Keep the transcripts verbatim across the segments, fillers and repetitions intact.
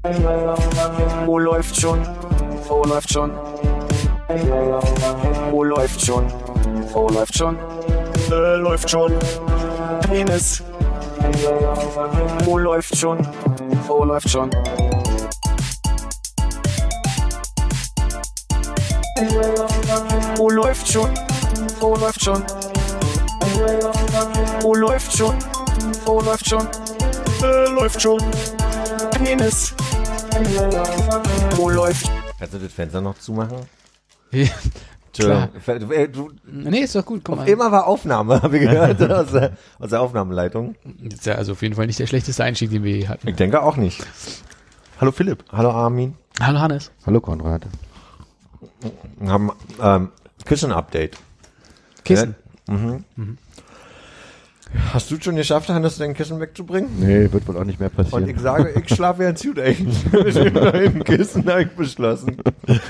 Oh, läuft schon. Oh, läuft schon. Oh, läuft schon. Oh, läuft schon. Äh, läuft schon. Penis. Oh, läuft schon. Oh, läuft schon. Oh, läuft schon. Oh, läuft schon. Oh, läuft schon. Oh, läuft schon. Äh, läuft schon. Penis. Oh, läuft. Kannst du das Fenster noch zumachen? Ja, klar. Du, äh, du, Nee, ist doch gut, komm mal. immer war Aufnahme, habe ich gehört, aus, der, aus der Aufnahmeleitung. Das ist ja also auf jeden Fall nicht der schlechteste Einstieg, den wir je hatten. Ich denke auch nicht. Hallo Philipp. Hallo Armin. Hallo Hannes. Hallo Konrad. Wir haben ähm, Kissen-Update. Kissen. Ja? Mhm. Mhm. Hast du schon geschafft, Hannes, dein Kissen wegzubringen? Nee, wird wohl auch nicht mehr passieren. Und ich sage, ich schlafe ganz gut eigentlich. Mit dem neuen Kissen habe ich beschlossen.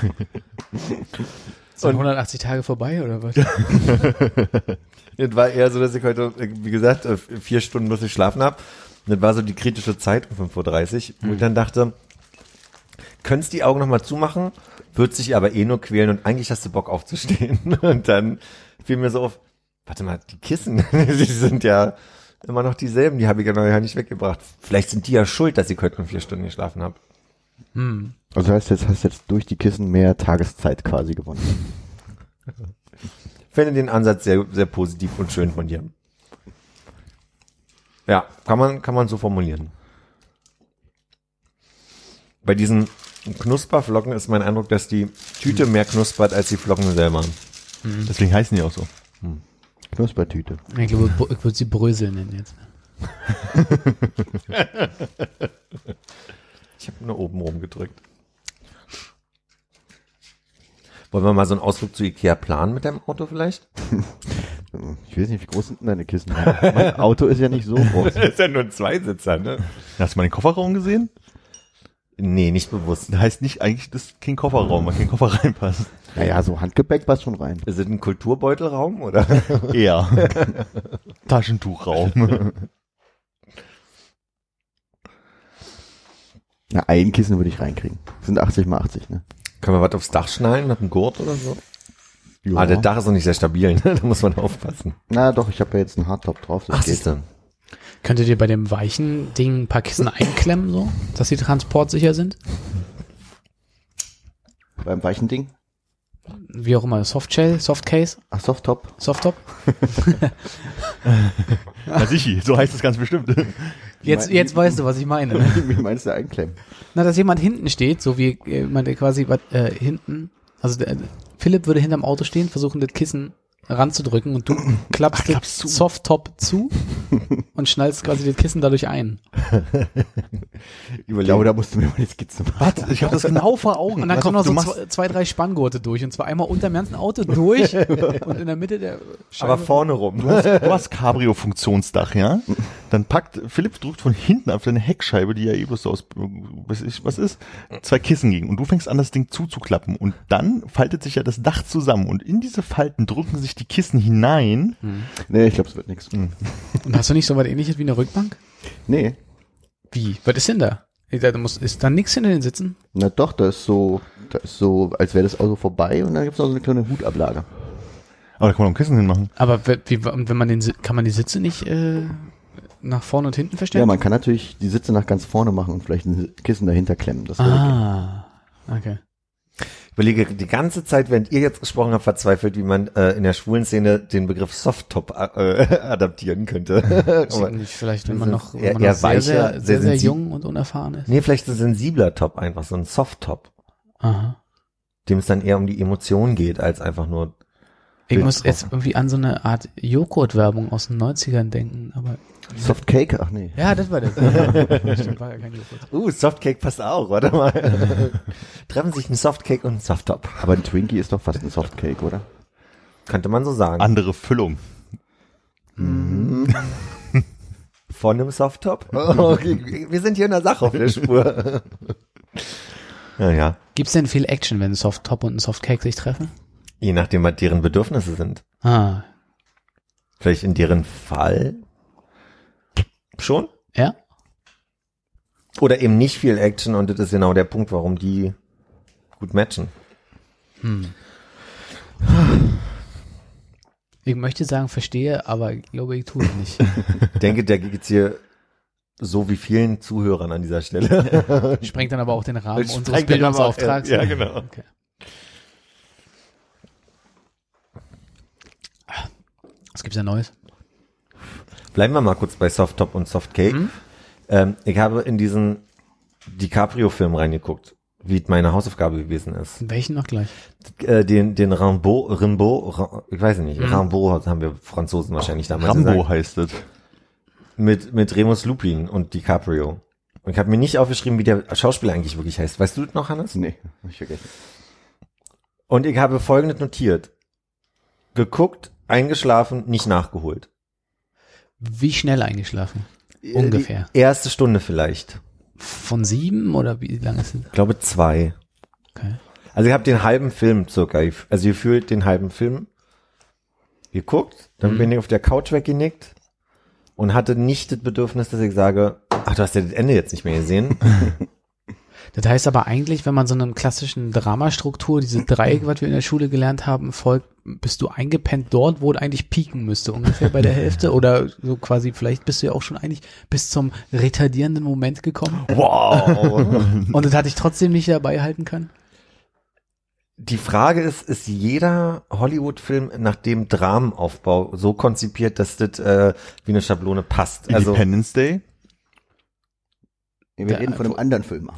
Sind hundertachtzig Tage vorbei oder was? Das war eher so, dass ich heute, wie gesagt, vier Stunden bloß geschlafen habe. Das war so die kritische Zeit um fünf Uhr dreißig, wo ich dann dachte, könntest die Augen nochmal zumachen, wird sich aber eh nur quälen und eigentlich hast du Bock aufzustehen. Und dann fiel mir so auf, warte mal, die Kissen, die sind ja immer noch dieselben, die habe ich ja noch ja nicht weggebracht. Vielleicht sind die ja schuld, dass ich heute nur vier Stunden geschlafen habe. Hm. Also heißt jetzt, hast jetzt durch die Kissen mehr Tageszeit quasi gewonnen. Ich finde den Ansatz sehr, sehr positiv und schön von dir. Ja, kann man, kann man so formulieren. Bei diesen Knusperflocken ist mein Eindruck, dass die Tüte mehr knuspert als die Flocken selber. Mhm. Deswegen heißen die auch so. Hm. Knuspertüte. Ich glaube, ich würde sie Brösel nennen jetzt. Ich habe nur oben rumgedrückt. Wollen wir mal so einen Ausflug zu Ikea planen mit deinem Auto vielleicht? Ich weiß nicht, wie groß sind denn deine Kissen? Mein Auto ist ja nicht so groß. Das ist ja nur ein Zweisitzer, ne? Hast du mal den Kofferraum gesehen? Nee, nicht bewusst. Das heißt nicht eigentlich, das ist kein Kofferraum, weil kein Koffer reinpasst. Naja, so Handgepäck passt schon rein. Ist es ein Kulturbeutelraum oder? Eher. Taschentuchraum. Na, ein Kissen würde ich reinkriegen. Das sind achtzig mal achtzig, ne? Können wir was aufs Dach schneiden, mit einem Gurt oder so? Ja. Ah, der Dach ist noch nicht sehr stabil, ne? Da muss man aufpassen. Na doch, ich habe ja jetzt einen Hardtop drauf. Das Ach, geht. siehste. Könntet ihr bei dem weichen Ding ein paar Kissen einklemmen, so, dass sie transportsicher sind? Beim weichen Ding? Wie auch immer, Softshell, Softcase, Ach, Softtop. Softtop? Na sicher, so heißt es ganz bestimmt. Jetzt, jetzt weißt du, was ich meine. Ne? Wie meinst du einklemmen? Na, dass jemand hinten steht, so wie jemand der quasi was, äh, hinten, also der, Philipp würde hinterm Auto stehen, versuchen das Kissen ranzudrücken und du klappst Ach, klappst das zu. Softtop zu und schnallst quasi das Kissen dadurch ein. Ich glaube, da musst du mir mal die Skizze machen. Was? Ich habe das genau vor Augen. Und dann Weißt kommen du, noch so du machst- zwei, zwei, drei Spanngurte durch und zwar einmal unter dem ganzen Auto durch und in der Mitte der Scheibe. Aber vorne rum. Du hast, du hast Cabrio-Funktionsdach, ja? Dann packt, Philipp drückt von hinten auf deine Heckscheibe, die ja eh bloß so aus, was ist, was ist, zwei Kissen gegen. Und du fängst an, das Ding zuzuklappen. Und dann faltet sich ja das Dach zusammen. Und in diese Falten drücken sich die Kissen hinein. Nee, ich glaube, es wird nichts. Und hast du nicht so was ähnliches wie eine Rückbank? Nee. Wie? Was ist denn da? Da muss, ist da nichts hinter den Sitzen? Na doch, da ist so, da ist so, als wäre das Auto vorbei und dann gibt's noch so eine kleine Hutablage. Aber da kann man auch ein Kissen hinmachen. Aber wie, wie, und wenn man den, Si- kann man die Sitze nicht äh, nach vorne und hinten verstellen? Ja, man kann natürlich die Sitze nach ganz vorne machen und vielleicht ein Kissen dahinter klemmen. Das würde gehen. Ah, okay. Ich überlege die ganze Zeit, während ihr jetzt gesprochen habt, verzweifelt, wie man äh, in der schwulen Szene den Begriff Softtop äh, adaptieren könnte. Aber, Nicht vielleicht, wenn man noch, wenn eher- man eher noch sehr, weicher, sehr, sehr sehr, sehr sensib- jung und unerfahren ist. nee, vielleicht ein sensibler Top einfach, so ein Softtop, Aha. dem es dann eher um die Emotion geht, als einfach nur Ich Bild muss jetzt drauf. irgendwie an so eine Art Joghurt-Werbung aus den neunzigern denken, aber Soft Cake? Ach nee. ja, das war das. Stimmt, war ja kein Joghurt. Uh, Softcake passt auch, warte mal. Treffen sich ein Softcake und ein Softtop. Aber ein Twinkie ist doch fast ein Soft Cake, oder? Könnte man so sagen. Andere Füllung. Von einem Softtop? Oh, okay. Wir sind hier in der Sache auf der Spur. Ja, ja. Gibt's denn viel Action, wenn ein Softtop und ein Softcake sich treffen? Je nachdem, was deren Bedürfnisse sind. Ah, Vielleicht in deren Fall schon? ja? Oder eben nicht viel Action und das ist genau der Punkt, warum die gut matchen. Hm. Ich möchte sagen, verstehe, aber ich glaube, ich tue es nicht. Ich denke, der geht's hier so wie vielen Zuhörern an dieser Stelle. Sprengt dann aber auch den Rahmen Das unseres sprengt dann aber auch- Bildungsauftrags. ja, genau. Okay. Was gibt's da Neues? Bleiben wir mal kurz bei Soft Top und Soft Cake. Mhm. Ähm, ich habe in diesen DiCaprio-Film reingeguckt, wie meine Hausaufgabe gewesen ist. Welchen noch gleich? Äh, den den Rimbaud, Rimbaud, Ra- ich weiß nicht, Mhm. Rimbaud haben wir Franzosen wahrscheinlich damals Rambo gesagt. heißt es. Mit, mit Remus Lupin und DiCaprio. Und ich habe mir nicht aufgeschrieben, wie der Schauspieler eigentlich wirklich heißt. Weißt du das noch, Hannes? Nee, hab ich vergessen. Und ich habe Folgendes notiert. Geguckt, eingeschlafen, nicht nachgeholt. Wie schnell eingeschlafen? Ungefähr. Die erste Stunde vielleicht. Von sieben oder wie lange ist es? Ich glaube zwei. Okay. Also ich habe den halben Film circa, also gefühlt den halben Film geguckt, dann Mhm. bin ich auf der Couch weggenickt und hatte nicht das Bedürfnis, dass ich sage, ach, du hast ja das Ende jetzt nicht mehr gesehen. Das heißt aber eigentlich, wenn man so einer klassischen Dramastruktur, diese Dreieck, was wir in der Schule gelernt haben, folgt, bist du eingepennt dort, wo du eigentlich pieken müsste, ungefähr bei der Hälfte oder so quasi, vielleicht bist du ja auch schon eigentlich bis zum retardierenden Moment gekommen Wow. und das hatte ich trotzdem nicht dabei halten können. Die Frage ist, ist jeder Hollywood-Film nach dem Dramenaufbau so konzipiert, dass das äh, wie eine Schablone passt? Also Independence Day. Wir Da- reden von einem anderen Film.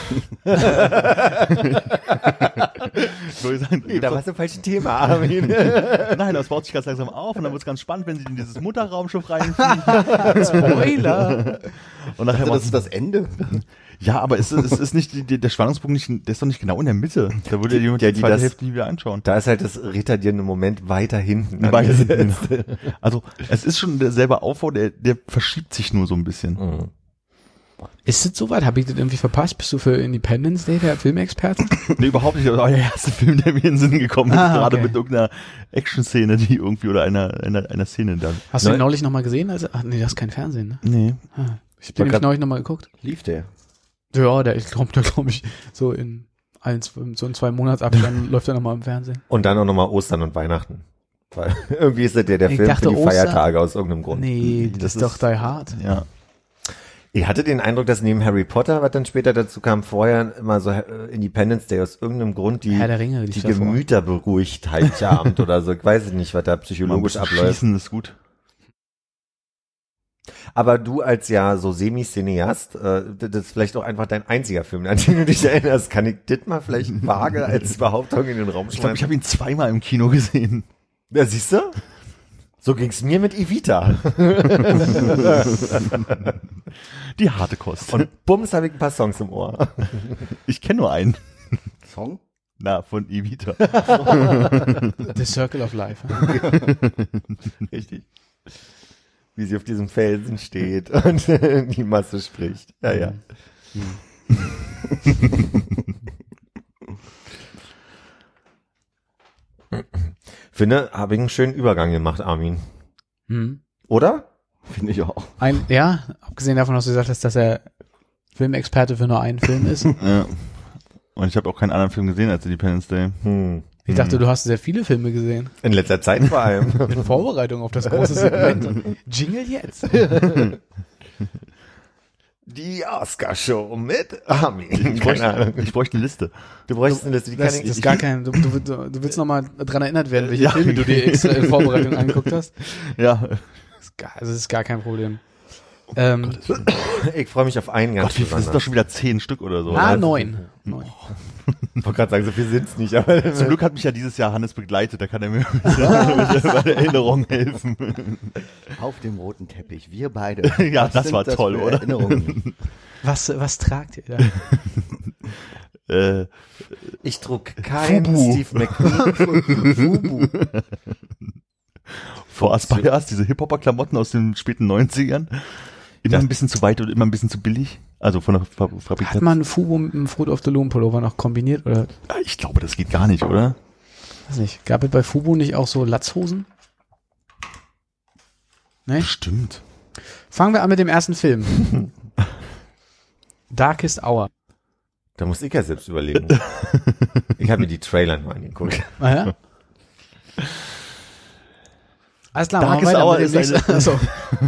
Ich wollte sagen, nee, da warst du im falschen Thema, Armin. Nein, das baut sich ganz langsam auf und dann wird es ganz spannend, wenn sie in dieses Mutterraumschiff reinfliegen. Spoiler! Und nachher Also das machen- ist das Ende. ja, aber es, ist- es ist nicht, die, die, der Spannungspunkt nicht, der ist doch nicht genau in der Mitte. Da würde ja jemand Ja, die die zweite das- Hälfte nie wieder anschauen. Da ist halt das retardierende Moment weiter hinten. Weiter angesetzt. hinten. Also, es ist schon derselbe Aufbau, der, der verschiebt sich nur so ein bisschen. Mhm. Ist das soweit? Habe ich das irgendwie verpasst? Bist du für Independence Day der Filmexperte? Nee, überhaupt nicht. Das war der erste Film, der mir in den Sinn gekommen ist. Ah, Gerade okay. mit irgendeiner Action-Szene, die irgendwie, oder einer, einer, einer Szene dann. Hast du Neu- ihn neulich nochmal gesehen? Also, ach nee, das ist kein Fernsehen, ne? Nee. Ah, ich habe war nämlich grad- neulich nochmal geguckt. Lief der. Ja, der, ich glaube, der glaube ich, so in eins, so in zwei Monatsabständen läuft er nochmal im Fernsehen. Und dann auch nochmal Ostern und Weihnachten. Weil irgendwie ist das der, der Ich Film dachte für die Ostern- Feiertage aus irgendeinem Grund. Nee, das, Das ist doch ist- Die Hard. Ja. Ich hatte den Eindruck, dass neben Harry Potter, was dann später dazu kam, vorher immer so äh, Independence Day aus irgendeinem Grund die, Herr der Ringe, die lief davor. Gemüter beruhigt, Heiligabend oder so. Ich weiß nicht, was da psychologisch Mal ein bisschen abläuft. Schießen ist gut. Aber du als ja so Semi-Cineast, äh, das ist vielleicht auch einfach dein einziger Film, an den du dich erinnerst. Kann ich das mal vielleicht vage als Behauptung in den Raum Ich glaube, ich habe schreiben? ihn zweimal im Kino gesehen. Ja, siehst du? So ging's mir mit Evita. Die harte Kost. Und bums habe ich ein paar Songs im Ohr. ich kenne nur einen. Song? Na, von Evita. The Circle of Life. Richtig. Wie sie auf diesem Felsen steht und die Masse spricht. Ja, ja. Finde, habe ich einen schönen Übergang gemacht, Armin. Hm. Oder? Finde ich auch. Ein, ja, abgesehen davon, dass du gesagt hast, dass er Filmexperte für nur einen Film ist. Ja. Und ich habe auch keinen anderen Film gesehen als Independence Day. Hm. Ich dachte, du hast sehr viele Filme gesehen. In letzter Zeit vor allem. In Vorbereitung auf das große Segment. Jingle jetzt. Die Oscar-Show mit Armin. Ich Keine bräuchte, Ahnung. ich bräuchte eine Liste. Du bräuchst eine Liste, die kann Das, ich das ist gar kein, du, du, du, du willst nochmal dran erinnert werden, welche Filme du dir extra in Vorbereitung angeguckt hast. Ja. Das ist gar, also das ist gar kein Problem. Ähm, Ich freue mich auf einen ganz Gott, wie viel, das sind doch schon wieder zehn Stück oder so. ah, oder? neun. neun. Ich wollte gerade sagen, so viel sind's nicht, aber Zum Glück hat mich ja dieses Jahr Hannes begleitet, da kann er mir bei der Erinnerung helfen. Auf dem roten Teppich, wir beide. Ja, Was das sind war toll, für oder? Erinnerungen? Was, was tragt ihr da? Äh, ich trug kein Fubu. Steve McQueen. Fubu. vor Aspires, diese Hip-Hopper-Klamotten aus den späten neunzigern. Immer Das- ein bisschen zu weit und immer ein bisschen zu billig. Also von der Fa- Hat Fabrikanz. man Fubo mit dem Fruit of the Loom Pullover noch kombiniert oder? Ich glaube, das geht gar nicht, oder? Weiß nicht. Gab es bei Fubo nicht auch so Latzhosen? Ne? Stimmt. Fangen wir an mit dem ersten Film. Darkest Hour. Da muss ich ja selbst überlegen. Ich habe mir die Trailer nur angeguckt. Ah, ja? Alles klar, Darkest machen wir Hour weiter mit dem ist nächsten. eine- Achso.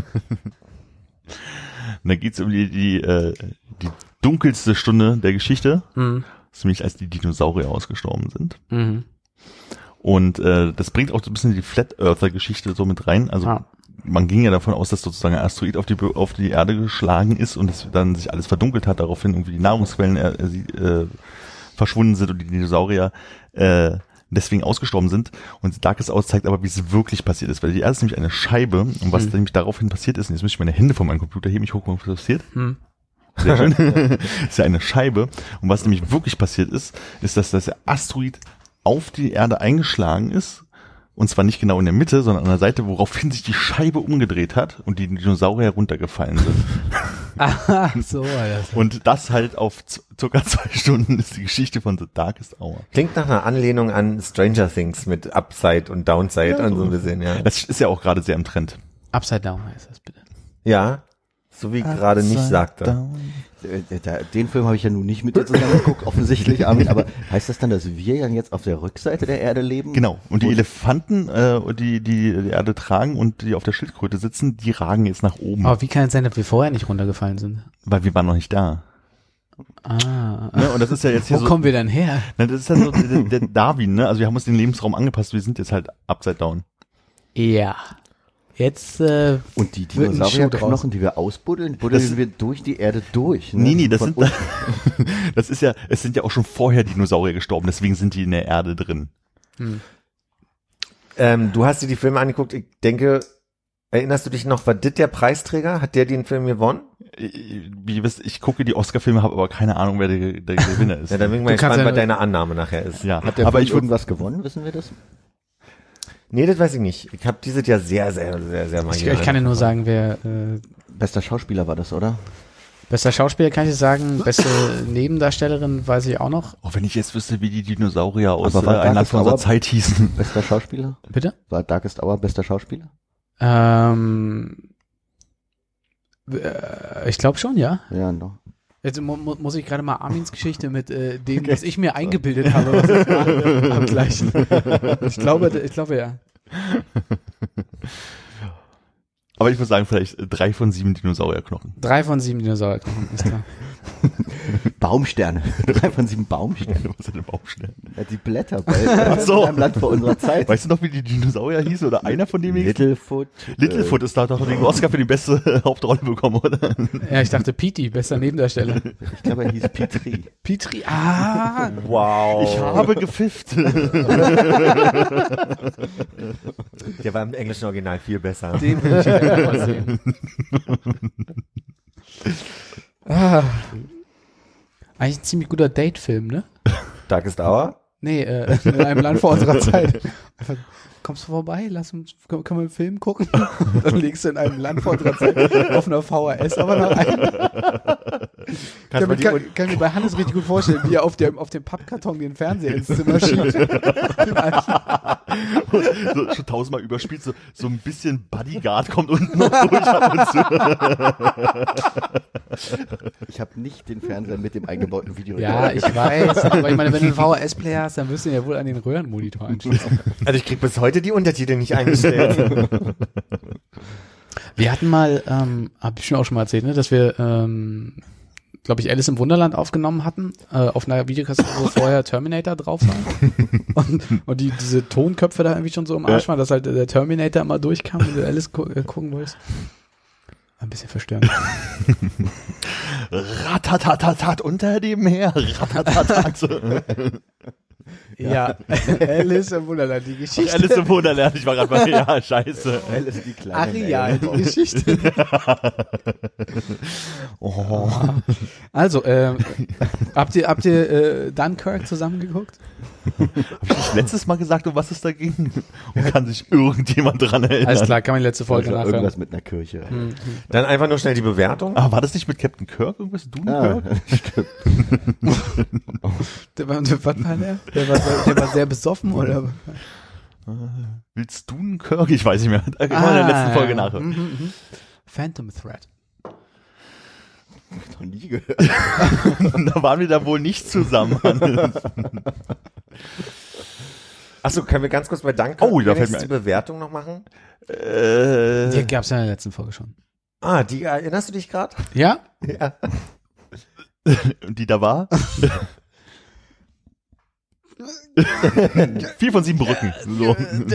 Und da geht's um die, die, äh, die dunkelste Stunde der Geschichte, Mhm. das ist nämlich als die Dinosaurier ausgestorben sind. Mhm. Und äh, das bringt auch so ein bisschen die Flat Earther-Geschichte so mit rein. Also Ah. man ging ja davon aus, dass sozusagen ein Asteroid auf die auf die Erde geschlagen ist und es dann sich alles verdunkelt hat, daraufhin irgendwie die Nahrungsquellen äh, äh, verschwunden sind und die Dinosaurier äh, deswegen ausgestorben sind. Und Darkest Hour zeigt aber, wie es wirklich passiert ist. Weil die Erde ist nämlich eine Scheibe und was Hm. nämlich daraufhin passiert ist, und jetzt muss ich meine Hände von meinem Computer heben, ich gucke mal, was passiert. Hm. Sehr schön. Ist ja eine Scheibe. Und was nämlich wirklich passiert ist, ist, dass das Asteroid auf die Erde eingeschlagen ist. Und zwar nicht genau in der Mitte, sondern an der Seite, woraufhin sich die Scheibe umgedreht hat und die Dinosaurier runtergefallen sind. Ah, so war das. Und das halt auf z- circa zwei Stunden ist die Geschichte von The Darkest Hour. Klingt nach einer Anlehnung an Stranger Things mit Upside und Downside Ja, und so so. ein bisschen, ja. Das ist ja auch gerade sehr im Trend. Upside Down heißt das bitte. Ja, so wie ich gerade nicht sagte. Äh, da- Den Film habe ich ja nun nicht mit dir zusammen geguckt, offensichtlich, Armin, aber heißt das dann, dass wir dann jetzt auf der Rückseite der Erde leben? Genau. Und die Wo- Elefanten, äh, die, die die Erde tragen und die auf der Schildkröte sitzen, die ragen jetzt nach oben. Aber wie kann es sein, dass wir vorher nicht runtergefallen sind? Weil wir waren noch nicht da. Ah. Ne? Und das ist ja jetzt hier Wo so. kommen wir denn her? Na, das ist ja so der, der Darwin, ne? Also wir haben uns den Lebensraum angepasst, wir sind jetzt halt upside down. Ja. Jetzt, äh, Und die Wird ein Schuh draus. Dinosaurierknochen, die wir ausbuddeln, buddeln Das- wir durch die Erde durch. Ne? Nee, nee, das Von sind, unten. das ist ja, es sind ja auch schon vorher Dinosaurier gestorben, deswegen sind die in der Erde drin. Ähm, du hast dir die Filme angeguckt, ich denke, erinnerst du dich noch, war das der Preisträger? Hat der den Film gewonnen? Wie ihr wisst, ich gucke die Oscar-Filme, habe aber keine Ahnung, wer der, der Gewinner ist. Ja, dann bin ich mal Du kannst gespannt, ja- was deine Annahme nachher ist. ja, Hat der aber Film ich würde irgendwas gewonnen, wissen wir das? Nee, das weiß ich nicht. Ich habe dieses Jahr sehr, sehr, sehr, sehr mal ich, ich kann dir nur sagen, wer äh, Bester Schauspieler war das, oder? bester Schauspieler kann ich sagen, beste Nebendarstellerin weiß ich auch noch. auch wenn ich jetzt wüsste, wie die Dinosaurier aus Aber äh, war ein Land Darkest von unserer Hour- Zeit hießen. Bester Schauspieler? Bitte? War Darkest Hour bester Schauspieler? Ähm, äh, ich glaube schon, ja. Ja, doch. Jetzt mu mu muss ich gerade mal Armins Geschichte mit äh, dem, was ich mir eingebildet habe, was ich war, abgleichen. Ich glaube, ich glaube ja. Aber ich würde sagen, vielleicht äh, drei von sieben Dinosaurierknochen. Drei von sieben Dinosaurierknochen, ist klar. Baumsterne. Drei von sieben Baumsterne. Was sind denn Baumsterne? Ja, die Blätter bei so. in einem Land vor unserer Zeit. Weißt du noch, wie die Dinosaurier hießen oder einer von denen? Littlefoot. Littlefoot ist da doch den Oscar für die beste Hauptrolle bekommen, oder? Ja, ich dachte Petey, bester Nebendarsteller. Äh, ich glaube, er hieß Petri. Petri, ah, Wow. Ich habe gepfifft. Der war im englischen Original viel besser. den will ich gerne mal sehen. Ah. Eigentlich ein ziemlich guter Date-Film, ne? Darkest Hour? Nee, äh, in einem Land vor unserer Zeit. Einfach, kommst du vorbei? Lass uns, können, können wir einen Film gucken? Dann legst du in einem Land vor unserer Zeit auf einer V H S aber noch ein. Kannst Kann, du die kann, un- kann mir bei Hannes richtig gut vorstellen, wie er auf dem, auf dem Pappkarton den Fernseher ins Zimmer schiebt. so, schon tausendmal überspielt, so, so ein bisschen Bodyguard kommt unten noch durch ab und zu. Ich habe nicht den Fernseher mit dem eingebauten Video. Ja, ich weiß, aber ich meine, wenn du einen V H S-Player hast, dann wirst du ihn ja wohl an den Röhrenmonitor anschließen. Also ich krieg bis heute die Untertitel nicht eingestellt. Wir hatten mal, ähm, hab ich schon auch schon mal erzählt, ne, dass wir, ähm, glaube ich, Alice im Wunderland aufgenommen hatten, äh, auf einer Videokassette, wo vorher Terminator drauf war. Und, und die, diese Tonköpfe da irgendwie schon so im Arsch waren, dass halt der Terminator immer durchkam, wenn du Alice gu äh, gucken wolltest. Ein bisschen verstörend. Ratatatatat unter dem Meer. Ratatatat. Ja, Alice im Wunderland, die Geschichte. Alice im Wunderland. Ich war gerade mal, ja, scheiße. Alice die kleine Arial, Mel. die Geschichte. Oh. Also, ähm, habt ihr, habt ihr äh, Dunkirk zusammengeguckt? Habe ich nicht letztes Mal gesagt, um was es da ging? Und kann sich irgendjemand dran erinnern? Alles klar, kann man die letzte Folge Also nachhören. irgendwas mit einer Kirche. Hm. Dann einfach nur schnell die Bewertung. Ah, war das nicht mit Captain Kirk? Irgendwas? Ah, Dunenkirk? stimmt. Der war, der, was war der? Der war, sehr, der war sehr besoffen, oder? Willst du einen Kirk? Ich weiß nicht mehr. Da kann man in der letzten Folge nachhören. Mhm, mhm. Phantom Thread. Noch nie gehört. Da waren wir da wohl nicht zusammen. Achso, können wir ganz kurz bei Danke Oh, da fällt mir die ein. Bewertung noch machen? äh, Die gab's ja in der letzten Folge schon. Ah, die erinnerst du dich gerade? Ja? Ja. die da war. Vier von sieben Brücken. So.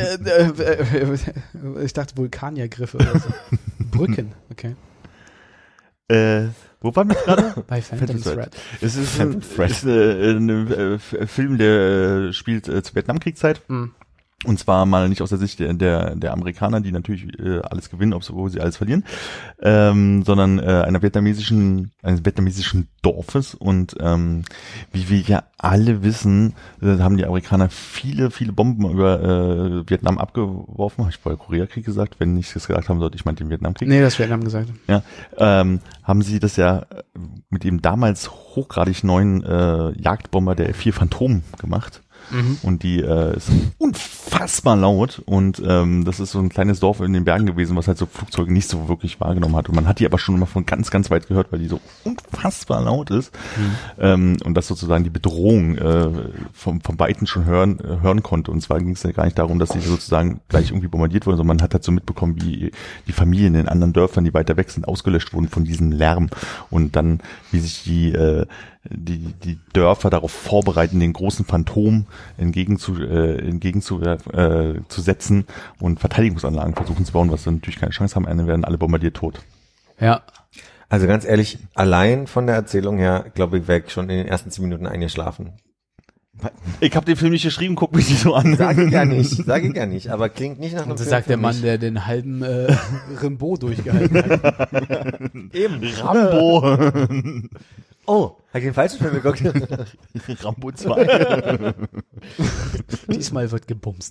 Ich dachte Vulkaniergriffe oder so. Brücken, okay. Äh, wo waren wir gerade? Bei Phantom Phantom Thread. Es ist ein, ist ein, ein, ein Film, der äh, spielt äh, zur Vietnamkriegszeit. Mhm. Und zwar mal nicht aus der Sicht der, der, der Amerikaner, die natürlich äh, alles gewinnen, obwohl sie alles verlieren, ähm, sondern äh, einer vietnamesischen, eines vietnamesischen Dorfes. Und ähm, wie wir ja alle wissen, äh, haben die Amerikaner viele, viele Bomben über äh, Vietnam abgeworfen. Habe ich vorher Koreakrieg gesagt? Wenn ich das gesagt haben sollte, ich meinte den Vietnamkrieg. Nee, das Vietnam gesagt. Ja, ähm, haben sie das ja mit dem damals hochgradig neuen äh, Jagdbomber der F vier Phantom gemacht. Mhm. Und die äh, ist unfassbar laut und ähm, das ist so ein kleines Dorf in den Bergen gewesen, was halt so Flugzeuge nicht so wirklich wahrgenommen hat. Und man hat die aber schon immer von ganz, ganz weit gehört, weil die so unfassbar laut ist. Mhm. Ähm, und das sozusagen die Bedrohung äh, vom, vom Weiten schon hören, äh, hören konnte. Und zwar ging es ja gar nicht darum, dass sie sozusagen gleich irgendwie bombardiert wurden, sondern man hat halt so mitbekommen, wie die Familien in anderen Dörfern, die weiter weg sind, ausgelöscht wurden von diesem Lärm. Und dann, wie sich die äh, die die Dörfer darauf vorbereiten, den großen Phantom entgegen zu äh, entgegen zu, äh, zu setzen und Verteidigungsanlagen versuchen zu bauen, was dann natürlich keine Chance haben, eine werden alle bombardiert tot. Ja. Also ganz ehrlich, allein von der Erzählung her, glaube ich, wäre ich schon in den ersten zehn Minuten eingeschlafen. Ich habe den Film nicht geschrieben, guck mich nicht so an. Sag ich ja nicht, sag ich ja nicht, aber klingt nicht nach einem Und das Film sagt für der Mann, mich. der den halben äh, Rimbaud durchgehalten hat. Eben. Rambo. Oh, hab ich den falschen Film geguckt? Rambo zwei. Diesmal wird gebumst.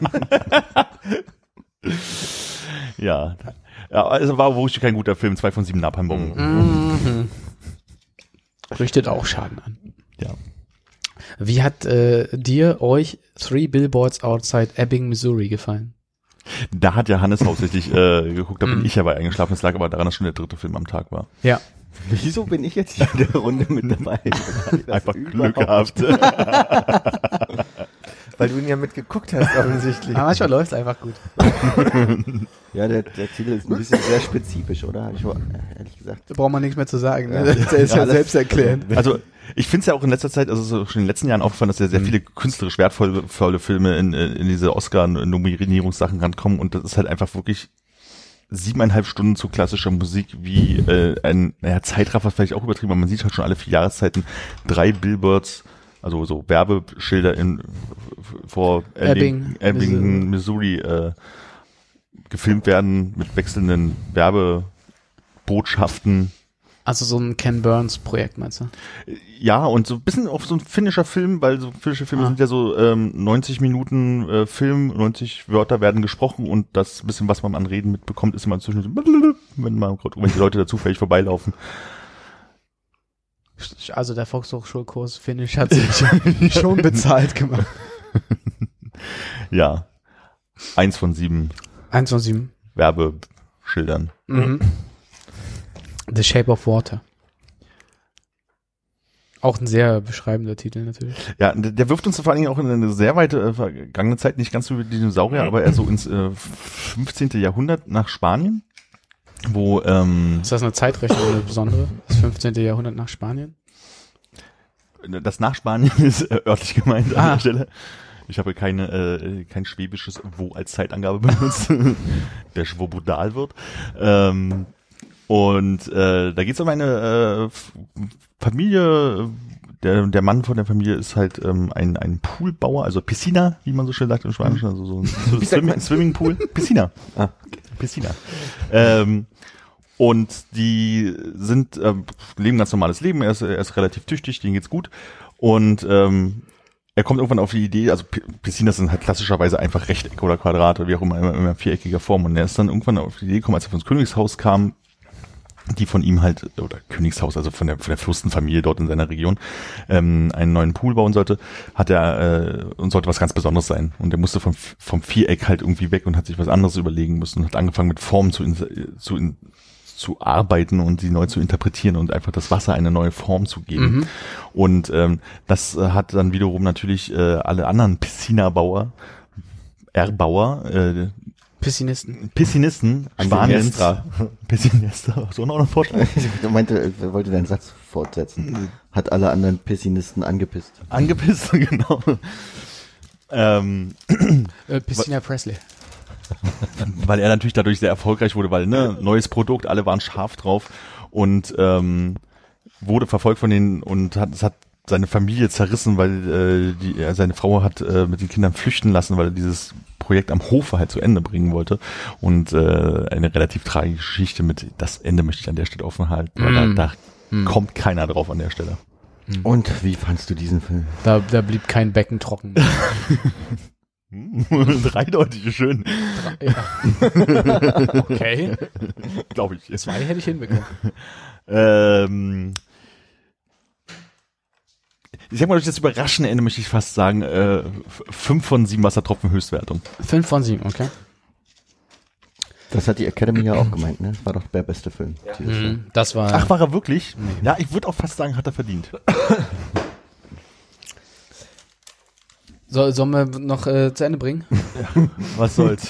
Ja. Ja, also war wirklich kein guter Film. Zwei von sieben Napalm-Bomben. Mhm. Richtet auch Schaden an. Ja. Wie hat äh, dir, euch Three Billboards Outside Ebbing, Missouri gefallen? Da hat ja Hannes hauptsächlich äh, geguckt, da bin ich ja bei eingeschlafen. Es lag aber daran, dass schon der dritte Film am Tag war. Ja. Wieso bin ich jetzt hier in der Runde mit dabei? Einfach Glück gehabt. Weil du ihn ja mitgeguckt hast, offensichtlich. Aber manchmal läuft es einfach gut. Ja, der, der Titel ist ein bisschen sehr spezifisch, oder? Hab ich mal, ehrlich gesagt. Da braucht man nichts mehr zu sagen. Ne? Ja. Der ist ja, Ja, das- selbst erklärend. Also ich finde es ja auch in letzter Zeit, also so schon in den letzten Jahren aufgefallen, dass ja sehr viele künstlerisch wertvolle volle Filme in, in diese Oscar-Nominierungssachen rankommen und das ist halt einfach wirklich siebeneinhalb Stunden zu klassischer Musik wie äh, ein naja, Zeitraffer vielleicht auch übertrieben, aber man sieht halt schon alle vier Jahreszeiten drei Billboards, also so Werbeschilder in vor Ebbing, Ebbing, Missouri äh, gefilmt werden mit wechselnden Werbebotschaften. Also so ein Ken Burns Projekt, meinst du? Ja, und so ein bisschen auf so ein finnischer Film, weil so finnische Filme Ah. sind ja so ähm, neunzig Minuten äh, Film, neunzig Wörter werden gesprochen und das bisschen, was man an Reden mitbekommt, ist immer zwischen so, wenn man wenn die Leute da zufällig vorbeilaufen. Also der Volkshochschulkurs Finnisch hat sich schon bezahlt gemacht. Ja, eins von sieben Eins von sieben. Werbeschildern. Mhm. The Shape of Water. Auch ein sehr beschreibender Titel natürlich. Ja, der der wirft uns vor allen Dingen auch in eine sehr weite äh, vergangene Zeit, nicht ganz so wie die Dinosaurier, aber eher so ins äh, fünfzehnten Jahrhundert nach Spanien, wo ähm, Ist das eine Zeitrechnung, eine besondere? Das fünfzehnte Jahrhundert nach Spanien? das nach Spanien ist äh, örtlich gemeint an Ah. der Stelle. Ich habe keine äh, kein schwäbisches Wo als Zeitangabe benutzt, der schwobodal wird. Ähm, und äh, da geht es um eine äh, F- Familie, der der Mann von der Familie ist halt ähm, ein ein Poolbauer, also Piscina, wie man so schön sagt im Spanischen, also so ein so Wie sagt Swimming, man? Swimmingpool, Piscina, Ah, Piscina. Ähm, und die sind ähm, leben ganz normales Leben. Er ist, er ist relativ tüchtig, denen geht's gut. Und ähm, er kommt irgendwann auf die Idee, also P- Piscinas sind halt klassischerweise einfach Rechtecke oder Quadrate, wie auch immer, immer, immer viereckiger Form. Und er ist dann irgendwann auf die Idee gekommen, als er ins Königshaus kam, die von ihm halt, oder Königshaus, also von der, von der Fürstenfamilie dort in seiner Region, ähm, einen neuen Pool bauen sollte, hat er, äh, und sollte was ganz Besonderes sein. Und er musste vom, vom Viereck halt irgendwie weg und hat sich was anderes überlegen müssen und hat angefangen mit Formen zu, in, zu, in, zu arbeiten und sie neu zu interpretieren und einfach das Wasser eine neue Form zu geben. Mhm. Und ähm, das äh, hat dann wiederum natürlich äh, alle anderen Piscina-Bauer, Erbauer, äh, Pessimisten. Pessimisten, Spaniens, Siniestra. Pessimisten, so noch ein Vorschlag. Ich meinte, er wollte deinen Satz fortsetzen. Hat alle anderen Pessimisten angepisst. Angepisst, genau. ähm, Äh, Piscina Presley. weil er natürlich dadurch sehr erfolgreich wurde, weil ne neues Produkt, alle waren scharf drauf und ähm, wurde verfolgt von denen und hat es hat seine Familie zerrissen, weil äh, die er, seine Frau hat äh, mit den Kindern flüchten lassen, weil er dieses Projekt am Hofe halt zu Ende bringen wollte und äh, eine relativ tragische Geschichte mit das Ende möchte ich an der Stelle offen halten, weil Mm. da, da Mm. kommt keiner drauf an der Stelle. Und wie fandst du diesen Film? Da, da blieb kein Becken trocken. Dreideutig schön, Ja. Okay. glaube ich. Zwei hätte ich hinbekommen. Ähm, ich sag mal, durch das überraschende Ende möchte ich fast sagen, äh, f- fünf von sieben Wassertropfen Höchstwertung. Fünf von sieben, okay. Das hat die Academy ja auch gemeint, ne? Das war doch der beste Film. dieses Jahr. Mhm, das war. Ach, war er wirklich? Ja, ich würde auch fast sagen, hat er verdient. Soll, sollen wir noch äh, zu Ende bringen? Was soll's.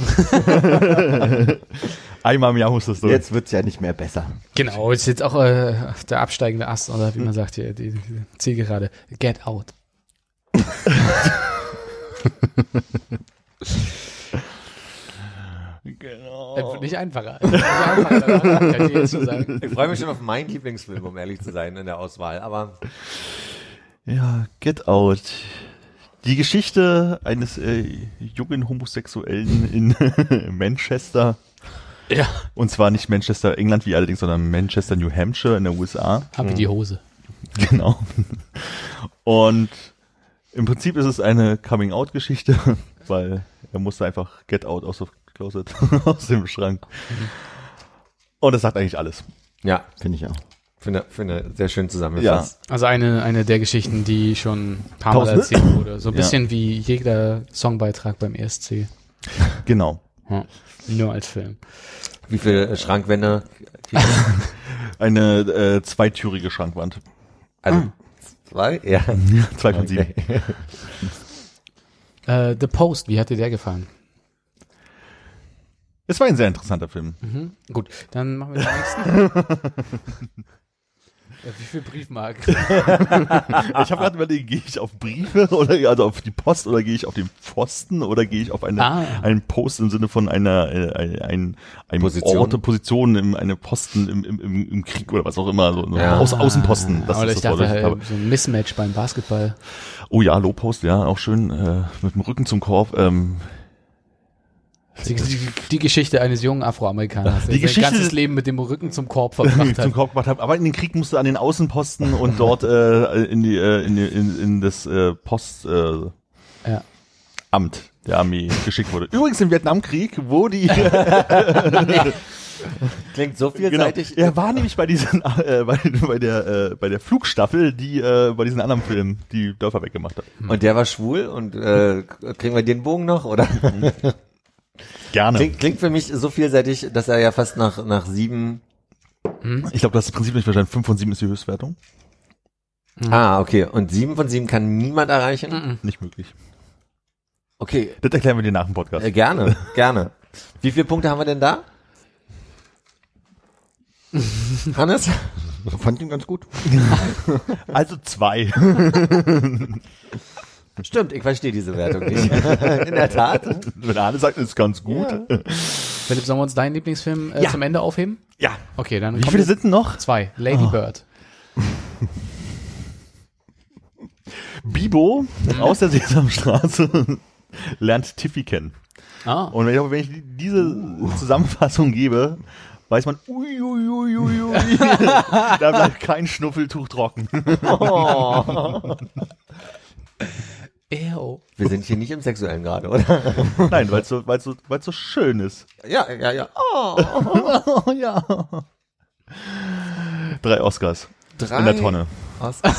Einmal im Jahr muss das durch. Jetzt wird's ja nicht mehr besser. Genau, ist jetzt auch äh, der absteigende Ast, oder wie man sagt hier, die, die Zielgerade. Get out. Genau. Das wird nicht einfacher. Das wird nicht einfacher, kann ich jetzt nur sagen. Ich freue mich schon auf meinen Lieblingsfilm, um ehrlich zu sein, in der Auswahl. Aber Ja, Get Out. Die Geschichte eines äh, jungen Homosexuellen in Manchester. Ja. Und zwar nicht Manchester, England wie allerdings, sondern Manchester, New Hampshire in der U S A. Hab ich die Hose. Genau. Und im Prinzip ist es eine Coming-out-Geschichte, weil er musste einfach Get Out aus dem Closet, aus dem Schrank. Und das sagt eigentlich alles. ja, Finde ich auch. finde, finde sehr schön zusammengefasst. Also eine, eine der Geschichten, die schon ein paar Mal Tausende? erzählt wurde. So ein Ja. bisschen wie jeder Songbeitrag beim E S C. Genau. Ja. Nur als Film. Wie viele Schrankwände? Eine äh, zweitürige Schrankwand. Also zwei? Ja. Zwei von sieben. Okay. Äh, The Post, wie hat dir der gefallen? Es war ein sehr interessanter Film. Mhm. Gut, dann machen wir den nächsten. Ja, wie viel Briefmarken? Ich habe gerade überlegt, gehe ich auf Briefe oder also auf die Post oder gehe ich auf den Pfosten oder gehe ich auf eine Ah. einen Post im Sinne von einer äh, ein, ein, ein Position. Orte, Position, im, eine Posten im, im, im, im Krieg oder was auch immer, so Ja. Außen, Außenposten. Das Oder ist ich das Wort, dachte, das ich äh, habe. so ein Mismatch beim Basketball. Oh ja, Low Post, ja, auch schön äh, mit dem Rücken zum Korb. Ähm, Die, die, die Geschichte eines jungen Afroamerikaners, der Die Geschichte- sein ganzes Leben mit dem Rücken zum Korb verbracht zum hat. Korb gemacht habe. Aber in den Krieg musste an den Außenposten und dort äh, in die äh, in, die, in, in das äh, Post äh, Ja. Amt der Armee geschickt wurde. Übrigens im Vietnamkrieg, wo die Klingt so genau, vielseitig. er war nämlich bei diesen äh, bei, bei der äh, bei der Flugstaffel, die äh, bei diesen anderen Filmen die Dörfer weggemacht hat. Und der war schwul und äh, kriegen wir den Bogen noch? Oder? Gerne. Klingt, klingt für mich so vielseitig, dass er ja fast nach, nach sieben. Ich glaube, das ist das Prinzip nicht verstanden. fünf von sieben ist die Höchstwertung. Ah, okay. Und sieben von sieben kann niemand erreichen? Mhm. Nicht möglich. Okay. Das erklären wir dir nach dem Podcast. Äh, gerne, gerne. Wie viele Punkte haben wir denn da? Hannes? Ich fand ihn ganz gut. Also zwei. Stimmt, ich verstehe diese Wertung nicht. In der Tat. Wenn Arne sagt, ist ganz gut. Ja. Philipp, sollen wir uns deinen Lieblingsfilm äh, Ja. zum Ende aufheben? ja. Okay, dann Wie kommen viele jetzt sind denn noch? zwei. Lady Oh. Bird. Bibo aus der Sesamstraße lernt Tiffy kennen. Ah. Und wenn ich, wenn ich diese Zusammenfassung gebe, weiß man, ui, ui, ui, ui, ui. Da bleibt kein Schnuffeltuch trocken. Oh. Ew. Wir sind hier nicht im Sexuellen gerade, oder? Nein, weil es so, weil's so, weil's so schön ist. Ja, ja, ja. Oh, ja. Drei Oscars Drei in der Tonne. Oscar.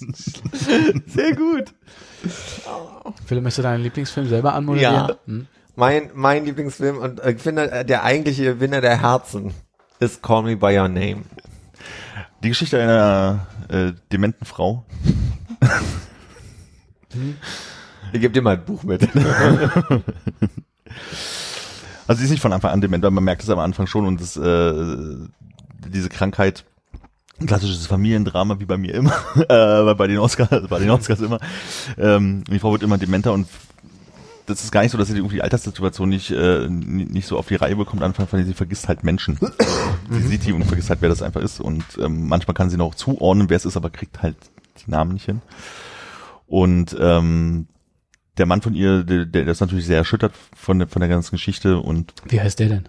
Sehr gut. Philipp, möchtest du deinen Lieblingsfilm selber anmoderieren? Ja. Hm? mein, mein Lieblingsfilm und ich finde, der eigentliche Gewinner der Herzen ist Call Me By Your Name. Die Geschichte einer äh, dementen Frau. Ich gebe dir mal ein Buch mit. Also sie ist nicht von Anfang an dement, weil man merkt es am Anfang schon und das, äh, diese Krankheit, klassisches Familiendrama wie bei mir immer, äh, bei den Oscars, bei den Oscars immer. Ähm, die Frau wird immer dementer und das ist gar nicht so, dass sie irgendwie die Alterssituation nicht äh, nicht so auf die Reihe bekommt. Anfang von sie vergisst halt Menschen. Sie sieht die und vergisst halt, wer das einfach ist und ähm, manchmal kann sie noch zuordnen, wer es ist, aber kriegt halt die Namen nicht hin. Und ähm, der Mann von ihr, der, der ist natürlich sehr erschüttert von der, von der ganzen Geschichte und Wie heißt der denn?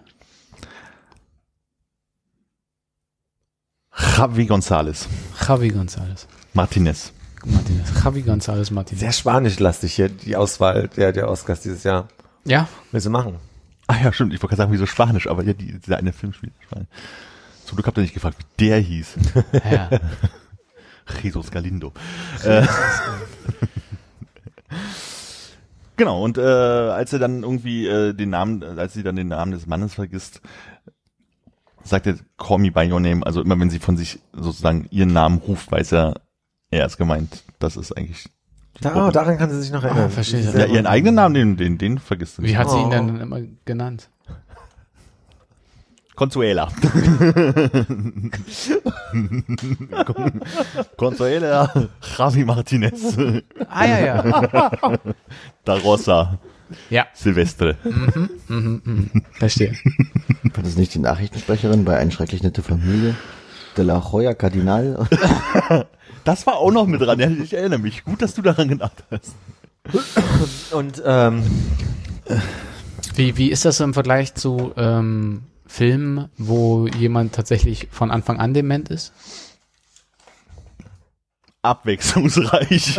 Javi González Javi González. Martinez. Martinez. Javi González Martinez. Sehr spanischlastig hier, die Auswahl der, der Oscars dieses Jahr. Ja, Willst du machen? Ah ja, stimmt, ich wollte gerade sagen, wieso Spanisch, aber ja, die, dieser eine Film spielt Spanisch. Zum Glück habt ihr nicht gefragt, wie der hieß. ja. Jesus Galindo. äh, genau, und äh, als er dann irgendwie äh, den Namen, als sie dann den Namen des Mannes vergisst, sagt er, call me by your name, also immer wenn sie von sich sozusagen ihren Namen ruft, weiß er, er ist gemeint. Das ist eigentlich... Da, oh, daran kann sie sich noch erinnern. Ah, verstehe ich. Ja, ihren eigenen Namen, den, den, den vergisst du Wie nicht. hat sie ihn Oh. denn immer genannt? Consuela. Consuela Javi Martinez. Ah, ja, ja. Da Rosa Ja, Silvestre. verstehe. War das nicht die Nachrichtensprecherin bei Eine schrecklich nette Familie? De la Hoya Cardinal? Das war auch noch mit dran. Ja, ich erinnere mich. Gut, dass du daran gedacht hast. Und ähm, Wie, wie ist das so im Vergleich zu ähm, Filmen, wo jemand tatsächlich von Anfang an dement ist? Abwechslungsreich.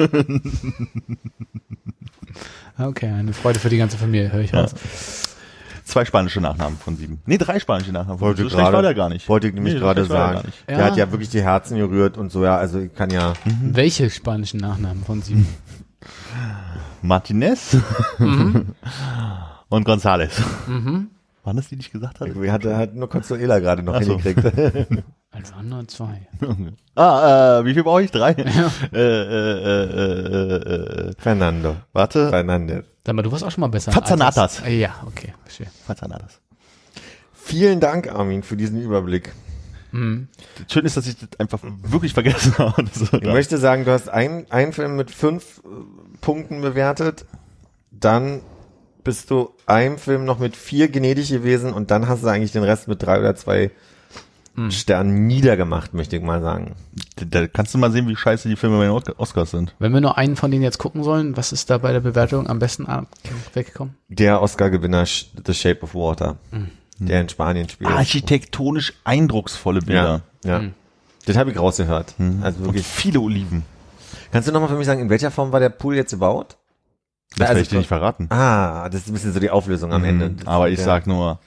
Okay, eine Freude für die ganze Familie, höre ich raus. Zwei spanische Nachnamen von sieben. Nee, drei spanische Nachnamen. Wollte so schlecht gerade- war der gar nicht. wollte ich nämlich Nee, so gerade schlecht war der sagen. gar nicht. Der Ja. hat ja wirklich die Herzen gerührt und so, ja, also ich kann ja, Welche spanischen Nachnamen von sieben? Martinez Mhm. und González. Mhm. Waren das die, die ich gesagt hatte? wir hatte halt nur Consuela gerade noch Ach so. hingekriegt. Einfach nur zwei. Ah, äh, wie viel brauche ich? Drei? äh, äh, äh, äh, äh, Fernando. warte. Fernandez. Sag mal, du warst auch schon mal besser. Fazanatas. als- Ja, okay, verstehe. Fazanatas. Vielen Dank, Armin, für diesen Überblick. Mhm. Schön ist, dass ich das einfach wirklich vergessen habe. Das ist so Ich da. möchte sagen, du hast einen, einen Film mit fünf äh, Punkten bewertet, dann bist du einem Film noch mit vier gnädig gewesen und dann hast du eigentlich den Rest mit drei oder zwei Sternen niedergemacht, möchte ich mal sagen. Da, da kannst du mal sehen, wie scheiße die Filme bei den Oscars sind. Wenn wir nur einen von denen jetzt gucken sollen, was ist da bei der Bewertung am besten ab- weggekommen? Der Oscar-Gewinner Sh- The Shape of Water, der in Spanien spielt. Architektonisch eindrucksvolle Bilder. ja, ja. Mhm. Das habe ich rausgehört. Also Und wirklich. viele Oliven. Kannst du nochmal für mich sagen, in welcher Form war der Pool jetzt gebaut? Das Also werde ich dir nicht verraten. Ah, das ist ein bisschen so die Auflösung am Ende. Mhm. Aber ich Ja. sag nur,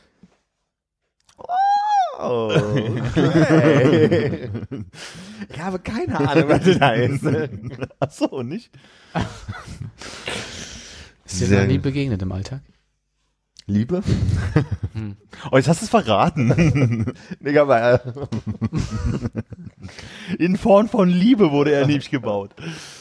Oh, okay. Ich habe keine Ahnung, was das heißt. ach so, nicht? Ist dir Sehr noch nie gut. begegnet im Alltag? Liebe? Oh, jetzt hast du es verraten. Digga, aber, äh, In Form von Liebe wurde er nämlich gebaut.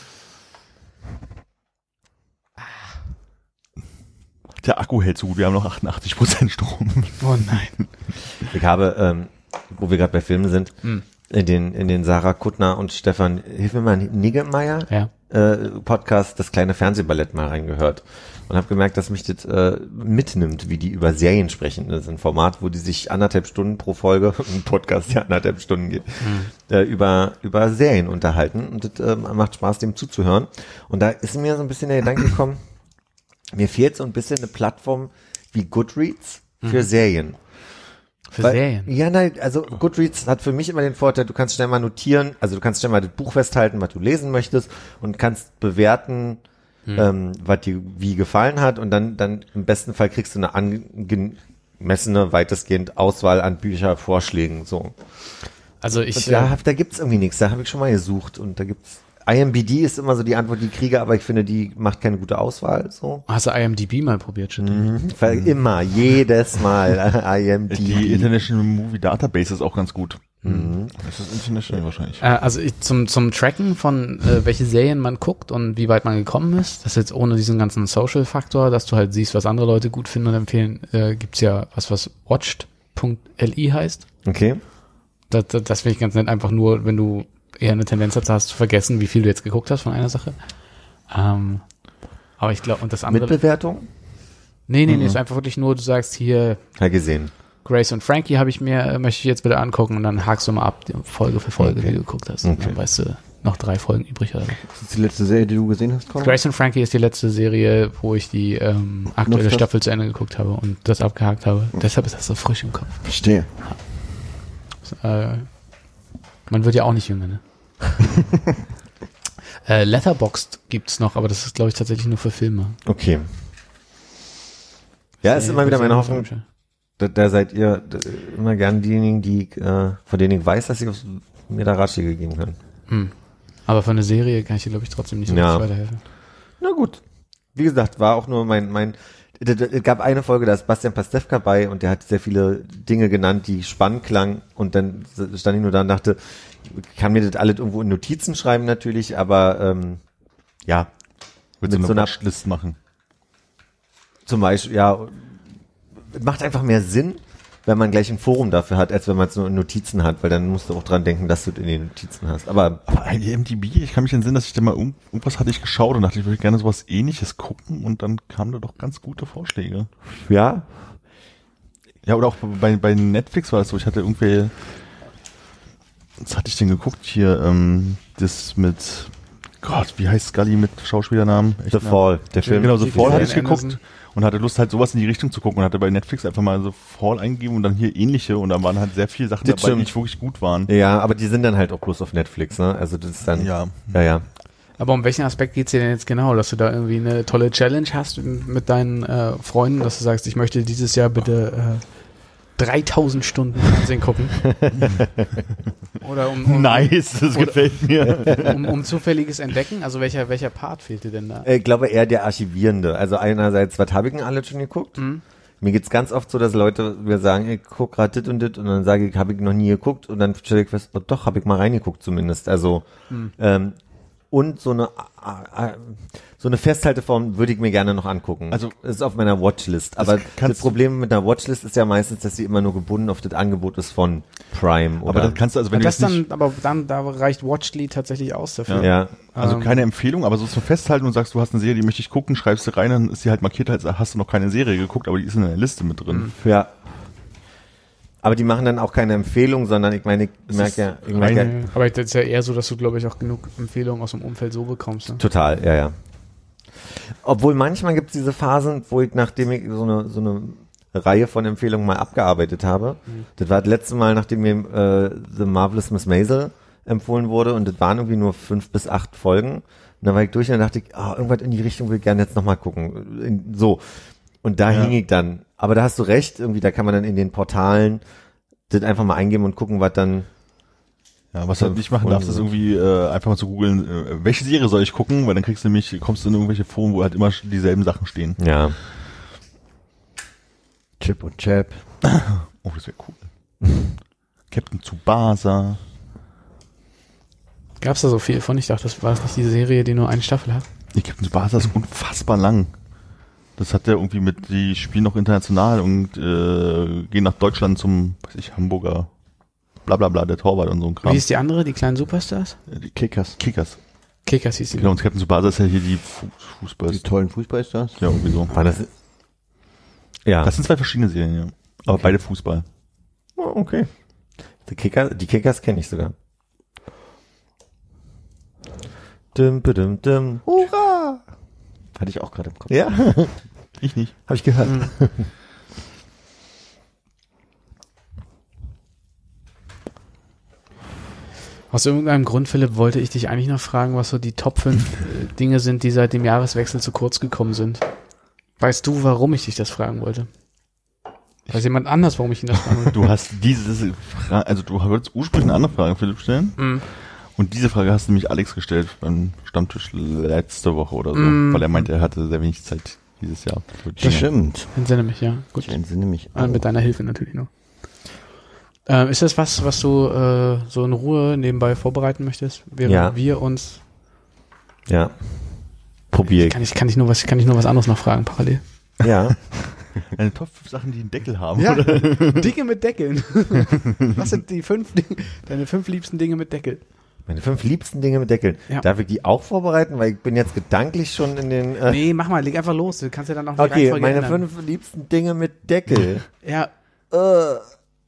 Der Akku hält so gut, wir haben noch achtundachtzig Prozent Strom. Oh nein. ich habe, ähm, wo wir gerade bei Filmen sind, Hm. in den, in den Sarah Kuttner und Stefan, hilf mir mal, Niggemeier Ja. äh, Podcast, das kleine Fernsehballett mal reingehört und habe gemerkt, dass mich das äh, mitnimmt, wie die über Serien sprechen. Das ist ein Format, wo die sich anderthalb Stunden pro Folge, ein Podcast, der anderthalb Stunden geht, äh, über über Serien unterhalten und das äh, macht Spaß, dem zuzuhören. Und da ist mir so ein bisschen der Gedanke gekommen, mir fehlt so ein bisschen eine Plattform wie Goodreads für Serien. Für Weil- Serien. Ja, nein, also Goodreads hat für mich immer den Vorteil, du kannst schnell mal notieren, also du kannst schnell mal das Buch festhalten, was du lesen möchtest und kannst bewerten, ähm, was dir wie gefallen hat und dann, dann im besten Fall kriegst du eine angemessene, weitestgehend Auswahl an Büchervorschlägen, so. Also Und ich, da, äh, hab- da gibt's irgendwie nichts, da habe ich schon mal gesucht und da gibt's I M D B ist immer so die Antwort, die ich kriege, aber ich finde, die macht keine gute Auswahl. So. Hast du I M D B mal probiert, schon? Mhm. Mhm. Immer, jedes Mal I M D B. Die International Movie Database ist auch ganz gut. Mhm. Das ist international wahrscheinlich. Äh, also ich, zum zum Tracken von äh, welche Serien man guckt und wie weit man gekommen ist, das jetzt ohne diesen ganzen Social-Faktor, dass du halt siehst, was andere Leute gut finden und empfehlen, äh, gibt's ja was, was watched Punkt L I heißt. Okay. Das, das, das finde ich ganz nett, einfach nur, wenn du eher eine Tendenz hast, zu vergessen, wie viel du jetzt geguckt hast von einer Sache. Ähm, aber ich glaube, und das andere... Mit Bewertung? Nee, nee, nee, Mhm. ist einfach wirklich nur, du sagst hier, Ja, gesehen. Grace und Frankie habe ich mir, äh, möchte ich jetzt bitte angucken und dann hakst du mal ab, die Folge für Folge, Okay. die du geguckt hast. Und Okay. dann weißt du, noch drei Folgen übrig oder so. Das ist die letzte Serie, die du gesehen hast, Conor? Grace und Frankie ist die letzte Serie, wo ich die ähm, aktuelle Nutzt das? Staffel zu Ende geguckt habe und das abgehakt habe. Deshalb ist das so frisch im Kopf. Verstehe. Äh, man wird ja auch nicht jünger, ne? äh, Letterboxd gibt's noch, aber das ist, glaube ich, tatsächlich nur für Filme. Okay. Ja, ist immer wieder meine Hoffnung. Da, da seid ihr da, immer gern diejenigen, die äh, von denen ich weiß, dass sie mir da Ratschläge geben können. Hm. Aber für eine Serie kann ich dir, glaube ich, trotzdem nicht so Ja. richtig weiterhelfen. Na gut. Wie gesagt, war auch nur mein, mein, es gab eine Folge, da ist Bastian Pastewka bei und der hat sehr viele Dinge genannt, die spannend klangen und dann stand ich nur da und dachte, ich kann mir das alles irgendwo in Notizen schreiben natürlich, aber ähm, ja, Mit, mit so einer so einer- Watchlist machen. zum Beispiel, ja, es macht einfach mehr Sinn, wenn man gleich ein Forum dafür hat, als wenn man es nur in Notizen hat, weil dann musst du auch dran denken, dass du es in den Notizen hast. Aber Aber I M D B, ich kann mich entsinnen, dass ich da mal irgend- irgendwas hatte ich geschaut und dachte, ich würde gerne sowas Ähnliches gucken und dann kamen da doch ganz gute Vorschläge. ja, Ja, oder auch bei, bei Netflix war das so, ich hatte irgendwie, was hatte ich denn geguckt hier, ähm, das mit, Gott, wie heißt Scully mit Schauspielernamen? The Echt, Fall, der Film. Genau, The Fall hatte ich Gillian geguckt Anderson. und hatte Lust halt sowas in die Richtung zu gucken und hatte bei Netflix einfach mal so Fall eingegeben und dann hier ähnliche und da waren halt sehr viele Sachen Das dabei, die stimmt. nicht wirklich gut waren. Ja, aber die sind dann halt auch bloß auf Netflix, ne? Also das ist dann, Ja. ja, ja. Aber um welchen Aspekt geht's dir denn jetzt genau? Dass du da irgendwie eine tolle Challenge hast mit deinen äh, Freunden, dass du sagst, ich möchte dieses Jahr bitte äh, dreitausend Stunden Fernsehen gucken? Oder um, um, Nice, das Oder- gefällt mir. um, um zufälliges Entdecken? Also welcher, welcher Part fehlt dir denn da? Ich glaube eher der Archivierende. Also einerseits, was habe ich denn alle schon geguckt? Mhm. Mir geht's ganz oft so, dass Leute mir sagen, ich guck gerade dit und dit und dann sage ich, habe ich noch nie geguckt und dann stelle ich fest, oh, doch, habe ich mal reingeguckt zumindest. Also Mhm. ähm, und so eine äh, äh, so eine Festhalteform würde ich mir gerne noch angucken. Also- das ist auf meiner Watchlist. Aber das, kannst du- Problem mit einer Watchlist ist ja meistens, dass sie immer nur gebunden auf das Angebot ist von Prime. Oder? Aber dann kannst du, also wenn das du jetzt nicht, dann, aber dann, da reicht Watchly tatsächlich aus dafür. ja, also ähm, keine Empfehlung, aber so zum Festhalten und sagst, du hast eine Serie, die möchte ich gucken, schreibst du rein, dann ist die halt markiert, als hast du noch keine Serie geguckt, aber die ist in der Liste mit drin. ja. Aber die machen dann auch keine Empfehlung, sondern ich meine, ich Es merke ist ja, ich merke ja, rein- Aber das ist ja eher so, dass du, glaube ich, auch genug Empfehlungen aus dem Umfeld so bekommst. Ne? total, ja, ja. Obwohl manchmal gibt es diese Phasen, wo ich, nachdem ich so eine, so eine Reihe von Empfehlungen mal abgearbeitet habe, das war das letzte Mal, nachdem mir äh, The Marvelous Miss Maisel empfohlen wurde und das waren irgendwie nur fünf bis acht Folgen. Und dann war ich durch und dann dachte ich, ah, irgendwas in die Richtung will ich gerne jetzt nochmal gucken. In, so. Und da Ja. hing ich dann. Aber da hast du recht, irgendwie, da kann man dann in den Portalen das einfach mal eingeben und gucken, was dann. Ja, was du halt nicht machen darfst, ist irgendwie äh, einfach mal zu googeln, äh, welche Serie soll ich gucken, weil dann kriegst du nämlich, kommst du in irgendwelche Foren, wo halt immer dieselben Sachen stehen. Ja. Chip und Chap. Oh, das wäre cool. Captain Tsubasa. Gab's da so viel von? Ich dachte, das war nicht die Serie, die nur eine Staffel hat. Die Captain Tsubasa ist unfassbar lang. Das hat der irgendwie mit, die spielen noch international und äh, gehen nach Deutschland zum, weiß ich, Hamburger, bla bla bla, der Torwart und so ein Kram. Wie hieß die andere, die kleinen Superstars? Die Kickers. Kickers. Kickers hieß die. Genau, und Captain Tsubasa ist ja hier die Fu- Fußball. Die tollen Fußballstars. Ja, irgendwie so. War das? Ja. Das sind zwei verschiedene Serien, ja. Aber Okay. beide Fußball. Oh, okay. Die, Kicker, die Kickers kenne ich sogar. Dim, dim, dim. Hurra! Hatte ich auch gerade im Kopf. Ja, Ich nicht. habe ich gehört. Aus irgendeinem Grund, Philipp, wollte ich dich eigentlich noch fragen, was so die Top fünf äh, Dinge sind, die seit dem Jahreswechsel zu kurz gekommen sind. Weißt du, warum ich dich das fragen wollte? Weiß jemand anders, warum ich ihn das fragen wollte? Du hast diese Frage, also du wolltest ursprünglich eine andere Frage, Philipp, stellen. Mhm. Und diese Frage hast du nämlich Alex gestellt beim Stammtisch letzte Woche oder so, Mm. weil er meinte, er hatte sehr wenig Zeit dieses Jahr. für Das Dinge. stimmt. Entsinne mich, ja. Gut. Ich entsinne mich Ah, auch. mit deiner Hilfe natürlich nur. Ähm, ist das was, was du äh, so in Ruhe nebenbei vorbereiten möchtest, während Ja. wir uns... Ja. Probier ich. Kann ich, kann ich nur was, kann ich nur was anderes noch fragen parallel? Ja. Eine Top fünf Sachen, die einen Deckel haben, Ja, oder? Dinge mit Deckeln. Was sind die fünf, Dinge- deine fünf liebsten Dinge mit Deckel? Meine fünf liebsten Dinge mit Deckeln. Ja. Darf ich die auch vorbereiten? Weil ich bin jetzt gedanklich schon in den... Äh, Nee, mach mal, leg einfach los. Du kannst ja dann noch die okay, Reihenfolge meine ändern. fünf liebsten Dinge mit Deckel. Ja, äh,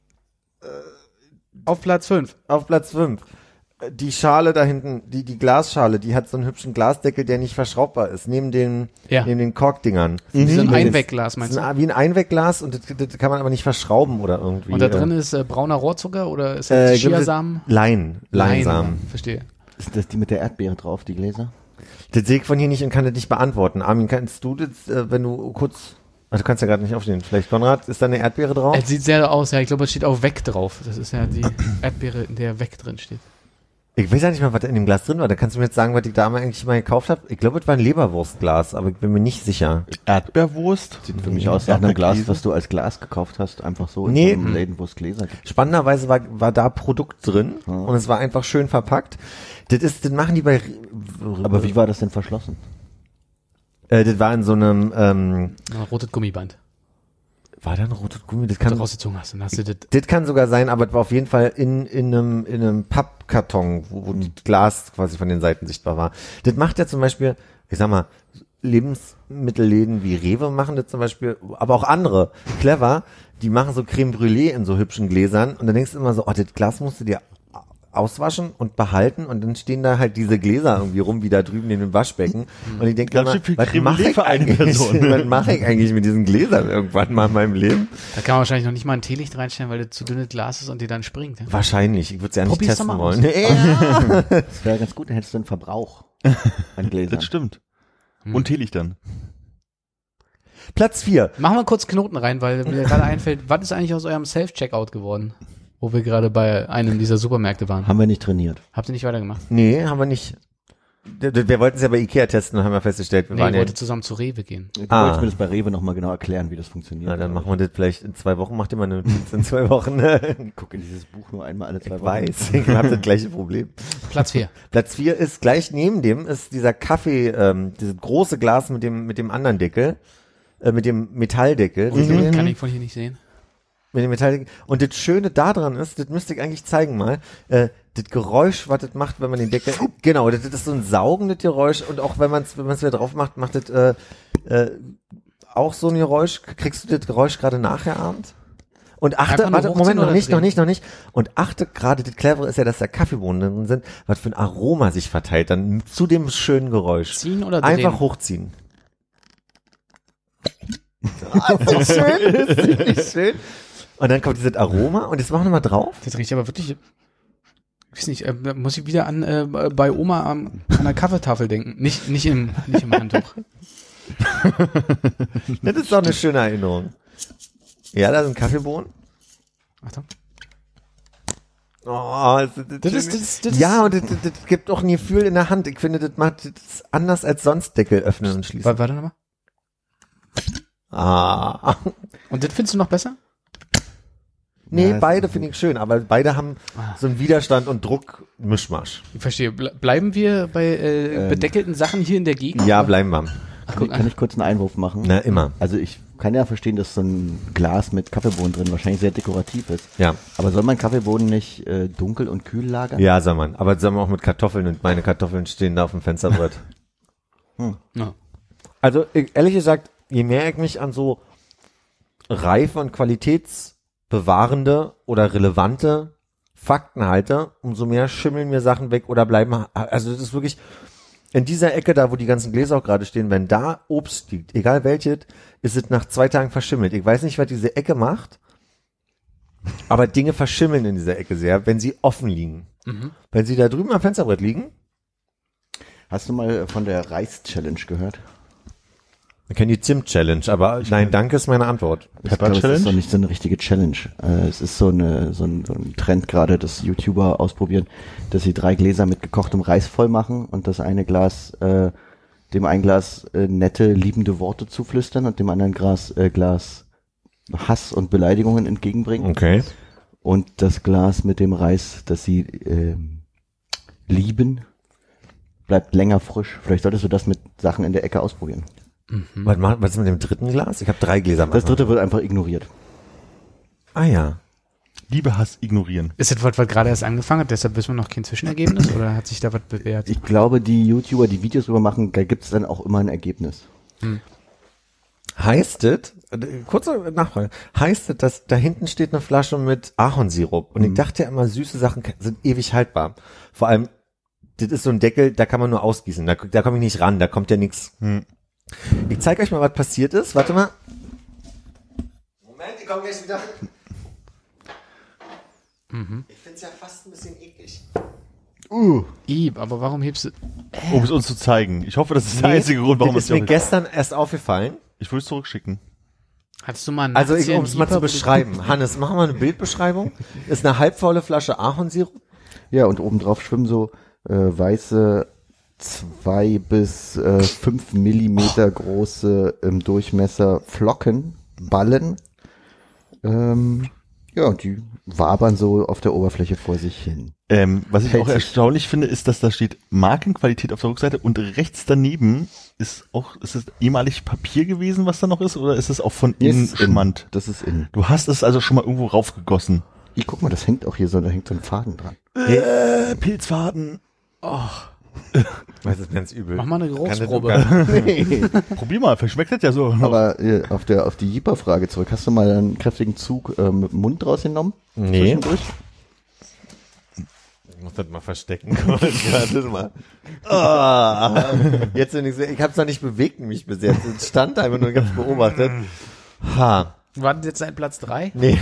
auf Platz fünf. auf Platz fünf. Die Schale da hinten, die, die Glasschale, die hat so einen hübschen Glasdeckel, der nicht verschraubbar ist, neben den, Ja. neben den Korkdingern. Wie so ein Mhm. Einwegglas, Das meinst ist du? ein, wie ein Einwegglas und das, das kann man aber nicht verschrauben oder irgendwie. Und da äh, drin ist äh, brauner Rohrzucker oder ist äh, das ich glaub, das- Chiasamen? Lein, Leinsamen. Verstehe. Ist das die mit der Erdbeere drauf, die Gläser? Das sehe ich von hier nicht und kann das nicht beantworten. Armin, kannst du das, äh, wenn du kurz, ach, du kannst ja gerade nicht aufstehen. Vielleicht, Konrad, ist da eine Erdbeere drauf? Es sieht sehr aus, ja. Ich glaube, es steht auch Weg drauf. Das ist ja die Erdbeere, in der Weg drin steht. Ich weiß ja nicht mal, was da in dem Glas drin war. Da kannst du mir jetzt sagen, was ich da mal eigentlich mal gekauft habe. Ich glaube, es war ein Leberwurstglas, aber ich bin mir nicht sicher. Erdbeerwurst? Sieht für mich aus nach einem Glas, Erdbeerkäse? was du als Glas gekauft hast, einfach so Nee. in so einem Läden, wo es Gläser gibt. Spannenderweise war, war da Produkt drin und es war einfach schön verpackt. Das ist, das machen die bei, Aber wie war das denn verschlossen? äh, das war in so einem, ähm, Ein rotes Gummiband. war da ein rotes Gummi? Das Wenn du kann, rausgezogen hast, dann hast du das. das kann sogar sein, aber es war auf jeden Fall in, in einem, in einem Pappkarton, wo, wo das Glas quasi von den Seiten sichtbar war. Das macht ja zum Beispiel, ich sag mal, Lebensmittelläden wie Rewe machen das zum Beispiel, aber auch andere, clever, die machen so Creme Brûlée in so hübschen Gläsern und dann denkst du immer so, oh, das Glas musst du dir auswaschen und behalten und dann stehen da halt diese Gläser irgendwie rum, wie da drüben in dem Waschbecken und ich denke Ganz immer, schön viel was Creme mache Brûlée ich für eine eigentlich, Person. was mache ich eigentlich mit diesen Gläsern irgendwann mal in meinem Leben? Da kann man wahrscheinlich noch nicht mal ein Teelicht reinstellen, weil das zu dünnes Glas ist und die dann springt. Ja? Wahrscheinlich, ich würde es ja nicht Probier's doch testen mal wollen. aus. Ja. Das wäre ganz gut, dann hättest du einen Verbrauch an Gläsern. Das stimmt. Und Teelichtern. Platz vier. Machen wir kurz Knoten rein, weil mir gerade einfällt, was ist eigentlich aus eurem Self-Checkout geworden? Wo wir gerade bei einem dieser Supermärkte waren. Haben wir nicht trainiert. Habt ihr nicht weitergemacht? Nee, haben wir nicht. D- d- Wir wollten es ja bei Ikea testen und haben ja festgestellt, wir Nee, waren ich ja... wollte zusammen zu Rewe gehen. Du Ah. wolltest mir das bei Rewe nochmal genau erklären, wie das funktioniert. Na, dann machen wir das vielleicht in zwei Wochen. Macht ihr mal eine Notiz in zwei Wochen. Ich gucke in dieses Buch nur einmal alle zwei Ich Wochen. weiß, ich habe das gleiche Problem. Platz vier. Platz vier ist gleich neben dem, ist dieser Kaffee, ähm, dieses große Glas mit dem mit dem anderen Deckel, äh, mit dem Metalldeckel. Seht ihr den? Kann ich von hier nicht sehen. Mit dem Metalldeckel. Und das Schöne daran ist, das müsste ich eigentlich zeigen mal, äh, das Geräusch, was das macht, wenn man den Deckel, genau, das, das ist so ein saugendes Geräusch und auch wenn man es wenn man es wieder drauf macht, macht das äh, äh, auch so ein Geräusch. Kriegst du das Geräusch gerade nachgeahmt? Und achte, Einfach nur warte, hochziehen Moment, noch oder nicht, noch drehen? nicht, noch nicht. Und achte, gerade das Clevere ist ja, dass da Kaffeebohnen drin sind, was für ein Aroma sich verteilt dann zu dem schönen Geräusch. Ziehen oder drehen? Einfach hochziehen. Ah, ist das schön? Ist das nicht schön? Und dann kommt dieses Aroma und jetzt machen wir mal drauf. Das riecht aber wirklich, ich weiß nicht, äh, muss ich wieder an äh, bei Oma am, an der Kaffeetafel denken. Nicht, nicht im, nicht im Handtuch. Das ist doch eine schöne Erinnerung. Ja, da sind Kaffeebohnen. Achtung. Oh, das, das, Das ist, das ist, das ja, ist, und das, das, das gibt auch ein Gefühl in der Hand. Ich finde, das macht das ist anders als sonst Deckel öffnen und schließen. Wa- Warte nochmal. Ah. Und das findest du noch besser? Nee, Ja, das beide ist finde ich schön, aber beide haben so einen Widerstand und Druck-Mischmasch. Ich verstehe. Ble bleiben wir bei äh, Ähm. bedeckelten Sachen hier in der Gegend? Ja, bleiben wir. Ach, Kann, guck ich- kann an. ich kurz einen Einwurf machen? Na, immer. Also ich kann ja verstehen, dass so ein Glas mit Kaffeebohnen drin wahrscheinlich sehr dekorativ ist. Ja. Aber soll man Kaffeebohnen nicht äh, dunkel und kühl lagern? Ja, sag mal. Aber sagen wir auch mit Kartoffeln und meine Kartoffeln stehen da auf dem Fensterbrett. Ja. Also ich, ehrlich gesagt, je mehr ich mich an so reife und qualitätsbewahrende oder relevante Fakten halte, umso mehr schimmeln mir Sachen weg oder bleiben. Also das ist wirklich in dieser Ecke da, wo die ganzen Gläser auch gerade stehen, wenn da Obst liegt, egal welches, ist es nach zwei Tagen verschimmelt. Ich weiß nicht, was diese Ecke macht, aber Dinge verschimmeln in dieser Ecke sehr, wenn sie offen liegen. Mhm. Wenn sie da drüben am Fensterbrett liegen, Hast du mal von der Reis-Challenge gehört? Wir kennen die Zimt-Challenge, aber nein, danke ist meine Antwort. Ich glaube, es ist doch nicht so eine richtige Challenge. Äh, es ist so, eine, so, ein, so ein Trend gerade, dass YouTuber ausprobieren, dass sie drei Gläser mit gekochtem Reis voll machen und das eine Glas, äh, dem ein Glas äh, nette, liebende Worte zuflüstern und dem anderen Glas, äh, Glas Hass und Beleidigungen entgegenbringen. Okay. Und das Glas mit dem Reis, das sie äh, lieben, bleibt länger frisch. Vielleicht solltest du das mit Sachen in der Ecke ausprobieren. Mhm. Was, macht- was ist mit dem dritten Glas? Ich habe drei Gläser. Das dritte wird einfach ignoriert. Ah ja. Liebe, Hass ignorieren. Ist das was, was gerade erst angefangen hat, deshalb wissen wir noch kein Zwischenergebnis oder hat sich da was bewährt? Ich glaube, die YouTuber, die Videos drüber machen, da gibt es dann auch immer ein Ergebnis. Heißt es, äh, kurze Nachfrage, heißt es, dass da hinten steht eine Flasche mit Ahornsirup und ich dachte ja immer, süße Sachen sind ewig haltbar. Vor allem, das ist so ein Deckel, da kann man nur ausgießen, da, da komme ich nicht ran, da kommt ja nichts. Hm. Ich zeige euch mal, was passiert ist. Warte mal. Moment, ich komme gleich wieder. Ich finde es ja fast ein bisschen eklig. Uh. Ib, aber warum hebst du... Um es uns zu zeigen. Ich hoffe, das ist der einzige Grund, warum das es ist mir gestern erst aufgefallen. Ich würde es zurückschicken. Hattest du mal einen Also, nachts ich, hier um einen es mal Ieper, zu wo du- beschreiben. Hannes, mach mal eine Bildbeschreibung. Ist eine halbfaule Flasche Ahornsirup. Ja, und obendrauf schwimmen so äh, weiße zwei bis äh, fünf Millimeter große im Durchmesser Flocken, Ballen. Ähm, ja, und die wabern so auf der Oberfläche vor sich hin. Ähm, was ich Hält auch sich. erstaunlich finde, ist, dass da steht Markenqualität auf der Rückseite und rechts daneben ist auch, ist es ehemalig Papier gewesen, was da noch ist, oder ist es auch von innen Ist in. Schmand? Das ist in. Du hast es also schon mal irgendwo raufgegossen. Ich guck mal, das hängt auch hier so, da hängt so ein Faden dran. Äh, Pilzfaden. Das ist ganz übel. Mach mal eine Kann das Geruchsprobe. Nee. Probier mal, vielleicht schmeckt das ja so. Aber äh, auf der auf die Jeeper-Frage zurück, hast du mal einen kräftigen Zug äh, mit dem Mund rausgenommen? Nee. Zwischendurch? Ich muss das mal verstecken. Warte mal. Ah. Jetzt, wenn ich sehe, ich habe es noch nicht bewegt, mich bis jetzt. Es stand einfach nur, ich habe es beobachtet. Ha. War das jetzt ein Platz drei? Nee.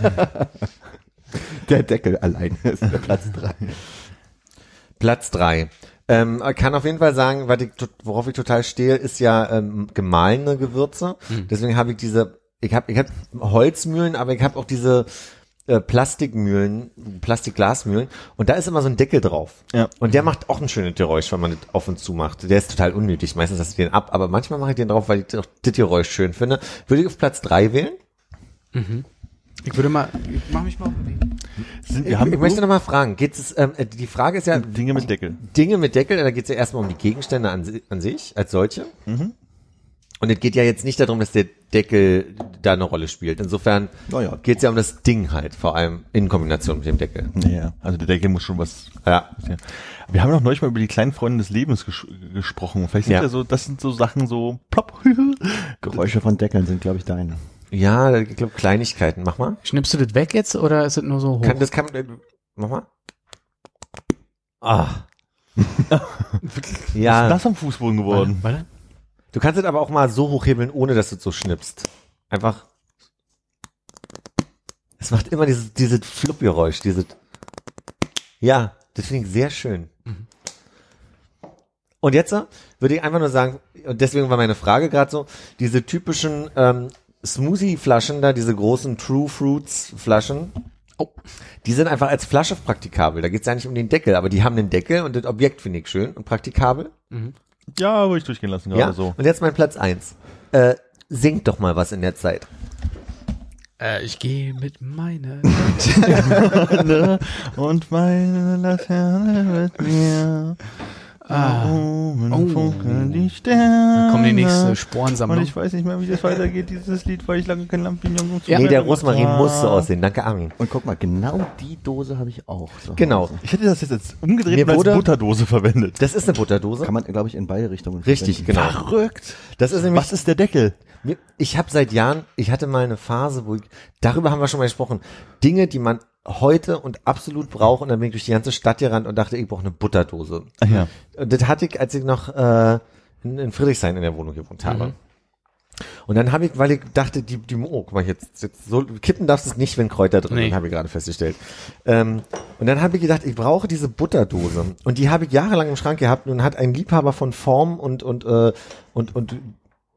Der Deckel allein ist der Platz drei. Platz drei. Ähm, kann auf jeden Fall sagen, was ich, worauf ich total stehe, ist ja ähm, gemahlene Gewürze. Deswegen habe ich diese, ich habe ich hab Holzmühlen, aber ich habe auch diese äh, Plastikmühlen, Plastikglasmühlen und da ist immer so ein Deckel drauf. Ja. Und der macht auch ein schönes Geräusch, wenn man das auf und zu macht. Der ist total unnötig, meistens lasse ich den ab, aber manchmal mache ich den drauf, weil ich auch das Geräusch schön finde. Würde ich auf Platz drei wählen? Ich würde mal, ich mach mich mal auf den Weg. Sind, Ich, wir haben ich möchte noch mal fragen, geht es, ähm, die Frage ist ja, Dinge mit Deckel. Dinge mit Deckel, da geht es ja erstmal um die Gegenstände an, si- an sich, als solche. Und es geht ja jetzt nicht darum, dass der Deckel da eine Rolle spielt. Insofern Naja. geht es ja um das Ding halt, vor allem in Kombination mit dem Deckel. Ja, also der Deckel muss schon was. Ja. Ja. Wir haben noch neulich mal über die kleinen Freunde des Lebens ges gesprochen. Vielleicht sind Ja. ja so, das sind so Sachen so plopp. Geräusche von Deckeln sind, glaube ich, deine. Ja, ich glaube Kleinigkeiten. Mach mal. Schnippst du das weg jetzt oder ist es nur so hoch? Kann, das kann, äh, mach mal. Ah. ja. Nass am Fußboden geworden. Warte. Du kannst es aber auch mal so hochhebeln, ohne dass du es so schnippst. Einfach. Es macht immer dieses, dieses Fluppgeräusch, dieses. Ja, das finde ich sehr schön. Und jetzt äh, würde ich einfach nur sagen, und deswegen war meine Frage gerade so, diese typischen ähm, Smoothie-Flaschen da, diese großen True Fruits-Flaschen, Oh. die sind einfach als Flasche praktikabel. Da geht es ja nicht um den Deckel, aber die haben den Deckel und das Objekt finde ich schön und praktikabel. Ja, würde ich durchgehen lassen, gerade Ja, so. und jetzt mein Platz eins. Äh, singt doch mal was in der Zeit. Äh, ich gehe mit meiner... Und meine Laterne mit mir. Ah. Oben Oh. funkeln die Sterne. Dann kommt die nächste Und Sporensammlung. ich weiß nicht mehr, wie das weitergeht, dieses Lied, weil ich lange kein Lampignon Ja. Nee, der Rosmarin muss so aussehen. Danke, Armin. Und guck mal, genau die Dose habe ich auch. zu Genau. Hause. Ich hätte das jetzt als umgedreht Mir und als wurde- Butterdose verwendet. Das ist eine Butterdose. Kann man, glaube ich, in beide Richtungen Richtig, verwenden. genau. Verrückt. Das ist nämlich, Was ist der Deckel? mir- ich habe seit Jahren, ich hatte mal eine Phase, wo ich, darüber haben wir schon mal gesprochen, Dinge, die man heute und absolut braucht, und dann bin ich durch die ganze Stadt gerannt und dachte, ich brauche eine Butterdose. Ach ja. Und das hatte ich, als ich noch äh, in, in Friedrichshain in der Wohnung gewohnt habe. Und dann habe ich, weil ich dachte, die, die, oh, guck mal, jetzt, jetzt so, kippen darfst du es nicht, wenn Kräuter drin Nee. sind, habe ich gerade festgestellt. Ähm, und dann habe ich gedacht, ich brauche diese Butterdose. Und die habe ich jahrelang im Schrank gehabt. Nun hat ein Liebhaber von Form und, und, äh, und, und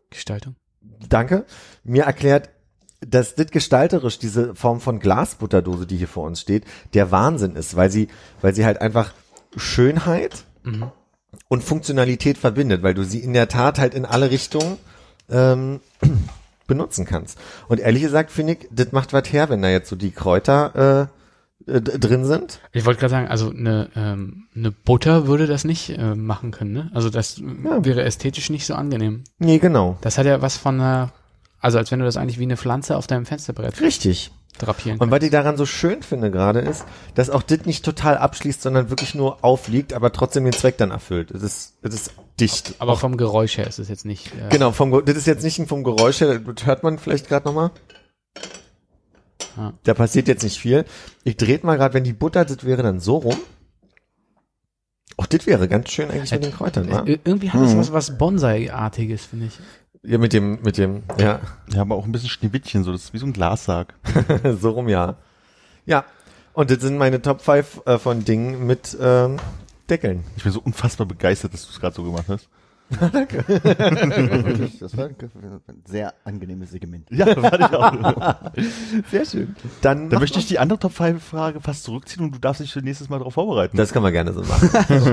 Gestaltung. Danke, mir erklärt, dass das gestalterisch, diese Form von Glasbutterdose, die hier vor uns steht, der Wahnsinn ist, weil sie, weil sie halt einfach Schönheit Mhm. und Funktionalität verbindet, weil du sie in der Tat halt in alle Richtungen ähm, benutzen kannst. Und ehrlich gesagt finde ich, das macht was her, wenn da jetzt so die Kräuter äh, äh, drin sind. Ich wollte gerade sagen, also eine, ähm, eine Butter würde das nicht äh, machen können, ne? Also das Ja. wäre ästhetisch nicht so angenehm. Nee, genau. Das hat ja was von einer, also als wenn du das eigentlich wie eine Pflanze auf deinem Fensterbrett Richtig. drapieren Und kannst. was ich daran so schön finde gerade ist, dass auch das nicht total abschließt, sondern wirklich nur aufliegt, aber trotzdem den Zweck dann erfüllt. Es ist, es ist dicht. Aber vom Geräusch her ist es jetzt nicht. Äh, Genau, vom, Ge- das ist jetzt nicht vom Geräusch her, das hört man vielleicht gerade nochmal. Ja. Da passiert jetzt nicht viel. Ich drehe mal gerade, wenn die Butter, das wäre dann so rum. Ach, das wäre ganz schön eigentlich mit den Kräutern, Äh, wa? irgendwie hat es was, was Bonsai-artiges, finde ich. Ja, mit dem, mit dem, ja, Ja, aber auch ein bisschen Schneewittchen, so, das ist wie so ein Glassarg. so rum, ja. Ja, und das sind meine Top fünf äh, von Dingen mit ähm, Deckeln. Ich bin so unfassbar begeistert, dass du es gerade so gemacht hast. Wirklich, das war ein sehr angenehmes Segment. Ja, warte ich auch. Sehr schön. Dann, Dann mach möchte ich die andere Top fünf Frage fast zurückziehen und du darfst dich für nächstes Mal darauf vorbereiten. das kann man gerne so machen.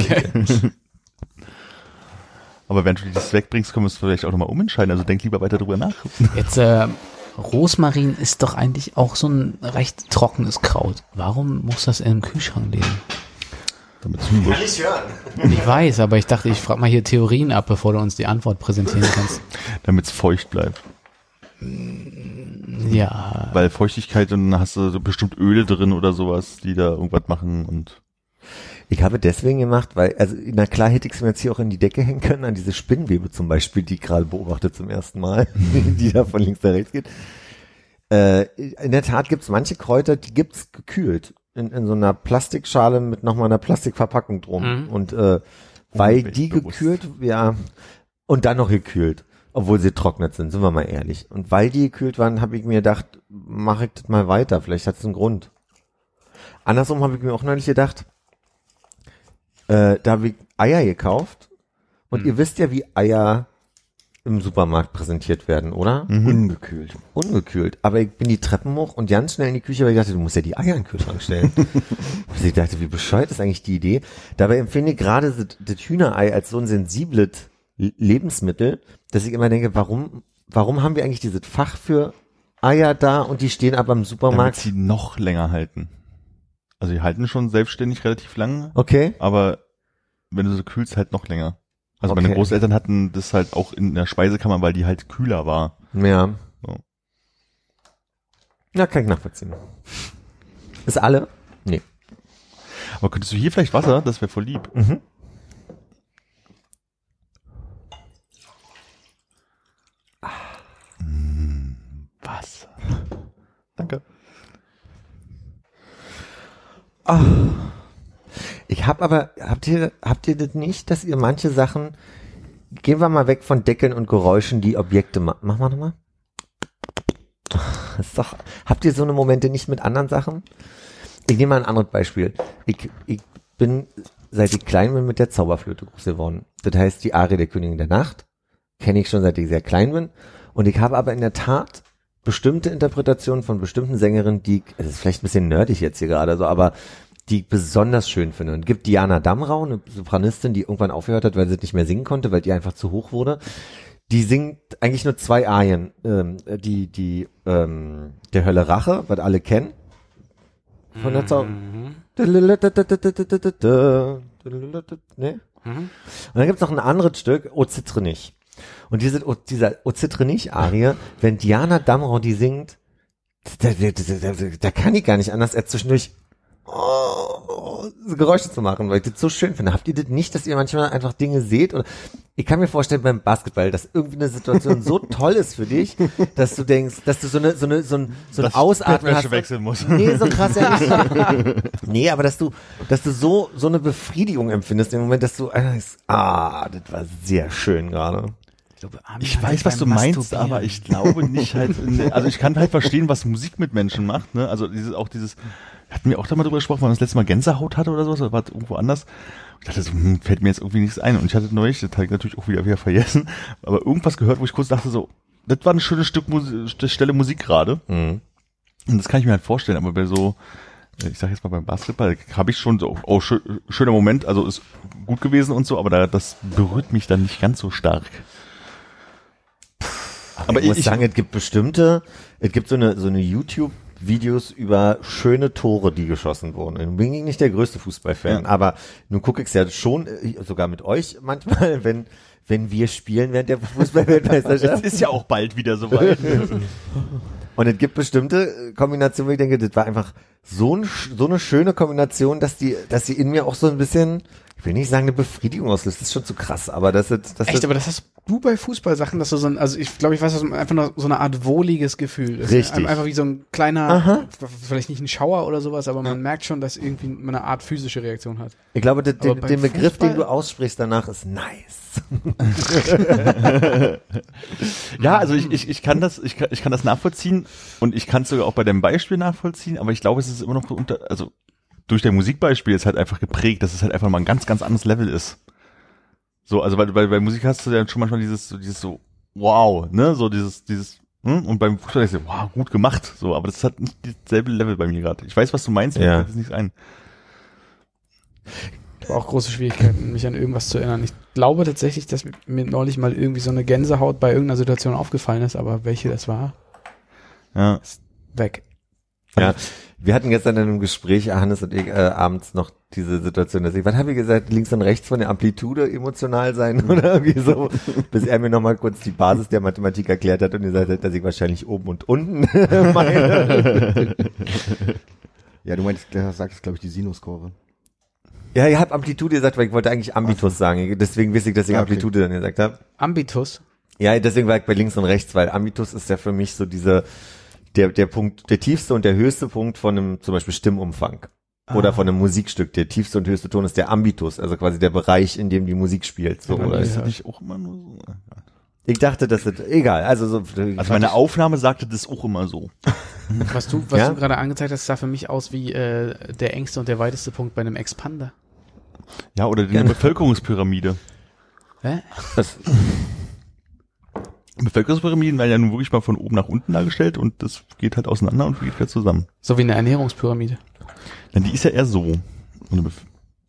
Aber wenn du das wegbringst, können wir es vielleicht auch nochmal umentscheiden. Also denk lieber weiter drüber nach. Jetzt, äh, Rosmarin ist doch eigentlich auch so ein recht trockenes Kraut. Warum muss das im Kühlschrank leben? Damit es wurscht, ich hören. Ich weiß, aber ich dachte, ich frage mal hier Theorien ab, bevor du uns die Antwort präsentieren kannst. damit's feucht bleibt. Ja, Weil Feuchtigkeit, dann hast du so bestimmt Öle drin oder sowas, die da irgendwas machen und Ich habe deswegen gemacht, weil, also, na klar hätte ich es mir jetzt hier auch in die Decke hängen können, an diese Spinnwebe zum Beispiel, die ich gerade beobachte zum ersten Mal, die da von links nach rechts geht. Äh, in der Tat gibt's manche Kräuter, die gibt's gekühlt. In, in so einer Plastikschale mit nochmal einer Plastikverpackung drum. Mhm. Und äh, weil die Umweltbewusst. gekühlt, ja, und dann noch gekühlt, obwohl sie trocknet sind, sind wir mal ehrlich. Und weil die gekühlt waren, habe ich mir gedacht, mache ich das mal weiter, vielleicht hat es einen Grund. Andersrum habe ich mir auch neulich gedacht, äh, da habe ich Eier gekauft und Mhm. ihr wisst ja, wie Eier im Supermarkt präsentiert werden, oder? Ungekühlt. Ungekühlt. Aber ich bin die Treppen hoch und ganz schnell in die Küche, weil ich dachte, du musst ja die Eier in den Kühlschrank stellen. Also ich dachte, wie bescheuert ist eigentlich die Idee? Dabei empfinde ich gerade das, das Hühnerei als so ein sensibles Lebensmittel, dass ich immer denke, warum, warum haben wir eigentlich dieses Fach für Eier da und die stehen aber im damit Supermarkt? sie noch länger halten. Also die halten schon selbstständig relativ lang, Okay. aber wenn du sie kühlst, halt noch länger. Also Okay. meine Großeltern hatten das halt auch in der Speisekammer, weil die halt kühler war. Ja. So. Ja, kann ich nachvollziehen. Ist alle? Nee. Aber könntest du hier vielleicht Wasser? Das wäre voll lieb. Mhm. Was? Danke. Ich habe aber, habt ihr, habt ihr das nicht, dass ihr manche Sachen, gehen wir mal weg von Deckeln und Geräuschen, die Objekte machen. Mach mal nochmal. Das ist doch, habt ihr so eine Momente nicht mit anderen Sachen? Ich nehme mal ein anderes Beispiel. Ich, ich bin, seit ich klein bin, mit der Zauberflöte groß geworden. Das heißt, die Arie der Königin der Nacht kenne ich schon, seit ich sehr klein bin. Und ich habe aber in der Tat bestimmte Interpretationen von bestimmten Sängerinnen, die, es ist vielleicht ein bisschen nerdig jetzt hier gerade so, aber die ich besonders schön finde. Und gibt Diana Damrau, eine Sopranistin, die irgendwann aufgehört hat, weil sie nicht mehr singen konnte, weil die einfach zu hoch wurde. Die singt eigentlich nur zwei Arien, ähm, die, die, ähm, der Hölle Rache, was alle kennen. Von der Zau... Mhm. Ne? Mhm. Und dann gibt's noch ein anderes Stück, O Zittre nicht. Und diese, O, dieser O Zittre nicht Arie, wenn Diana Damrau die singt, da, da, da, da, da kann ich gar nicht anders, als zwischendurch oh, so Geräusche zu machen, weil ich das so schön finde. Habt ihr das nicht, dass ihr manchmal einfach Dinge seht? Oder ich kann mir vorstellen beim Basketball, dass irgendwie eine Situation so toll ist für dich, dass du denkst, dass du so eine, so eine, so ein, so ein Dass ich Ausatmen Bettwäsche hast. wechseln muss. Nee, so krass ja nicht. Nee, aber dass du, dass du so, so eine Befriedigung empfindest im Moment, dass du, ah, das war sehr schön gerade. Ich weiß, was du meinst, aber ich glaube nicht halt, in, also ich kann halt verstehen, was Musik mit Menschen macht, ne? Also dieses, auch dieses, hatten wir auch da mal drüber gesprochen, weil man das letzte Mal Gänsehaut hatte oder sowas, oder war das irgendwo anders, Ich dachte so, hm, fällt mir jetzt irgendwie nichts ein. Und ich hatte neulich, das habe ich natürlich auch wieder, wieder vergessen, aber irgendwas gehört, wo ich kurz dachte so, das war ein schönes Stück Musik, Stelle Musik gerade. Mhm. Und das kann ich mir halt vorstellen, aber bei so, ich sag jetzt mal beim Basketball, habe ich schon so, oh, schön, schöner Moment, also ist gut gewesen und so, aber da, das berührt mich dann nicht ganz so stark. Aber ich muss sagen, es gibt bestimmte, es gibt so eine, so eine YouTube-Videos über schöne Tore, die geschossen wurden. Ich bin nicht der größte Fußballfan, Ja. aber nun gucke ich es ja schon, sogar mit euch manchmal, wenn, wenn wir spielen während der Fußball-Weltmeisterschaft. Es ist ja auch bald wieder soweit. Und es gibt bestimmte Kombinationen, wo ich denke, das war einfach so, ein, so eine schöne Kombination, dass die, dass sie in mir auch so ein bisschen, ich will nicht sagen, eine Befriedigung auslöst, das ist schon zu krass, aber das ist, das Echt, ist, aber das hast du bei Fußballsachen, dass du so ein, also ich glaube, ich weiß, das ist einfach nur so eine Art wohliges Gefühl. Das ist Richtig. einfach wie so ein kleiner, Aha. vielleicht nicht ein Schauer oder sowas, aber man merkt schon, dass irgendwie man eine Art physische Reaktion hat. ich glaube, den, Aber den, beim den Begriff, Fußball- den du aussprichst danach, ist nice. Ja, also ich, ich, ich kann das, ich kann, ich kann das nachvollziehen und ich kann es sogar auch bei deinem Beispiel nachvollziehen, aber ich glaube, es ist immer noch unter, also durch dein Musikbeispiel ist halt einfach geprägt, dass es halt einfach mal ein ganz, ganz anderes Level ist. So, also weil, weil bei Musik hast du ja schon manchmal dieses, so dieses so, wow, ne, so dieses, dieses, hm? Und beim Fußball ist ja, wow, gut gemacht, so, aber das hat nicht dasselbe Level bei mir gerade. Ich weiß, was du meinst, mir Ja. fällt das nicht ein. Ich habe auch große Schwierigkeiten, mich an irgendwas zu erinnern. Ich glaube tatsächlich, dass mir neulich mal irgendwie so eine Gänsehaut bei irgendeiner Situation aufgefallen ist, aber welche das war, Ja. weg. Ja, wir hatten gestern in einem Gespräch, Hannes und ich, äh, abends noch diese Situation, dass ich, was habe ich gesagt, links und rechts von der Amplitude emotional sein oder irgendwie so, bis er mir nochmal kurz die Basis der Mathematik erklärt hat und gesagt hat, dass ich wahrscheinlich oben und unten meine. Ja, du meinst, du sagst, glaube ich, die Sinuskurve. Ja, ihr habt Amplitude gesagt, weil ich wollte eigentlich Ambitus sagen, deswegen wusste ich, dass ich Ah, okay. Amplitude dann gesagt habe. Ambitus. Ja, deswegen war ich bei links und rechts, weil Ambitus ist ja für mich so diese, der, der Punkt, der tiefste und der höchste Punkt von einem, zum Beispiel Stimmumfang. Oder von einem Musikstück. Der tiefste und höchste Ton ist der Ambitus, also quasi der Bereich, in dem die Musik spielt. So, Ja, bei oder? mir Ist Ja. das nicht auch immer nur so? Ich dachte, das ist, egal, also so. Also meine Aufnahme sagte das auch immer so. Was du, was Ja? du gerade angezeigt hast, sah für mich aus wie äh, der engste und der weiteste Punkt bei einem Expander. Ja, oder die Bevölkerungspyramide. Hä? Das, Bevölkerungspyramiden werden ja nun wirklich mal von oben nach unten dargestellt und das geht halt auseinander und geht wieder zusammen. So wie eine Ernährungspyramide. Denn die ist ja eher so. Eine Bef-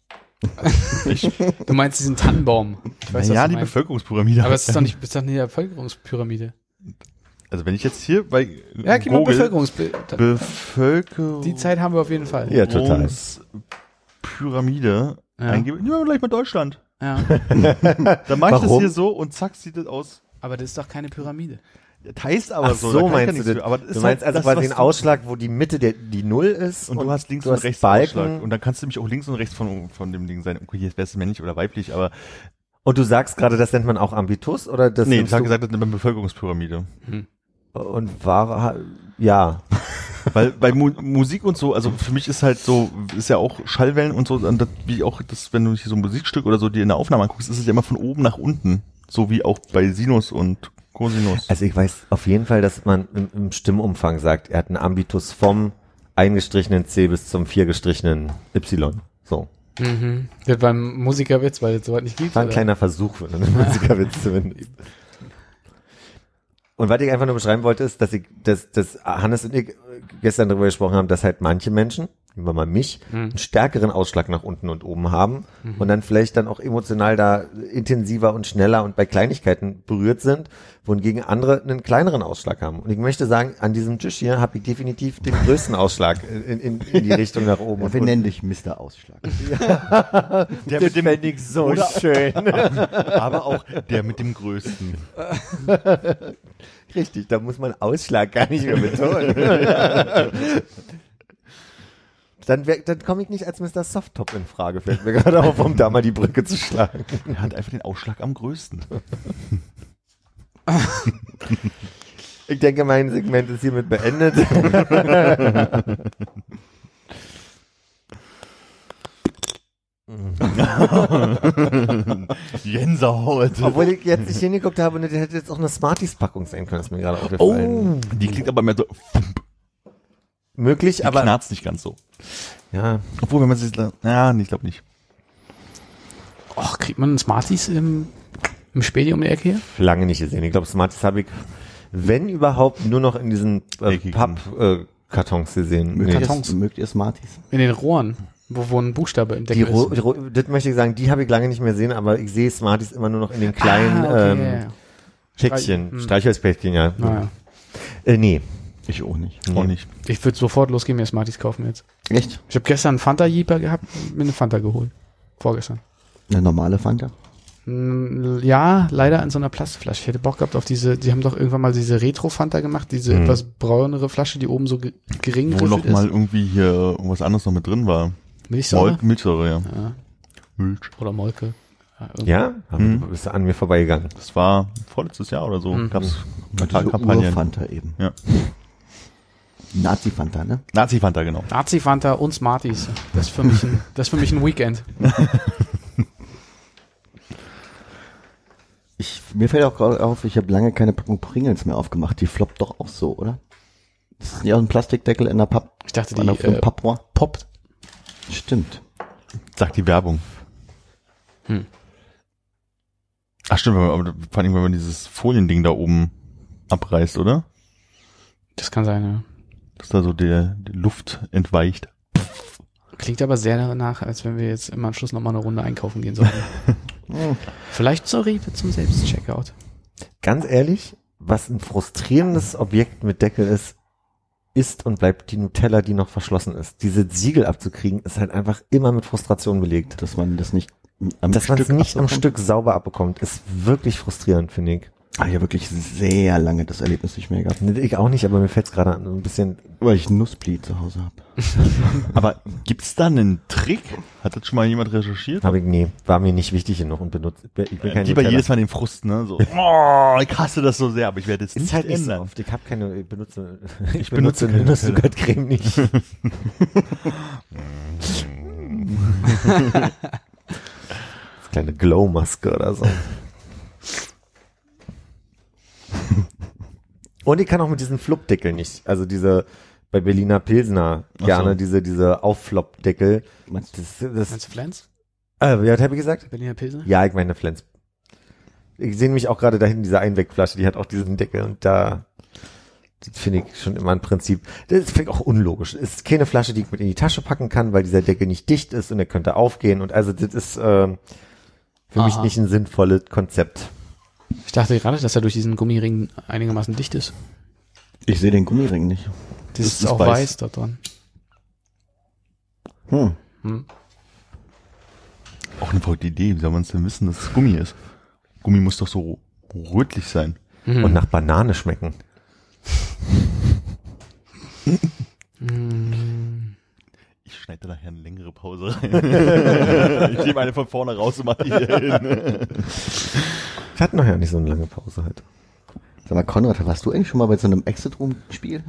ich, Du meinst diesen Tannenbaum. Ich weiß, ja, was du die meinst. Bevölkerungspyramide. Aber es ist doch nicht, es ist doch nicht eine Bevölkerungspyramide. Also wenn ich jetzt hier bei Ja, gib mal Google Bevölkerungspyramide. Bevölkerung Die Zeit haben wir auf jeden Fall. ja, total. Pyramide Ja. eingebe. Nehmen wir gleich mal Deutschland. Ja. Dann mache ich das Warum? hier so und zack sieht das aus. Aber das ist doch keine Pyramide. Das heißt aber Ach so. so, da kann ich ja meinst du nichts das? für. Aber das Du ist meinst halt also das, quasi was den du- Ausschlag, wo die Mitte der, die Null ist. Und, du hast links du und hast rechts Balken. Ausschlag. Und dann kannst du nämlich auch links und rechts von, von dem Ding sein. Okay, jetzt wäre es männlich oder weiblich, aber Und du sagst gerade, das nennt man auch Ambitus, oder das? nee, ich nimmst habe du- gesagt, das ist eine Bevölkerungspyramide. Und war, ja. Weil bei Mu Musik und so, also für mich ist halt so, ist ja auch Schallwellen und so, und das, wie auch das, wenn du hier so ein Musikstück oder so dir in der Aufnahme anguckst, ist es ja immer von oben nach unten. So wie auch bei Sinus und Cosinus. Also ich weiß auf jeden Fall, dass man im, im Stimmumfang sagt, er hat einen Ambitus vom eingestrichenen C bis zum viergestrichenen Y. So. Mhm. Das war ein Musikerwitz, weil es soweit nicht gibt. War ein oder? kleiner Versuch für einen Musikerwitz zumindest. Und was ich einfach nur beschreiben wollte, ist, dass ich, dass, dass Hannes und ich gestern darüber gesprochen haben, dass halt manche Menschen, nehmen wir mal mich, einen stärkeren Ausschlag nach unten und oben haben und dann vielleicht dann auch emotional da intensiver und schneller und bei Kleinigkeiten berührt sind, wohingegen andere einen kleineren Ausschlag haben. Und ich möchte sagen, an diesem Tisch hier habe ich definitiv den größten Ausschlag in, in, in die Richtung nach oben. Ja, wir nennen dich Mister Ausschlag. Der mit dem, fände ich so Oder- schön. aber auch der mit dem größten. Richtig, da muss man Ausschlag gar nicht mehr betonen. Dann, wär- dann komme ich nicht als Mister Softtop in Frage, fällt mir gerade auf, um da mal die Brücke zu schlagen. Er hat einfach den Ausschlag am größten. Ich denke, mein Segment ist hiermit beendet. Gänsehaut. Obwohl ich jetzt nicht hingeguckt habe, und das hätte jetzt auch eine Smarties-Packung sein können, ist mir gerade aufgefallen. Die klingt aber mehr so, Möglich, die aber knarzt nicht ganz so. ja, Obwohl, wenn man sich, ja, nee, ich glaube nicht. Och, kriegt man Smarties im, im Späti um die Ecke hier? Lange nicht gesehen. Ich glaube, Smarties habe ich, wenn überhaupt, nur noch in diesen äh, Eckigen. Pappkartons äh, gesehen. Mögt, Nee. ihr, Kartons. mögt ihr Smarties? In den Rohren, wo, wo ein Buchstabe im Die Deckel Ro ist. Ro das möchte ich sagen, die habe ich lange nicht mehr gesehen, aber ich sehe Smarties immer nur noch in den kleinen Ah, okay, ähm, ja, ja. Päckchen, Hm. Streichholzpäckchen, ja. Naja. Äh, nee. Ich auch nicht. Auch nicht. Ich würde sofort losgehen, mir Smarties kaufen jetzt. Echt? Ich habe gestern einen Fanta-Jeeper gehabt, mir eine Fanta geholt. Vorgestern. Eine normale Fanta? Mm, Ja, leider in so einer Plastikflasche. Ich hätte Bock gehabt auf diese, die haben doch irgendwann mal diese Retro-Fanta gemacht, diese Mhm. etwas braunere Flasche, die oben so ge gering Wo gefüllt noch mal ist. irgendwie hier irgendwas anderes noch mit drin war. Milchsäure? Mol Milchsäure, ja. Ja. Milch. Oder Molke. Ja, irgendwie. Ja? Aber Hm. du bist an mir vorbeigegangen. Das war vorletztes Jahr oder so. Mhm. Gab's ein Diese paar Kampagnen. Ur-Fanta eben. Ja. Nazi-Fanta, ne? Nazi-Fanta, genau. Nazi-Fanta und Smarties. Das ist für mich ein, das ist für mich ein Weekend. Ich, mir fällt auch gerade auf, ich habe lange keine Packung Pringles mehr aufgemacht. Die floppt doch auch so, oder? Das ist ja auch ein Plastikdeckel in der Papp. Ich dachte, an die auf dem äh, Papprohr. poppt. Stimmt. Sagt die Werbung. Hm. Ach stimmt, aber vor allem, wenn man dieses Foliending da oben abreißt, oder? Das kann sein, ja. Dass da so der, die Luft entweicht. Klingt aber sehr danach, als wenn wir jetzt im Anschluss nochmal eine Runde einkaufen gehen sollten. Vielleicht zur Rewe zum Selbstcheckout. Ganz ehrlich, was ein frustrierendes Objekt mit Deckel ist, ist und bleibt die Nutella, die noch verschlossen ist. Diese Siegel abzukriegen, ist halt einfach immer mit Frustration belegt. Dass man das nicht am Dass man es Stück nicht am abbekommt. Stück sauber abbekommt, ist wirklich frustrierend, finde ich. Habe ich ja wirklich sehr lange das Erlebnis nicht mehr gehabt. Ich auch nicht, aber mir fällt es gerade an, so ein bisschen. Weil ich Nussbli zu Hause habe. Aber gibt's da einen Trick? Hat das schon mal jemand recherchiert? Habe ich, nee, war mir nicht wichtig genug und benutzt. Ich bin kein Lieber Nutella. jedes Mal den Frust, ne? So, oh, ich hasse das so sehr, aber ich werde es Ist nicht halt nicht so ändern. oft. Ich habe keine, ich benutze, ich, Ich benutze, benutze keine Nuss-Nougat-Creme nicht. Das kleine Glow-Maske oder so. Und ich kann auch mit diesen Fluppdeckeln nicht, also diese, bei Berliner Pilsner Ach gerne so. diese, diese Auffloppdeckel. Meinst du? Das, das, Meinst du Flens? äh, wie habe ich gesagt? Berliner Pilsner? Ja, ich meine Flens. Ich sehe mich auch gerade da hinten, diese Einwegflasche, die hat auch diesen Deckel und da, das finde ich schon immer ein Prinzip. Das finde ich auch unlogisch. Es ist keine Flasche, die ich mit in die Tasche packen kann, weil dieser Deckel nicht dicht ist und er könnte aufgehen und also das ist ähm, für mich Aha. nicht ein sinnvolles Konzept. Ich dachte gerade, dass er durch diesen Gummiring einigermaßen dicht ist. Ich sehe den Gummiring nicht. Das ist, ist auch weiß. weiß da dran. Hm. Hm. Auch eine verrückte Idee. Wie soll man es denn wissen, dass es Gummi ist? Gummi muss doch so rötlich sein. Mhm. Und nach Banane schmecken. Mhm. Ich schneide da nachher eine längere Pause rein. Ich nehme eine von vorne raus und mache die hier hin. Wir hatten noch ja nicht so eine lange Pause halt. Sag mal, Konrad, warst du eigentlich schon mal bei so einem Exit-Room-Spiel?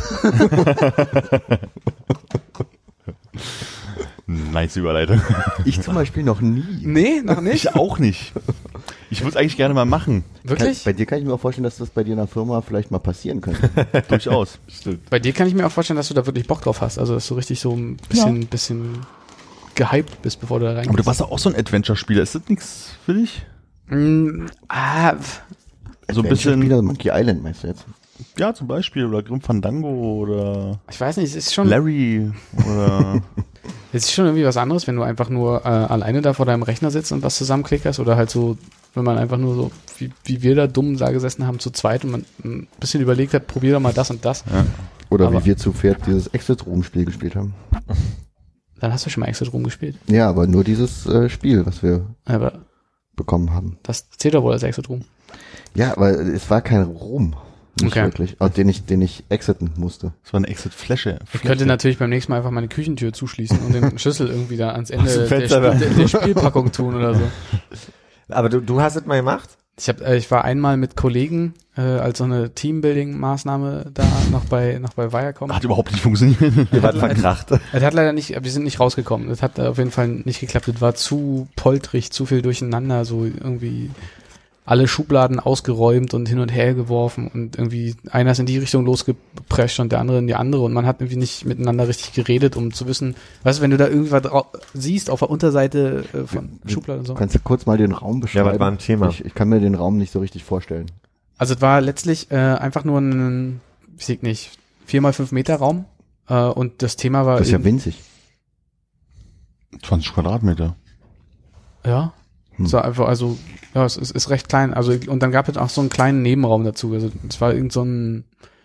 Nice Überleitung. Ich zum Beispiel noch nie. Nee, noch nicht? Ich auch nicht. Ich würde es eigentlich gerne mal machen. Wirklich? Bei dir kann ich mir auch vorstellen, dass das bei dir in der Firma vielleicht mal passieren könnte. Durchaus. Stimmt. Bei dir kann ich mir auch vorstellen, dass du da wirklich Bock drauf hast. Also, dass du richtig so ein bisschen, bisschen gehypt bist, bevor du da reingehst. Aber du warst doch auch so ein Adventure-Spieler. Ist das nichts für dich? Mm, ah, So ein bisschen, Spieler, Monkey Island meinst du jetzt? ja, zum Beispiel, oder Grim Fandango oder ich weiß nicht, es ist schon, Larry oder es ist schon irgendwie was anderes, wenn du einfach nur äh, alleine da vor deinem Rechner sitzt und was zusammenklickerst oder halt so, wenn man einfach nur so, wie, wie wir da dumm da gesessen haben zu zweit und man ein bisschen überlegt hat, probier doch mal das und das. ja. Oder Aber- wie wir zu Pferd dieses Exit-Room-Spiel gespielt haben. Dann hast du schon mal Exit Room gespielt. Ja, aber nur dieses äh, Spiel, was wir Aber bekommen haben. das zählt doch wohl als Exit Room. Ja, aber es war kein Rum. Nicht Okay. wirklich. Auch den ich, den ich exiten musste. Das war eine Exit-Flasche. Ich könnte natürlich beim nächsten Mal einfach meine Küchentür zuschließen und den Schlüssel irgendwie da ans Ende Aus dem der, Fenster Spiel, der, der Spielpackung tun oder so. Aber du, du hast es mal gemacht? Ich hab, äh, ich war einmal mit Kollegen äh, als so eine Teambuilding-Maßnahme da noch bei noch bei Viacom. Hat überhaupt nicht funktioniert. Ihr wart verkracht. Es hat leider nicht, wir sind nicht rausgekommen. Das hat auf jeden Fall nicht geklappt. Das war zu poltrig, zu viel durcheinander, so irgendwie alle Schubladen ausgeräumt und hin und her geworfen und irgendwie einer ist in die Richtung losgeprescht und der andere in die andere und man hat irgendwie nicht miteinander richtig geredet, um zu wissen, weißt du, wenn du da irgendwas drau- siehst auf der Unterseite äh, von Schubladen und so. Kannst du kurz mal den Raum beschreiben? Ja, was war ein Thema? Ich, ich kann mir den Raum nicht so richtig vorstellen. Also es war letztlich äh, einfach nur ein, ich weiß nicht, vier mal fünf Meter Raum äh, und das Thema war Das ist ja eben- winzig. zwanzig Quadratmeter. Ja. Hm. Es war einfach, also, ja, es ist, ist recht klein. Also, und dann gab es auch so einen kleinen Nebenraum dazu. Also, es war irgend so ein,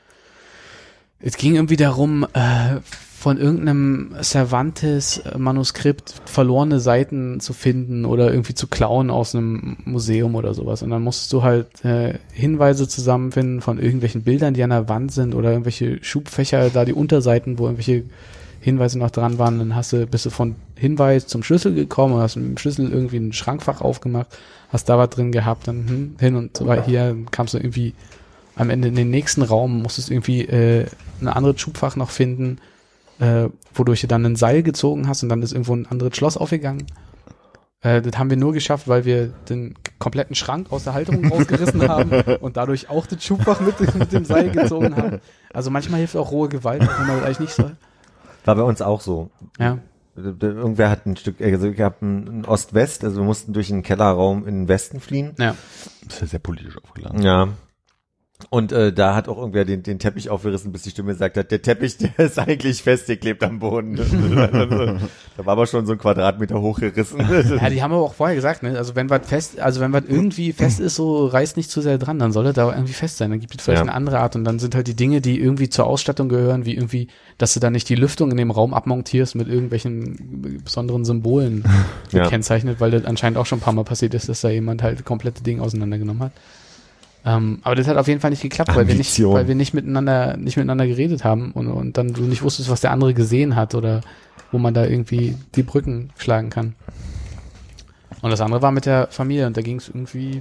es ging irgendwie darum, äh, von irgendeinem Cervantes-Manuskript verlorene Seiten zu finden oder irgendwie zu klauen aus einem Museum oder sowas. Und dann musstest du halt äh, Hinweise zusammenfinden von irgendwelchen Bildern, die an der Wand sind oder irgendwelche Schubfächer, da die Unterseiten, wo irgendwelche Hinweise noch dran waren, dann hast du, bist du von Hinweis zum Schlüssel gekommen und hast mit dem Schlüssel irgendwie ein Schrankfach aufgemacht, hast da was drin gehabt, dann hm, hin und so weiter. Hier kamst du irgendwie am Ende in den nächsten Raum, musstest irgendwie äh, ein anderes Schubfach noch finden, äh, wodurch du dann ein Seil gezogen hast und dann ist irgendwo ein anderes Schloss aufgegangen. Äh, das haben wir nur geschafft, weil wir den kompletten Schrank aus der Halterung rausgerissen haben und dadurch auch das Schubfach mit, mit dem Seil gezogen haben. Also manchmal hilft auch rohe Gewalt, wenn man das eigentlich nicht soll. War bei uns auch so. Ja. Irgendwer hat ein Stück, also ich habe ein Ost-West, also wir mussten durch einen Kellerraum in den Westen fliehen. Ja. Das ist ja sehr politisch aufgeladen. Ja. Und äh, da hat auch irgendwer den, den Teppich aufgerissen, bis die Stimme gesagt hat, der Teppich, der ist eigentlich festgeklebt am Boden. Da war aber schon so ein Quadratmeter hochgerissen. Ja, die haben aber auch vorher gesagt, ne, also wenn was fest, also wenn was irgendwie fest ist, so reißt nicht zu sehr dran, dann soll das da irgendwie fest sein. Dann gibt es vielleicht Ja. eine andere Art und dann sind halt die Dinge, die irgendwie zur Ausstattung gehören, wie irgendwie, dass du da nicht die Lüftung in dem Raum abmontierst mit irgendwelchen besonderen Symbolen Ja. gekennzeichnet, weil das anscheinend auch schon ein paar Mal passiert ist, dass da jemand halt komplette Dinge auseinandergenommen hat. Ähm, aber das hat auf jeden Fall nicht geklappt, weil wir nicht, Ambition. weil wir nicht miteinander, nicht miteinander geredet haben und, und dann du nicht wusstest, was der andere gesehen hat oder wo man da irgendwie die Brücken schlagen kann. Und das andere war mit der Familie und da ging es irgendwie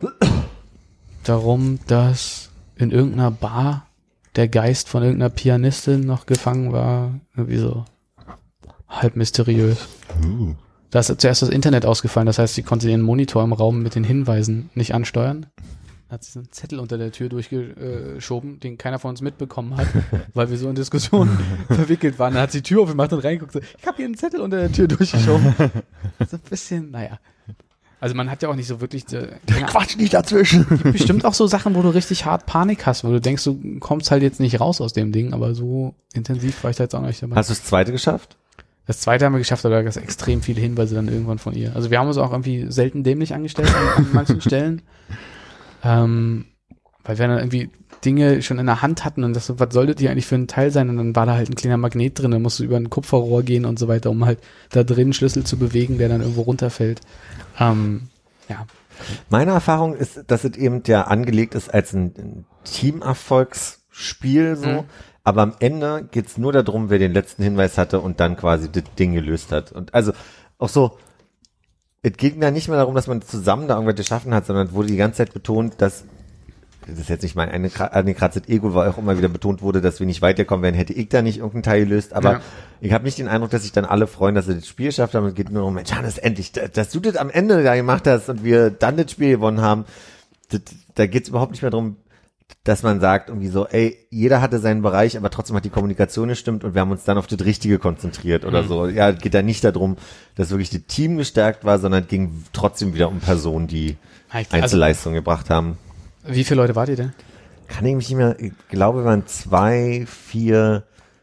darum, dass in irgendeiner Bar der Geist von irgendeiner Pianistin noch gefangen war. Irgendwie so halb mysteriös. Uh. Da ist zuerst das Internet ausgefallen, das heißt, sie konnte ihren Monitor im Raum mit den Hinweisen nicht ansteuern. Hat sie so einen Zettel unter der Tür durchgeschoben, den keiner von uns mitbekommen hat, weil wir so in Diskussionen verwickelt waren. Dann hat sie die Tür aufgemacht und reingeguckt, so, ich habe hier einen Zettel unter der Tür durchgeschoben. So ein bisschen, naja. Also man hat ja auch nicht so wirklich... Äh, keine Quatsch nicht dazwischen. bestimmt auch so Sachen, wo du richtig hart Panik hast, wo du denkst, du kommst halt jetzt nicht raus aus dem Ding, aber so intensiv war ich da jetzt auch noch nicht dabei. Hast du das zweite geschafft? Das zweite haben wir geschafft, aber da gab es extrem viele Hinweise dann irgendwann von ihr. Also wir haben uns auch irgendwie selten dämlich angestellt an, an manchen Stellen. Ähm, weil wir dann irgendwie Dinge schon in der Hand hatten und das so, was sollte die eigentlich für ein Teil sein? Und dann war da halt ein kleiner Magnet drin, dann musst du über ein Kupferrohr gehen und so weiter, um halt da drin Schlüssel zu bewegen, der dann irgendwo runterfällt. Ähm, ja. Meine Erfahrung ist, dass es eben ja angelegt ist als ein, ein Teamerfolgsspiel so, Mhm. aber am Ende geht's nur darum, wer den letzten Hinweis hatte und dann quasi das Ding gelöst hat. Und also auch so, es ging da nicht mehr darum, dass man zusammen da irgendwas geschaffen hat, sondern es wurde die ganze Zeit betont, dass, das ist jetzt nicht mein angekratztes Ego, weil auch immer wieder betont wurde, dass wir nicht weiterkommen wären, hätte ich da nicht irgendeinen Teil gelöst, aber Ja. ich habe nicht den Eindruck, dass sich dann alle freuen, dass sie das Spiel geschafft haben. Es geht nur darum, Mensch, Hannes, endlich, dass, dass du das am Ende da gemacht hast und wir dann das Spiel gewonnen haben. Das, da geht's überhaupt nicht mehr darum, dass man sagt irgendwie so, ey, jeder hatte seinen Bereich, aber trotzdem hat die Kommunikation gestimmt und wir haben uns dann auf das Richtige konzentriert oder Mhm. so. Ja, es geht da nicht darum, dass wirklich das Team gestärkt war, sondern es ging trotzdem wieder um Personen, die Also, Einzelleistungen gebracht haben. wie viele Leute wart ihr denn? Kann ich mich nicht mehr, ich glaube, wir waren zwei, vier,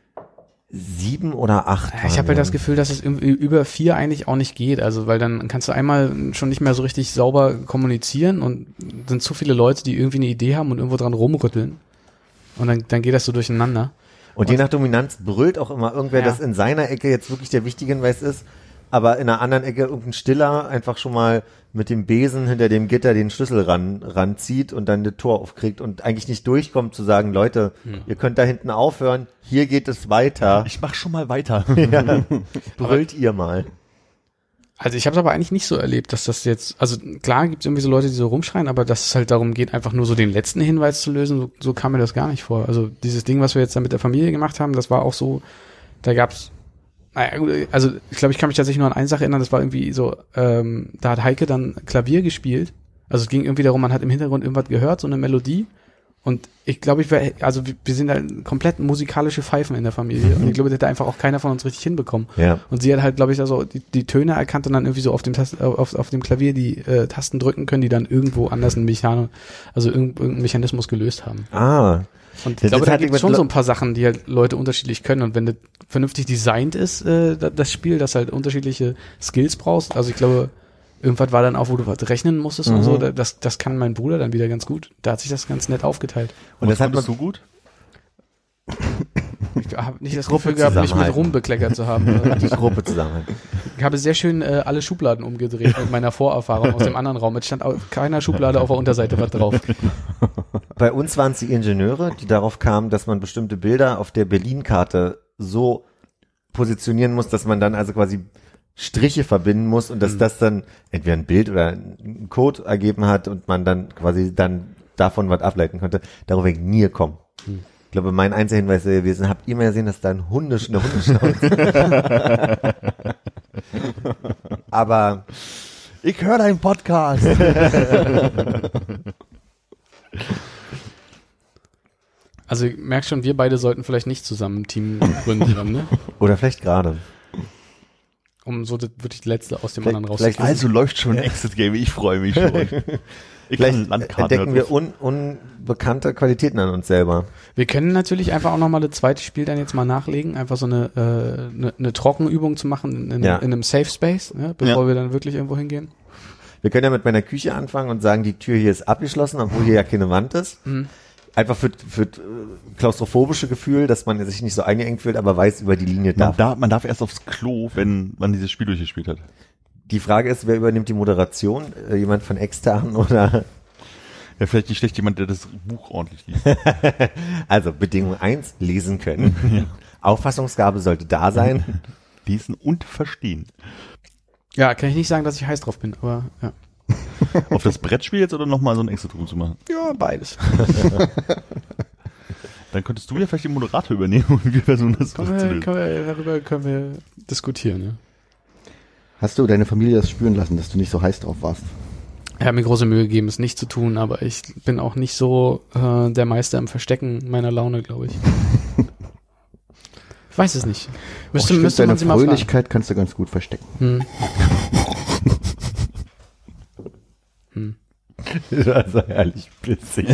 sieben oder acht. Ich habe halt das Gefühl, dass es irgendwie über vier eigentlich auch nicht geht. Also, weil dann kannst du einmal schon nicht mehr so richtig sauber kommunizieren und sind zu viele Leute, die irgendwie eine Idee haben und irgendwo dran rumrütteln. Und dann, dann geht das so durcheinander. Und je nach Dominanz brüllt auch immer irgendwer, Ja. dass in seiner Ecke jetzt wirklich der wichtige Hinweis ist, aber in einer anderen Ecke irgendein Stiller einfach schon mal mit dem Besen hinter dem Gitter den Schlüssel ran ranzieht und dann das Tor aufkriegt und eigentlich nicht durchkommt zu sagen, Leute, Hm. ihr könnt da hinten aufhören, hier geht es weiter. Ich mach schon mal weiter. Ja, brüllt ihr mal. Also ich habe es aber eigentlich nicht so erlebt, dass das jetzt, also klar gibt es irgendwie so Leute, die so rumschreien, aber dass es halt darum geht, einfach nur so den letzten Hinweis zu lösen, so, so kam mir das gar nicht vor. Also dieses Ding, was wir jetzt da mit der Familie gemacht haben, das war auch so, da gab's, naja, gut, also ich glaube, ich kann mich tatsächlich nur an eine Sache erinnern, das war irgendwie so, ähm, da hat Heike dann Klavier gespielt Also es ging irgendwie darum, man hat im Hintergrund irgendwas gehört, so eine Melodie. Und ich glaube, ich wär, also wir, wir sind halt komplett musikalische Pfeifen in der Familie. Und ich glaube, das hätte einfach auch keiner von uns richtig hinbekommen. Ja. Und sie hat halt, glaube ich, also die, die Töne erkannt und dann irgendwie so auf dem Tast, auf, auf dem Klavier die äh, Tasten drücken können, die dann irgendwo anders einen Mechano, also irgendeinen Mechanismus gelöst haben. Ah. Und ich Das glaube, ist da halt gibt es mit schon Le- so ein paar Sachen, die halt Leute unterschiedlich können. Und wenn das vernünftig designt ist, äh, da- das Spiel, das halt unterschiedliche Skills brauchst. Also ich glaube, irgendwas war dann auch, wo du was rechnen musstest und Mhm. so. Da- Das, das kann mein Bruder dann wieder ganz gut. Da hat sich das ganz nett aufgeteilt. Und das hat man so gut? Ich habe nicht das Gruppe Gefühl gehabt, mich mit zusammenhalten. rumbekleckert zu haben. die Gruppe zusammen. Ich habe sehr schön äh, alle Schubladen umgedreht mit meiner Vorerfahrung aus dem anderen Raum. Es stand auf keiner Schublade auf der Unterseite was drauf. Bei uns waren es die Ingenieure, die darauf kamen, dass man bestimmte Bilder auf der Berlin-Karte so positionieren muss, dass man dann also quasi Striche verbinden muss und dass Mhm. das dann entweder ein Bild oder ein Code ergeben hat und man dann quasi dann davon was ableiten konnte. Darauf wäre ich nie gekommen. Mhm. Ich glaube, mein einziger Hinweis wäre gewesen, habt ihr mal gesehen, dass da ein Hunde, eine Hundeschnauze Aber Ich höre deinen Podcast. Also ich merke schon, wir beide sollten vielleicht nicht zusammen ein Team gründen, dann, ne? oder vielleicht gerade. Um so das wirklich das Letzte aus dem Vielleicht- anderen vielleicht rauszukriegen. Also läuft schon ein Exit-Game. Ich freue mich schon. Ich kann Vielleicht Landkarten entdecken wir hören. un, unbekannte Qualitäten an uns selber. Wir können natürlich einfach auch nochmal das zweite Spiel dann jetzt mal nachlegen, einfach so eine, äh, eine, eine Trockenübung zu machen in, Ja. in einem Safe Space, ne, bevor Ja. wir dann wirklich irgendwo hingehen. Wir können ja mit meiner Küche anfangen und sagen, die Tür hier ist abgeschlossen, obwohl hier ja keine Wand ist. Mhm. Einfach für, für äh, klaustrophobische Gefühl, dass man sich nicht so eingeengt fühlt, aber weiß, über die Linie Man darf. darf, man darf erst aufs Klo, wenn man dieses Spiel durchgespielt hat. Die Frage ist, wer übernimmt die Moderation? Äh, jemand von extern oder? Ja, vielleicht nicht schlecht jemand, der das Buch ordentlich liest. Also Bedingung eins, lesen können. Auffassungsgabe sollte da sein. Lesen und verstehen. Ja, kann ich nicht sagen, dass ich heiß drauf bin, aber ja. Auf das Brettspiel jetzt oder nochmal so ein Exit-Room zu machen? Ja, beides. Dann könntest du ja vielleicht den Moderator übernehmen und wir versuchen das Können wir, durchzulösen. können wir, darüber können wir diskutieren, ja. Hast du deine Familie das spüren lassen, dass du nicht so heiß drauf warst? Ich habe mir große Mühe gegeben, es nicht zu tun, aber ich bin auch nicht so äh, der Meister im Verstecken meiner Laune, glaube ich. Ich weiß es nicht. Müsste, Och, ich müsste find, man sie mal fragen. Fröhlichkeit kannst du ganz gut verstecken. Hm. Das war so herrlich witzig.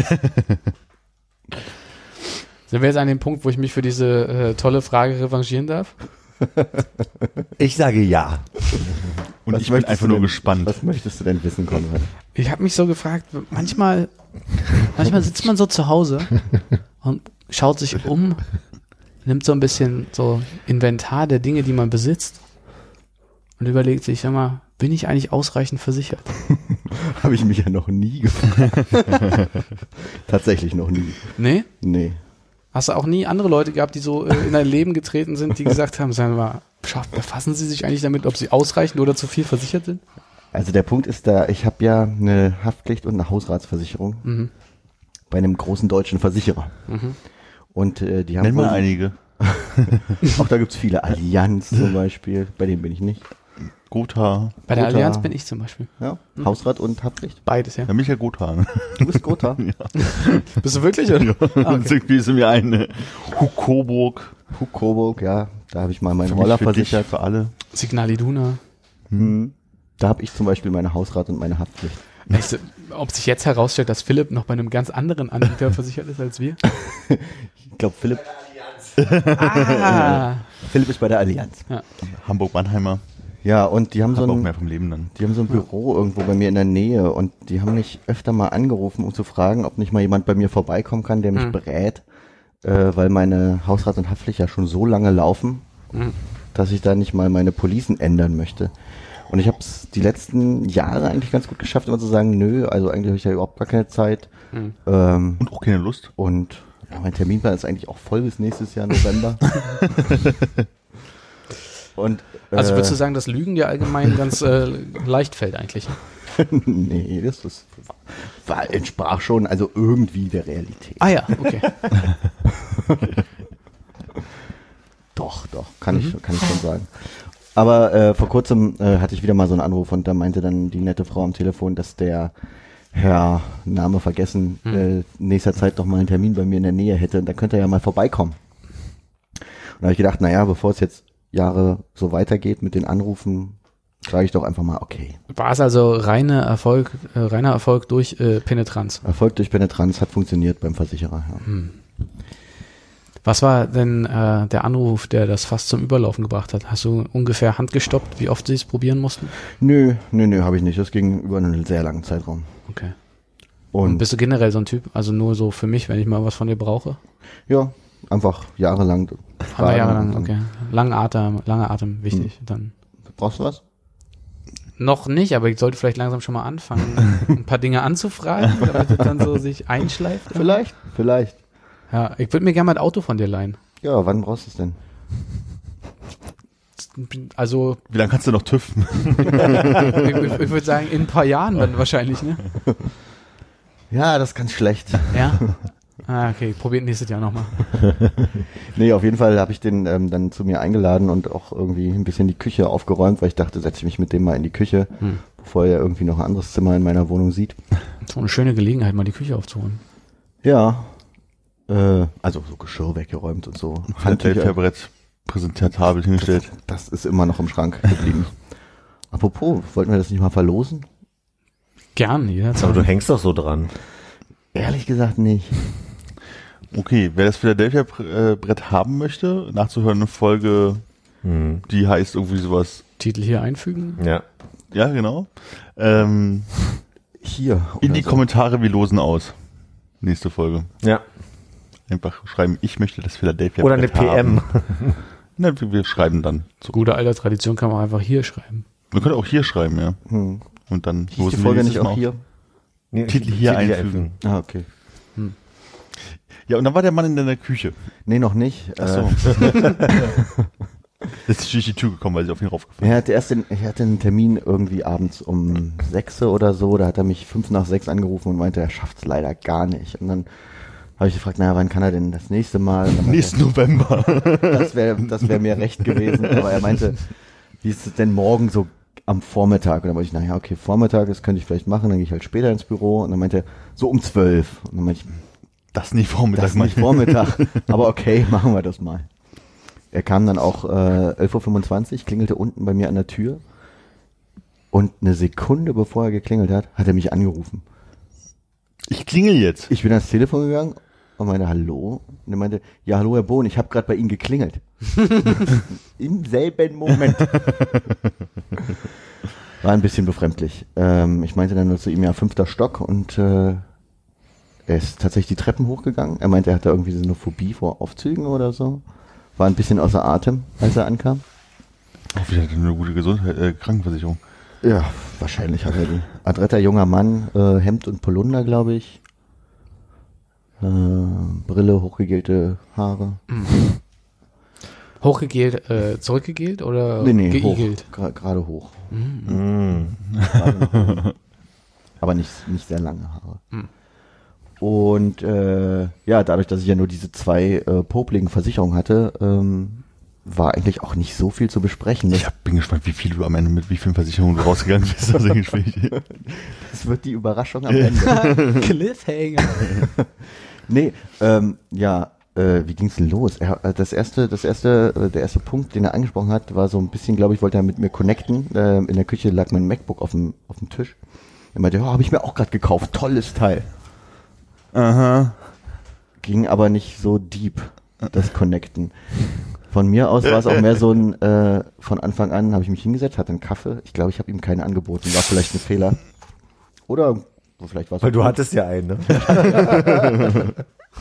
Sind wir jetzt an dem Punkt, wo ich mich für diese äh, tolle Frage revanchieren darf? Ich sage ja. Und Was ich bin möchtest einfach du nur denn- gespannt. Was möchtest du denn wissen, Konrad? Ich habe mich so gefragt, manchmal, manchmal sitzt man so zu Hause und schaut sich um, nimmt so ein bisschen so Inventar der Dinge, die man besitzt und überlegt sich, sag mal, bin ich eigentlich ausreichend versichert? Habe ich mich ja noch nie gefragt. Tatsächlich noch nie. Nee? Nee. Hast du auch nie andere Leute gehabt, die so äh, in dein Leben getreten sind, die gesagt haben, sagen wir mal, schaff, befassen Sie sich eigentlich damit, ob Sie ausreichend oder zu viel versichert sind? Also der Punkt ist da, ich habe ja eine Haftpflicht und eine Hausratsversicherung Mhm. bei einem großen deutschen Versicherer. Mhm. Und äh, die haben Nenn mal wohl- einige. Auch da gibt's viele. Allianz zum Beispiel, bei dem bin ich nicht. Gotha. Bei der Gotha. Allianz bin ich zum Beispiel. Ja, Hausrat und Haftpflicht. Beides, ja. Ja, Michael Gotha. Du bist Gotha. Bist du wirklich? Oder? Ah, Und irgendwie ist mir eine Hukoburg. Huck Coburg, ja, da habe ich mal meinen Für mich, Roller für versichert. dich, für alle. Signal Iduna. Mhm. Da habe ich zum Beispiel meine Hausrat und meine Haftpflicht. Weißt du, ob sich jetzt herausstellt, dass Philipp noch bei einem ganz anderen Anbieter versichert ist als wir? Ich glaube, Philipp, Ah. Philipp ist bei der Allianz. Hamburg-Mannheimer. Ja, und die haben so Hab auch ein, mehr vom Leben dann. die haben so ein Büro irgendwo bei mir in der Nähe und die haben mich öfter mal angerufen, um zu fragen, ob nicht mal jemand bei mir vorbeikommen kann, der mich Mhm. berät, äh, weil meine Hausrat und Haftpflicht ja schon so lange laufen, Mhm. dass ich da nicht mal meine Policen ändern möchte. Und ich habe es die letzten Jahre eigentlich ganz gut geschafft, immer zu sagen, nö, also eigentlich habe ich ja überhaupt gar keine Zeit. Mhm. Ähm, Und auch keine Lust. und ja, mein Terminplan ist eigentlich auch voll bis nächstes Jahr November. und Also äh, würdest du sagen, dass Lügen dir allgemein ganz äh, leicht fällt eigentlich? nee, das ist, war, entsprach schon also irgendwie der Realität. Ah ja, okay. Doch, doch, kann ich, kann ich schon sagen. Aber äh, vor kurzem äh, hatte ich wieder mal so einen Anruf und da meinte dann die nette Frau am Telefon, dass der ja, Name vergessen, Hm. äh, nächster Zeit doch mal einen Termin bei mir in der Nähe hätte, dann könnte er ja mal vorbeikommen. Und da habe ich gedacht, naja, bevor es jetzt Jahre so weitergeht mit den Anrufen, sage ich doch einfach mal, okay. War es also reine Erfolg, äh, reiner Erfolg durch äh, Penetranz? Erfolg durch Penetranz hat funktioniert beim Versicherer. Ja. Hm. Was war denn äh, der Anruf, der das fast zum Überlaufen gebracht hat? Hast du ungefähr handgestoppt, wie oft sie es probieren mussten? Nö, nö, nö, habe ich nicht. Das ging über einen sehr langen Zeitraum. Okay. Und, Und bist du generell so ein Typ? Also nur so für mich, wenn ich mal was von dir brauche? ja, einfach jahrelang. Aber jahrelang, und okay. Langer Atem, langer Atem, wichtig. Dann Brauchst du was? noch nicht, aber ich sollte vielleicht langsam schon mal anfangen, ein paar Dinge anzufragen, damit es dann so sich einschleift. Vielleicht, vielleicht. Ja, ich würde mir gerne mal ein Auto von dir leihen. Ja, wann brauchst du es denn? Also, Wie lange kannst du noch tüften? ich, ich, ich würde sagen, in ein paar Jahren dann wahrscheinlich, ne? Ja, das ist ganz schlecht. Ja? Ah, okay, probiert nächstes Jahr nochmal. Nee, auf jeden Fall habe ich den ähm, dann zu mir eingeladen und auch irgendwie ein bisschen die Küche aufgeräumt, weil ich dachte, setze ich mich mit dem mal in die Küche, Hm. bevor er irgendwie noch ein anderes Zimmer in meiner Wohnung sieht. So eine schöne Gelegenheit, mal die Küche aufzuholen. Ja, äh, also so Geschirr weggeräumt und so. Handtücher, Delphi-Brett präsentabel hingestellt. das ist immer noch im Schrank geblieben. Apropos, wollten wir das nicht mal verlosen? Gern, jederzeit. Aber du hängst doch so dran. Ehrlich gesagt nicht. Okay, wer das Philadelphia-Brett haben möchte, nachzuhören eine Folge, Hm. die heißt irgendwie sowas, Titel hier einfügen. Ja. ja genau, ähm, Hier. in oder die so. Kommentare, wir losen aus. Nächste Folge. Ja. Einfach schreiben, ich möchte das Philadelphia Oder eine Brett P M. haben. Na, wir wir schreiben dann. So. Gute alte Tradition kann man einfach hier schreiben. Wir können auch hier schreiben, ja. Hm. Und dann Hieß die losen wir Folge nächstes nicht Mal auch auf. hier? Nee, Titel hier einfügen. Ah, okay. Ja, und dann war der Mann in deiner Küche. Nee, noch nicht. Ach so. Äh, Jetzt ist die Tür gekommen, weil sie auf ihn raufgefallen er hatte erst den, ich hatte einen Termin irgendwie abends um sechs oder so, da hat er mich fünf nach sechs angerufen und meinte, er schafft es leider gar nicht. Und dann habe ich gefragt, naja, wann kann er denn das nächste Mal? Und dann meinte Nächsten November. er, das wäre das wär mir recht gewesen, aber er meinte, wie ist es denn morgen so am Vormittag? Und dann meinte ich, naja, okay, Vormittag, das könnte ich vielleicht machen, dann gehe ich halt später ins Büro. Und dann meinte er, so um zwölf. Und dann meinte ich, Das nicht Vormittag, das ist nicht Vormittag, aber okay, machen wir das mal. Er kam dann auch äh, elf Uhr fünfundzwanzig, klingelte unten bei mir an der Tür und eine Sekunde bevor er geklingelt hat, hat er mich angerufen. Ich klingel jetzt. Ich bin ans Telefon gegangen und meinte, hallo? Und er meinte, ja, hallo Herr Bohn, ich habe gerade bei Ihnen geklingelt. Im selben Moment. War ein bisschen befremdlich. Ähm, ich meinte dann nur zu ihm, ja, fünfter Stock und äh, er ist tatsächlich die Treppen hochgegangen. Er meinte, er hatte irgendwie so eine Phobie vor Aufzügen oder so. War ein bisschen außer Atem, als er ankam. Hoffentlich hat er eine gute Gesundheit, äh, Krankenversicherung. Ja, wahrscheinlich hat er die. Adretter junger Mann, äh, Hemd und Polunder, glaube ich. Äh, Brille, hochgegelte Haare. Hochgegelt, äh, zurückgegelt oder Nee, nee, hoch. geigelt? Gra- Gerade hoch. Mhm. Aber nicht, nicht sehr lange Haare. Hm. Und äh, ja, dadurch, dass ich ja nur diese zwei äh, popligen Versicherungen hatte, ähm, war eigentlich auch nicht so viel zu besprechen. Das, Ich hab, bin gespannt, wie viel du am Ende mit wie vielen Versicherungen du rausgegangen bist aus dem Gespräch. das wird die Überraschung am Ende. Cliffhanger. Nee, ähm, ja, äh, wie ging's denn los? Er, äh, das erste, das erste, äh, der erste Punkt, den er angesprochen hat, war so ein bisschen, glaube ich, wollte er mit mir connecten. Äh, in der Küche lag mein MacBook auf dem auf dem Tisch. Er meinte, ja, habe ich mir auch gerade gekauft, tolles Teil. Aha. Ging aber nicht so deep, das Connecten. Von mir aus war es auch mehr so ein, äh, von Anfang an habe ich mich hingesetzt, hatte einen Kaffee. Ich glaube, ich habe ihm keinen angeboten, war vielleicht ein Fehler. Oder vielleicht war es Weil du gut. hattest ja einen, ne?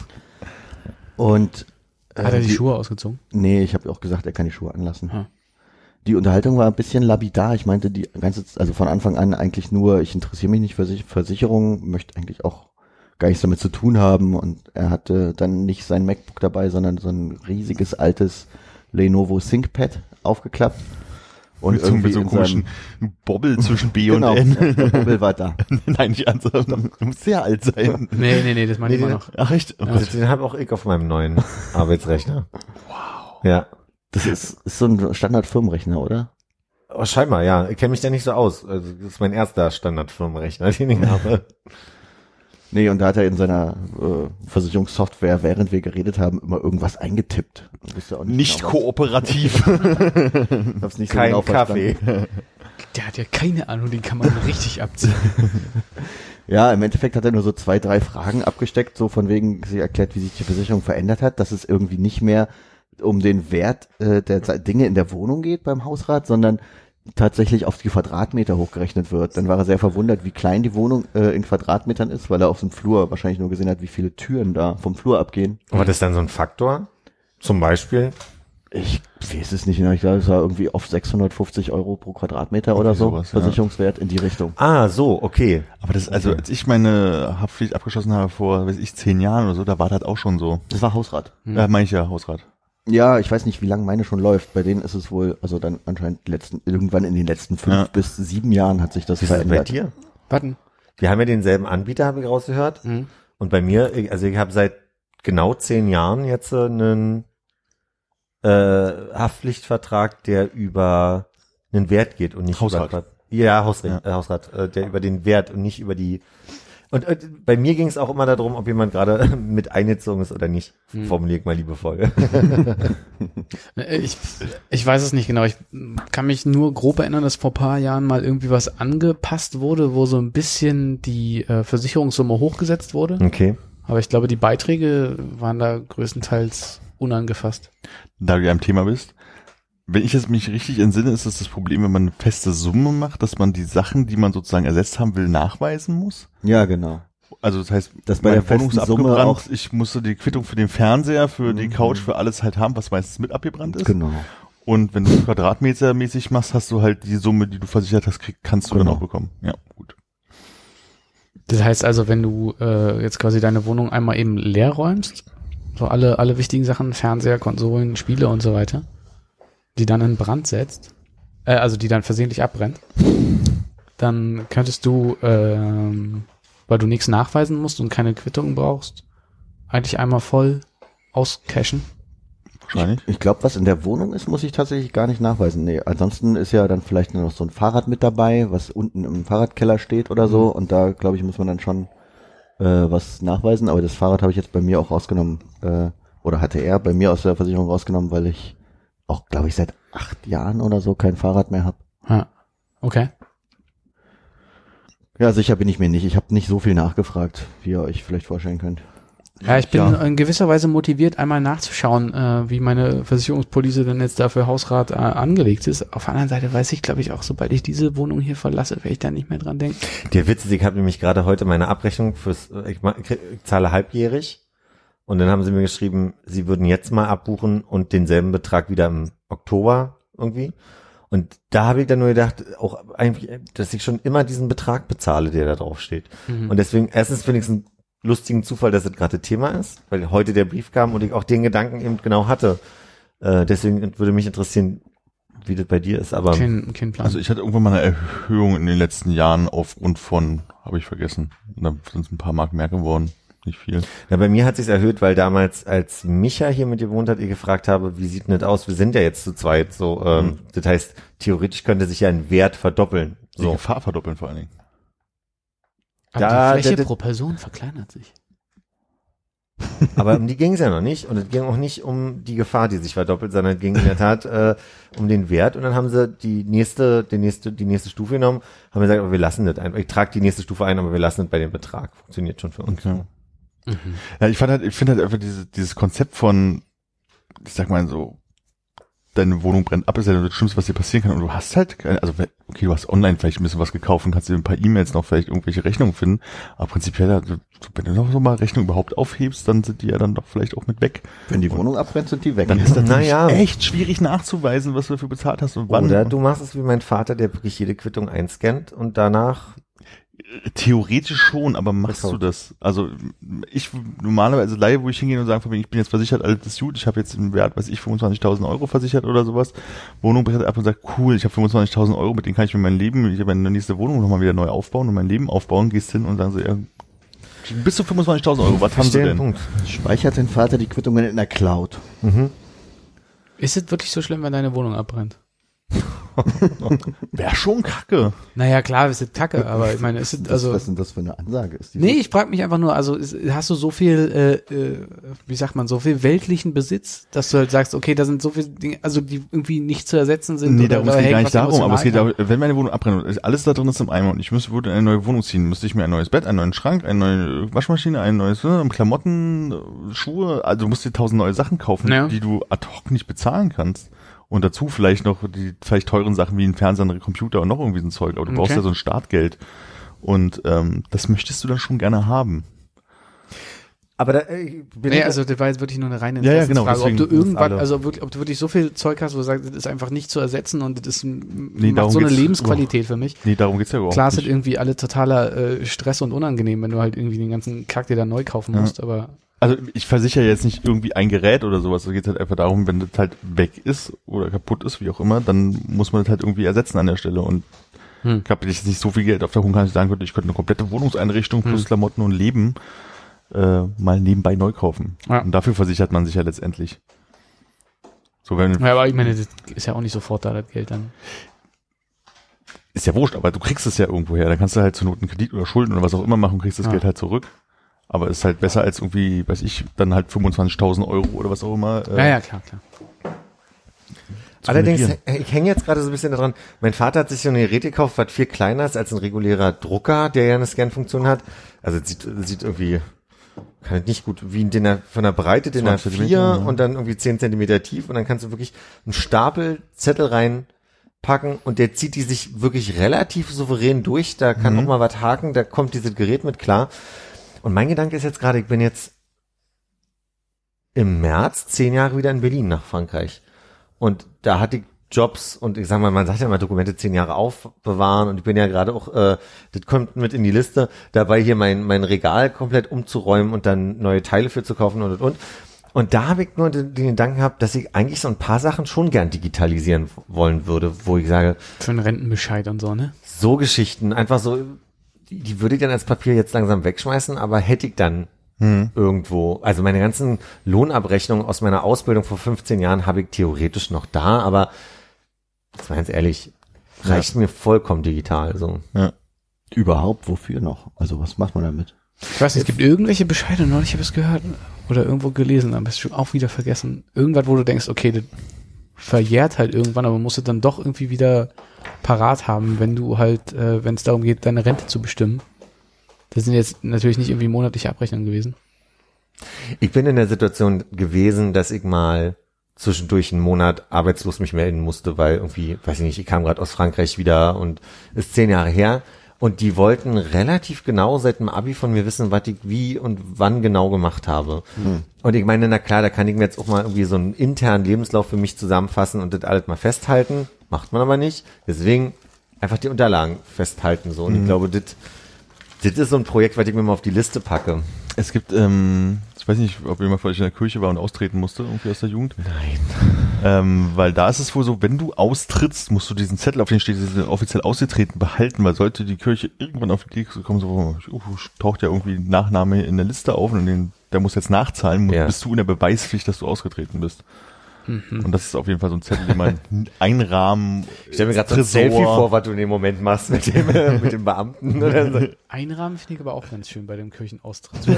Und äh, Hat er die Schuhe ausgezogen? Nee, ich habe auch gesagt, er kann die Schuhe anlassen. Ah. Die Unterhaltung war ein bisschen lapidar. Ich meinte die ganze, also von Anfang an eigentlich nur, ich interessiere mich nicht für Sich- Versicherungen, möchte eigentlich auch gar nichts damit zu tun haben. Und er hatte dann nicht sein MacBook dabei, sondern so ein riesiges altes Lenovo ThinkPad aufgeklappt. Und Mit so, irgendwie mit so in einem komischen Bobbel zwischen B genau, und N. der Bobbel war da. Nein, nicht an, sondern muss sehr alt sein. Nee, nee, nee, das meine ich Nee, immer den- noch. Ach echt? Oh Ja. Gott. Den habe auch ich auf meinem neuen Arbeitsrechner. Wow. Ja. Das ist, ist so ein Standard-Firmenrechner, oder? Oh, scheinbar, ja. Ich kenne mich da nicht so aus. Also, das ist mein erster Standardfirmenrechner, den ich habe. Nee, und da hat er in seiner äh, Versicherungssoftware, während wir geredet haben, immer irgendwas eingetippt. Wisst ihr auch nicht Nicht genau, kooperativ. was- hab's nicht so Kein genau Kaffee. verstanden. Der hat ja keine Ahnung, den kann man richtig abziehen. Ja, im Endeffekt hat er nur so zwei, drei Fragen abgesteckt, so von wegen, sie erklärt, wie sich die Versicherung verändert hat, dass es irgendwie nicht mehr um den Wert äh, der Dinge in der Wohnung geht beim Hausrat, sondern tatsächlich auf die Quadratmeter hochgerechnet wird. Dann war er sehr verwundert, wie klein die Wohnung äh, in Quadratmetern ist, weil er auf dem Flur wahrscheinlich nur gesehen hat, wie viele Türen da vom Flur abgehen. Aber das ist dann so ein Faktor? Zum Beispiel? Ich weiß es nicht, ich glaube, es war irgendwie auf sechshundertfünfzig Euro pro Quadratmeter oder so, sowas, ja. Versicherungswert in die Richtung. Ah, so, okay. Aber das, also als ich meine Haftpflicht abgeschlossen habe vor, weiß ich, zehn Jahren oder so, da war das auch schon so. Das war Hausrat. Da meine ich ja Hausrat. Ja, ich weiß nicht, wie lange meine schon läuft. Bei denen ist es wohl, also dann anscheinend die letzten, irgendwann in den letzten fünf Ja. bis sieben Jahren hat sich das Wie ist das bei verändert. dir? Warten. Wir haben ja denselben Anbieter, habe ich rausgehört. Mhm. Und bei mir, ich- also ich habe seit genau zehn Jahren jetzt äh, einen äh, Haftpflichtvertrag, der über einen Wert geht und nicht Hausrat. über ja Hausrat, Äh, Hausrat, äh, der über den Wert und nicht über die. Und äh, bei mir ging es auch immer darum, ob jemand gerade mit eingezogen ist oder nicht. Formuliere ich mal liebevoll. Ich, ich weiß es nicht genau. Ich kann mich nur grob erinnern, dass vor ein paar Jahren mal irgendwie was angepasst wurde, wo so ein bisschen die äh, Versicherungssumme hochgesetzt wurde. Okay. Aber ich glaube, die Beiträge waren da größtenteils unangefasst. Da du ja im Thema bist. Wenn ich jetzt mich richtig entsinne, ist das das Problem, wenn man eine feste Summe macht, dass man die Sachen, die man sozusagen ersetzt haben will, nachweisen muss. Ja, genau. Also das heißt, Dass bei meine der Wohnung ist festen Summe abgebrannt, auch- ich musste die Quittung für den Fernseher, für die Mhm. Couch, für alles halt haben, was meistens mit abgebrannt ist. Genau. Und wenn du es quadratmetermäßig machst, hast du halt die Summe, die du versichert hast, krieg, kannst du Genau. dann auch bekommen. Ja, gut. Das heißt also, wenn du äh, jetzt quasi deine Wohnung einmal eben leer räumst, so alle, alle wichtigen Sachen, Fernseher, Konsolen, Spiele und so weiter, die dann in Brand setzt, äh, also die dann versehentlich abbrennt, dann könntest du, ähm, weil du nichts nachweisen musst und keine Quittung brauchst, eigentlich einmal voll auscashen. Wahrscheinlich. Ich glaube, was in der Wohnung ist, muss ich tatsächlich gar nicht nachweisen. Nee, ansonsten ist ja dann vielleicht nur noch so ein Fahrrad mit dabei, was unten im Fahrradkeller steht oder so. Und da, glaube ich, muss man dann schon äh, was nachweisen. Aber das Fahrrad habe ich jetzt bei mir auch rausgenommen, äh, oder hatte er bei mir aus der Versicherung rausgenommen, weil ich auch, glaube ich, seit acht Jahren oder so kein Fahrrad mehr habe. Ja. Okay. Ja, sicher bin ich mir nicht. Ich habe nicht so viel nachgefragt, wie ihr euch vielleicht vorstellen könnt. Ja, ich bin Ja. in gewisser Weise motiviert, einmal nachzuschauen, äh, wie meine Versicherungspolice denn jetzt dafür Hausrat äh, angelegt ist. Auf der anderen Seite weiß ich, glaube ich, auch, sobald ich diese Wohnung hier verlasse, werde ich da nicht mehr dran denken. Der Witz ist, ich habe nämlich gerade heute meine Abrechnung fürs, ich, ma- ich zahle halbjährig und dann haben sie mir geschrieben, sie würden jetzt mal abbuchen und denselben Betrag wieder im Oktober irgendwie. Und da habe ich dann nur gedacht, auch eigentlich, dass ich schon immer diesen Betrag bezahle, der da drauf steht. Mhm. Und deswegen, erstens finde ich es einen lustigen Zufall, dass das gerade Thema ist, weil heute der Brief kam und ich auch den Gedanken eben genau hatte. Äh, deswegen würde mich interessieren, wie das bei dir ist, aber Kein, kein Plan. Also ich hatte irgendwann mal eine Erhöhung in den letzten Jahren aufgrund von, habe ich vergessen, und da sind es ein paar Mark mehr geworden, nicht viel. ja, bei mir hat sich's erhöht, weil damals, als Micha hier mit dir gewohnt hat, ich gefragt habe, wie sieht denn das aus? Wir sind ja jetzt zu zweit, so, ähm, Mhm. das heißt, theoretisch könnte sich ja ein Wert verdoppeln. Die So, Gefahr verdoppeln vor allen Dingen. Aber da- die Fläche da- da- pro Person verkleinert sich. aber um die ging's ja noch nicht und es ging auch nicht um die Gefahr, die sich verdoppelt, sondern es ging in der Tat äh, um den Wert und dann haben sie die nächste, die nächste, die nächste Stufe genommen, haben gesagt, aber wir lassen das einfach. Ich trage die nächste Stufe ein, aber wir lassen es bei dem Betrag. Funktioniert schon für uns. Okay. Ja, ich fand halt, ich finde halt einfach diese, dieses Konzept von, ich sag mal so, deine Wohnung brennt ab, ist ja das Schlimmste, was dir passieren kann. Und du hast halt, keine, also okay, du hast online vielleicht ein bisschen was gekauft und kannst dir ein paar E-Mails noch vielleicht irgendwelche Rechnungen finden. Aber prinzipiell, also, wenn du noch so mal Rechnungen überhaupt aufhebst, dann sind die ja dann doch vielleicht auch mit weg. Wenn die Wohnung abbrennt, sind die weg. Dann ist das Naja. natürlich echt schwierig nachzuweisen, was du dafür bezahlt hast und wann. Oder du machst es wie mein Vater, der wirklich jede Quittung einscannt und danach Theoretisch schon, aber machst Verkauft. du das? Also ich normalerweise leihe, wo ich hingehe und sage, von wegen, ich bin jetzt versichert, alles ist gut, ich habe jetzt einen Wert, weiß ich, fünfundzwanzigtausend Euro versichert oder sowas. Wohnung brennt ab und sagt, cool, ich habe fünfundzwanzigtausend Euro, mit denen kann ich mir mein Leben, ich habe eine nächste Wohnung nochmal wieder neu aufbauen und mein Leben aufbauen, gehst hin und sagen so, ja, bis zu fünfundzwanzigtausend Euro, was haben sie Verstehe den denn? Punkt. Speichert den Vater die Quittungen in der Cloud. Mhm. Ist es wirklich so schlimm, wenn deine Wohnung abbrennt? Wäre schon kacke. Naja, klar, es ist Kacke, aber ich meine, es ist, also. Was ist denn das für eine Ansage? Ist die Nee, ich frage mich einfach nur, also ist, hast du so viel, äh, äh, wie sagt man, so viel weltlichen Besitz, dass du halt sagst, okay, da sind so viele Dinge, also die irgendwie nicht zu ersetzen sind. Nee, oder, darum oder geht hey, gar was nicht darum, aber es geht emotional darum, wenn meine Wohnung abbrennt, alles da drin ist im Eimer und ich müsste, würde in eine neue Wohnung ziehen, müsste ich mir ein neues Bett, einen neuen Schrank, eine neue Waschmaschine, ein neues äh, Klamotten, Schuhe, also du musst dir tausend neue Sachen kaufen, Ja. die du ad hoc nicht bezahlen kannst. Und dazu vielleicht noch die vielleicht teuren Sachen wie ein Fernseher, ein Computer und noch irgendwie so ein Zeug, aber du brauchst Okay. ja so ein Startgeld. Und ähm, das möchtest du dann schon gerne haben. Aber da äh, bin Nee, ich, also das war jetzt wirklich nur eine reine Ja, ja, genau, Interessensfrage, ob deswegen du irgendwann, alle. also wirklich, ob du wirklich so viel Zeug hast, wo du sagst, das ist einfach nicht zu ersetzen und das ist ein, Nee, macht darum so eine geht's- Lebensqualität für mich. Nee, darum geht's ja überhaupt Klar, es nicht. sind irgendwie alle totaler äh, Stress und unangenehm, wenn du halt irgendwie den ganzen Kack dir dann neu kaufen Ja. musst, aber Also ich versichere jetzt nicht irgendwie ein Gerät oder sowas. Es geht halt einfach darum, wenn das halt weg ist oder kaputt ist, wie auch immer, dann muss man das halt irgendwie ersetzen an der Stelle. Und Hm. ich habe jetzt nicht so viel Geld auf der Hochkante, dass ich sagen könnte, ich könnte eine komplette Wohnungseinrichtung plus Klamotten und Leben äh, mal nebenbei neu kaufen. Ja. Und dafür versichert man sich ja letztendlich. So, wenn ja, aber ich meine, das ist ja auch nicht sofort da, das Geld dann. ist ja wurscht, aber du kriegst es ja irgendwo her. Dann kannst du halt zur Not einen Kredit oder Schulden oder was auch immer machen, kriegst das Ja. Geld halt zurück. Aber es ist halt besser als irgendwie, weiß ich, dann halt fünfundzwanzigtausend Euro oder was auch immer. Äh, Ja, ja, klar, klar. zu allerdings, renovieren. ich hänge jetzt gerade so ein bisschen daran, mein Vater hat sich so ein Gerät gekauft, was viel kleiner ist als ein regulärer Drucker, der ja eine Scan-Funktion hat. Also es sieht, sieht irgendwie, kann ich nicht gut, wie ein D I N A, von der Breite D I N A zwanzig vier Zentimeter, ja. und dann irgendwie zehn Zentimeter tief und dann kannst du wirklich einen Stapel Zettel reinpacken und der zieht die sich wirklich relativ souverän durch, da kann Mhm. auch mal was haken, da kommt dieses Gerät mit klar. Und mein Gedanke ist jetzt gerade, ich bin jetzt im März zehn Jahre wieder in Berlin nach Frankreich. Und da hatte ich Jobs und ich sag mal, man sagt ja immer Dokumente zehn Jahre aufbewahren und ich bin ja gerade auch, äh, das kommt mit in die Liste, dabei hier mein, mein Regal komplett umzuräumen und dann neue Teile für zu kaufen und und und. Und da habe ich nur den, den Gedanken gehabt, dass ich eigentlich so ein paar Sachen schon gern digitalisieren wollen würde, wo ich sage, Für einen Rentenbescheid und so, ne? so Geschichten, einfach so, die, die würde ich dann als Papier jetzt langsam wegschmeißen, aber hätte ich dann Hm. irgendwo, also meine ganzen Lohnabrechnungen aus meiner Ausbildung vor fünfzehn Jahren habe ich theoretisch noch da, aber jetzt mal ganz ehrlich, reicht mir vollkommen digital, so. Ja. Überhaupt, wofür noch? Also was macht man damit? Ich weiß nicht, es gibt irgendwelche Bescheide, neulich habe ich es gehört oder irgendwo gelesen, aber es ist schon auch wieder vergessen. Irgendwas, wo du denkst, okay, das verjährt halt irgendwann, aber musst du dann doch irgendwie wieder parat haben, wenn du halt, äh, wenn es darum geht, deine Rente zu bestimmen. Das sind jetzt natürlich nicht irgendwie monatliche Abrechnungen gewesen. Ich bin in der Situation gewesen, dass ich mal zwischendurch einen Monat arbeitslos mich melden musste, weil irgendwie, weiß ich nicht, ich kam gerade aus Frankreich wieder und ist zehn Jahre her und die wollten relativ genau seit dem Abi von mir wissen, was ich wie und wann genau gemacht habe. Hm. Und ich meine, na klar, da kann ich mir jetzt auch mal irgendwie so einen internen Lebenslauf für mich zusammenfassen und das alles mal festhalten. Macht man aber nicht. Deswegen einfach die Unterlagen festhalten, so. Und ich glaube, das, das ist so ein Projekt, was ich mir mal auf die Liste packe. Es gibt, ähm, ich weiß nicht, ob jemand von euch in der Kirche war und austreten musste, irgendwie aus der Jugend. Nein. Ähm, weil da ist es wohl so, wenn du austrittst, musst du diesen Zettel, auf den steht, diese offiziell ausgetreten, behalten, weil sollte die Kirche irgendwann auf die Idee kommen, so, oh, taucht ja irgendwie ein Nachname in der Liste auf und den, der muss jetzt nachzahlen, mu- Ja. bist du in der Beweispflicht, dass du ausgetreten bist. Mhm. Und das ist auf jeden Fall so ein Zettel, den man einrahmen. Ich stell mir gerade so ein Selfie vor, was du in dem Moment machst mit dem, äh, mit dem Beamten oder so. Einrahmen finde ich aber auch ganz schön bei dem Kirchenaustritt.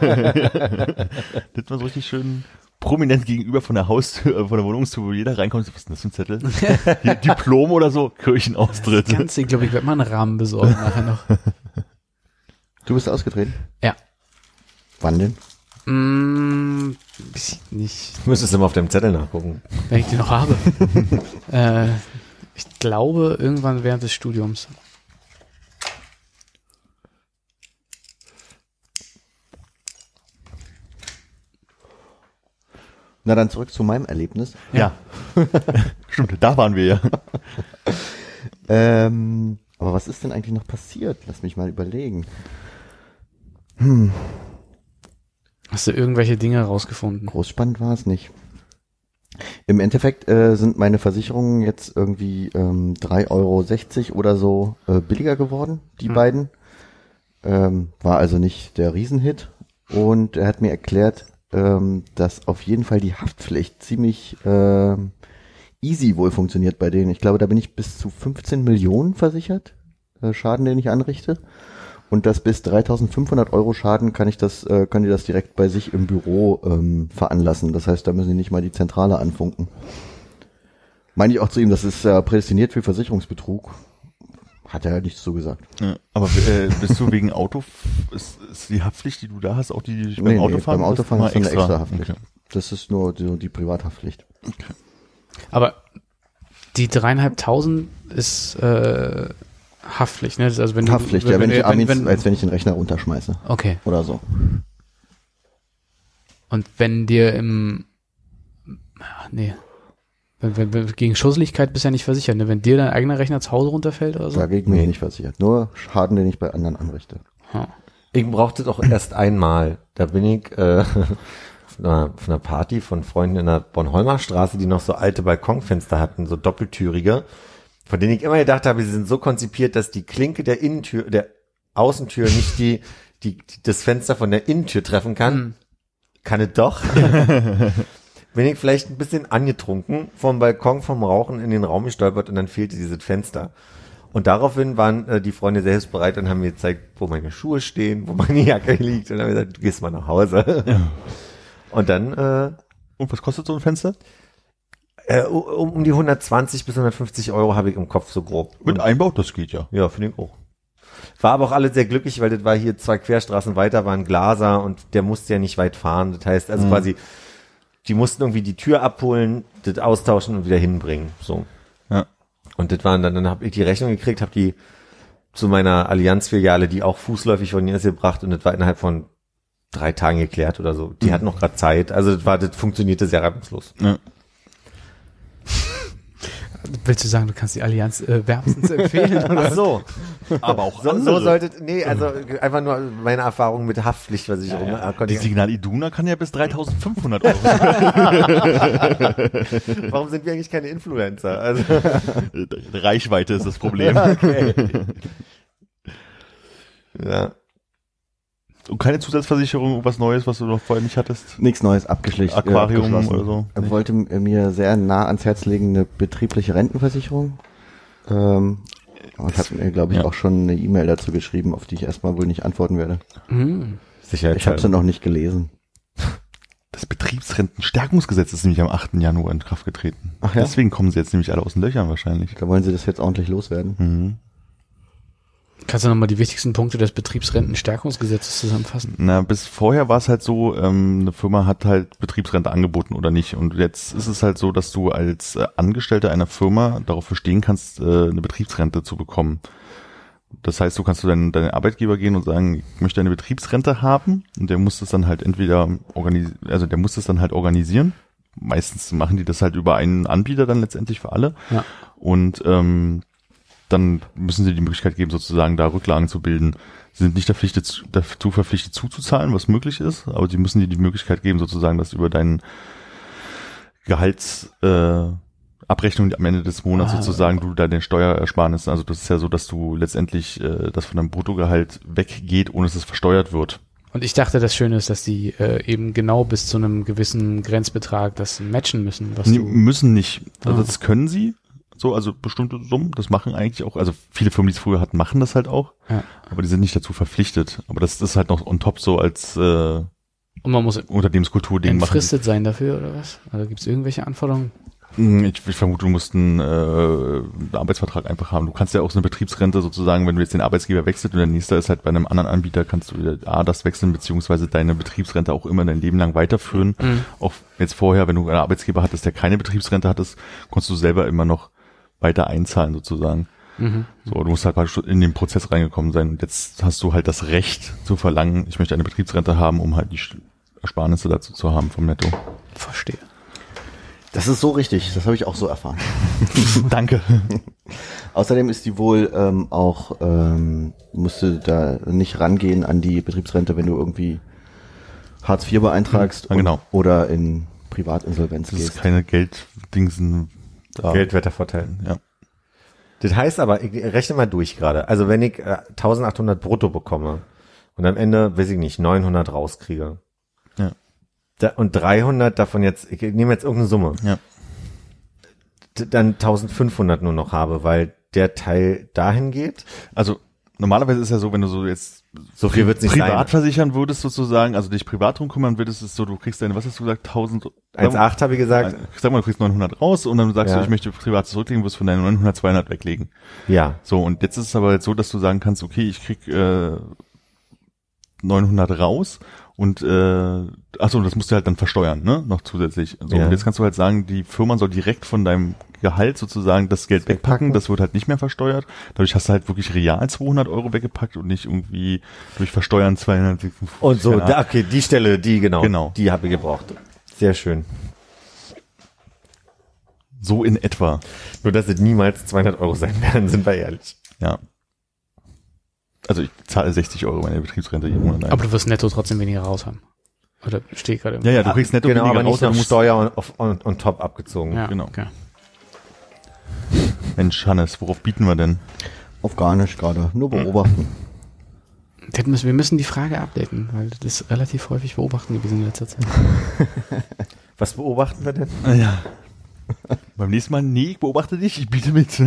Das war so richtig schön prominent gegenüber von der Haustür, äh, von der Wohnungstür, wo jeder reinkommt. Was ist denn das für ein Zettel? Hier, Diplom oder so? Kirchenaustritt. Ganz, ich glaube, ich werde mal einen Rahmen besorgen nachher noch. Du bist ausgetreten? Ja. Wann denn? Mm, weiß ich nicht, Du müsstest immer auf deinem Zettel nachgucken. wenn ich die noch habe. äh, ich glaube, irgendwann während des Studiums. Na dann zurück zu meinem Erlebnis. Ja. Stimmt, da waren wir ja. Ähm, aber was ist denn eigentlich noch passiert? Lass mich mal überlegen. Hast du irgendwelche Dinge rausgefunden? Groß spannend war es nicht. Im Endeffekt äh, sind meine Versicherungen jetzt irgendwie ähm, drei Euro sechzig oder so äh, billiger geworden, die Hm. beiden. Ähm, war also nicht der Riesenhit. Und er hat mir erklärt, ähm, dass auf jeden Fall die Haftpflicht ziemlich ähm, easy wohl funktioniert bei denen. Ich glaube, da bin ich bis zu fünfzehn Millionen versichert, äh, Schaden, den ich anrichte. Und das bis dreitausendfünfhundert Euro Schaden kann ich das, äh, können die das direkt bei sich im Büro ähm, veranlassen. Das heißt, da müssen die nicht mal die Zentrale anfunken. Meine ich auch zu ihm, das ist äh, prädestiniert für Versicherungsbetrug. Hat er ja nichts so gesagt. Ja, aber äh, bist du wegen Auto, ist, ist die Haftpflicht, die du da hast, auch die, die dich beim Nee, Autofahren? nee, beim Autofahren hast hast du du eine extra Haftpflicht. Okay. Das ist nur die, die Privathaftpflicht. Okay. Aber die dreieinhalbtausend ist äh, Haftpflicht, ne? Das ist also wenn du, Haftpflicht, ja, wenn, wenn, ich Armin, wenn, wenn, als wenn ich den Rechner runterschmeiße. Okay. Oder so. Und wenn dir im ach, nee. Wenn, wenn, wenn, gegen Schusseligkeit bist du ja nicht versichert, ne? Wenn dir dein eigener Rechner zu Hause runterfällt oder so. Dagegen bin ich nicht versichert. Nur Schaden, den ich bei anderen anrichte. Hm. Ich brauchte doch erst einmal. Da bin ich äh, von, einer, von einer Party von Freunden in der Bornholmer Straße, die noch so alte Balkonfenster hatten, so doppeltürige, von denen ich immer gedacht habe, sie sind so konzipiert, dass die Klinke der Innentür, der Außentür nicht die, die, die das Fenster von der Innentür treffen kann. Hm. Kann es doch. Bin ich vielleicht ein bisschen angetrunken, vom Balkon, vom Rauchen in den Raum gestolpert und dann fehlte dieses Fenster. Und daraufhin waren äh, die Freunde sehr hilfsbereit und haben mir gezeigt, wo meine Schuhe stehen, wo meine Jacke liegt. Und dann haben wir gesagt, du gehst mal nach Hause. Ja. Und dann äh, Und was kostet so ein Fenster? äh, um, um die hundertzwanzig bis hundertfünfzig Euro habe ich im Kopf so grob. Mit Und, Einbau, das geht ja. ja, finde ich auch. War aber auch alle sehr glücklich, weil das war hier zwei Querstraßen weiter, war ein Glaser und der musste ja nicht weit fahren. Das heißt also mhm. quasi, die mussten irgendwie die Tür abholen, das austauschen und wieder hinbringen. So. Ja. Und das waren dann, dann habe ich die Rechnung gekriegt, habe die zu meiner Allianz-Filiale, die auch fußläufig von hier ist, gebracht und das war innerhalb von drei Tagen geklärt oder so. Die mhm. hatten noch gerade Zeit. Also das war, das funktionierte sehr reibungslos. Ja. Willst du sagen, du kannst die Allianz äh, wärmstens empfehlen? Oder? Ach so. Aber auch So, andere. so solltet, nee, also einfach nur meine Erfahrung mit Haftpflichtversicherung. Ja, ja. Ne? Die Signal Iduna kann ja bis dreitausendfünfhundert Euro sein. Warum sind wir eigentlich keine Influencer? Also Reichweite ist das Problem. okay. Ja. Und keine Zusatzversicherung, was Neues, was du noch vorher nicht hattest? Nichts Neues abgeschlecht. Aquarium äh, oder so? Er wollte mir sehr nah ans Herz legen, eine betriebliche Rentenversicherung. Ähm, und hat mir, glaube ich, ja. auch schon eine E-Mail dazu geschrieben, auf die ich erstmal wohl nicht antworten werde. Mhm. Sicherheit. Ich habe sie noch nicht gelesen. Das Betriebsrentenstärkungsgesetz ist nämlich am achten Januar in Kraft getreten. Ach ja? Deswegen kommen sie jetzt nämlich alle aus den Löchern wahrscheinlich. Da wollen sie das jetzt ordentlich loswerden. Mhm. Kannst du nochmal die wichtigsten Punkte des Betriebsrentenstärkungsgesetzes zusammenfassen? Na, bis vorher war es halt so, ähm, eine Firma hat halt Betriebsrente angeboten oder nicht. Und jetzt ist es halt so, dass du als äh, Angestellter einer Firma darauf bestehen kannst, äh, eine Betriebsrente zu bekommen. Das heißt, du kannst zu deinem, deinem Arbeitgeber gehen und sagen, ich möchte eine Betriebsrente haben. Und der muss das dann halt entweder organisieren, also der muss das dann halt organisieren. Meistens machen die das halt über einen Anbieter dann letztendlich für alle. Ja. Und ähm, dann müssen sie die Möglichkeit geben, sozusagen da Rücklagen zu bilden. Sie sind nicht verpflichtet, dazu verpflichtet zuzuzahlen, was möglich ist, aber sie müssen dir die Möglichkeit geben, sozusagen, dass über deinen Gehaltsabrechnung äh, Abrechnung am Ende des Monats ah, sozusagen du da den Steuerersparnis, also das ist ja so, dass du letztendlich äh, das von deinem Bruttogehalt weggeht, ohne dass es versteuert wird. Und ich dachte, das Schöne ist, dass die äh, eben genau bis zu einem gewissen Grenzbetrag das matchen müssen. Was Nee, du müssen nicht. Also Ah. das können sie. So, also bestimmte Summen, das machen eigentlich auch, also viele Firmen, die es früher hatten, machen das halt auch, Ja. aber die sind nicht dazu verpflichtet. Aber das ist halt noch on top so als äh, Und man muss Unternehmenskulturding machen. entfristet sein dafür, oder was? Also gibt es irgendwelche Anforderungen? Ich, ich vermute, du musst einen, äh, einen Arbeitsvertrag einfach haben. Du kannst ja auch so eine Betriebsrente sozusagen, wenn du jetzt den Arbeitsgeber wechselst und der nächste ist halt bei einem anderen Anbieter, kannst du wieder A, das wechseln, beziehungsweise deine Betriebsrente auch immer dein Leben lang weiterführen. Mhm. Auch jetzt vorher, wenn du einen Arbeitsgeber hattest, der keine Betriebsrente hattest, konntest du selber immer noch weiter einzahlen sozusagen. Mhm. So, du musst halt praktisch in den Prozess reingekommen sein und jetzt hast du halt das Recht zu verlangen, ich möchte eine Betriebsrente haben, um halt die Ersparnisse dazu zu haben vom Netto. Verstehe. Das ist so richtig, das habe ich auch so erfahren. Danke. Außerdem ist die wohl ähm, auch, ähm, musst du da nicht rangehen an die Betriebsrente, wenn du irgendwie Hartz vier beeintragst Ja, genau. und, oder in Privatinsolvenz Das ist gehst. keine Gelddingsen da. Geldwettervorteil. Ja. Das heißt aber, ich rechne mal durch gerade. Also wenn ich äh, eintausendachthundert brutto bekomme und am Ende, weiß ich nicht, neunhundert rauskriege. Ja. Da, und dreihundert davon jetzt, ich nehme jetzt irgendeine Summe. Ja. d- dann eintausendfünfhundert nur noch habe, weil der Teil dahin geht. Also normalerweise ist ja so, wenn du so jetzt So viel wird's nicht privat sein. versichern würdest sozusagen, also dich privat drum kümmern würdest, ist es so, du kriegst deine, was hast du gesagt, tausend, eins Komma acht habe ich gesagt. sag mal, du kriegst neunhundert raus und dann sagst Ja. du, ich möchte privat zurücklegen, wirst von deinen neunhundert zweihundert weglegen. Ja. So, und jetzt ist es aber jetzt so, dass du sagen kannst, okay, ich krieg äh, neunhundert raus und äh, achso, das musst du halt dann versteuern, ne? Noch zusätzlich. So, Ja. und jetzt kannst du halt sagen, die Firma soll direkt von deinem Gehalt sozusagen das Geld wegpacken, Wegpacken. das wird halt nicht mehr versteuert. Dadurch hast du halt wirklich real zweihundert Euro weggepackt und nicht irgendwie durch Versteuern zweihundert. Und so, keine da, Ahnung. okay, die Stelle, die genau, Genau. die habe ich gebraucht. Sehr schön. So in etwa, Nur, dass es niemals zweihundert Euro sein werden, sind wir ehrlich. ja. Also ich zahle sechzig Euro meine Betriebsrente jeden Monat. Aber du wirst netto trotzdem weniger raus haben. Oder steht gerade im ja, ja, du kriegst netto Genau, weniger aber raus, nicht aber noch du musst, Steuer on, on, on top abgezogen. Ja, genau. okay. Mensch, Hannes, worauf bieten wir denn? Auf gar nicht gerade, nur beobachten. Das müssen, wir müssen die Frage updaten, weil das ist relativ häufig beobachten gewesen in letzter Zeit. Was beobachten wir denn? Ja. Beim nächsten Mal, nee, ich beobachte dich, ich biete mit.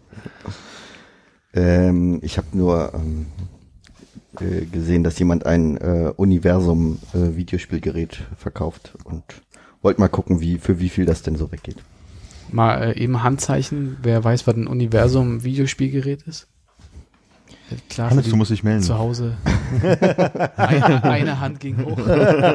Ähm, ich habe nur ähm, äh, gesehen, dass jemand ein äh, Universum-Videospielgerät verkauft und wollte mal gucken, wie für wie viel das denn so weggeht. Mal äh, eben Handzeichen, wer weiß, was ein Universum-Videospielgerät ist? Ja, klar, für Hannes, die du musst dich melden. zu Hause. eine, eine Hand ging hoch.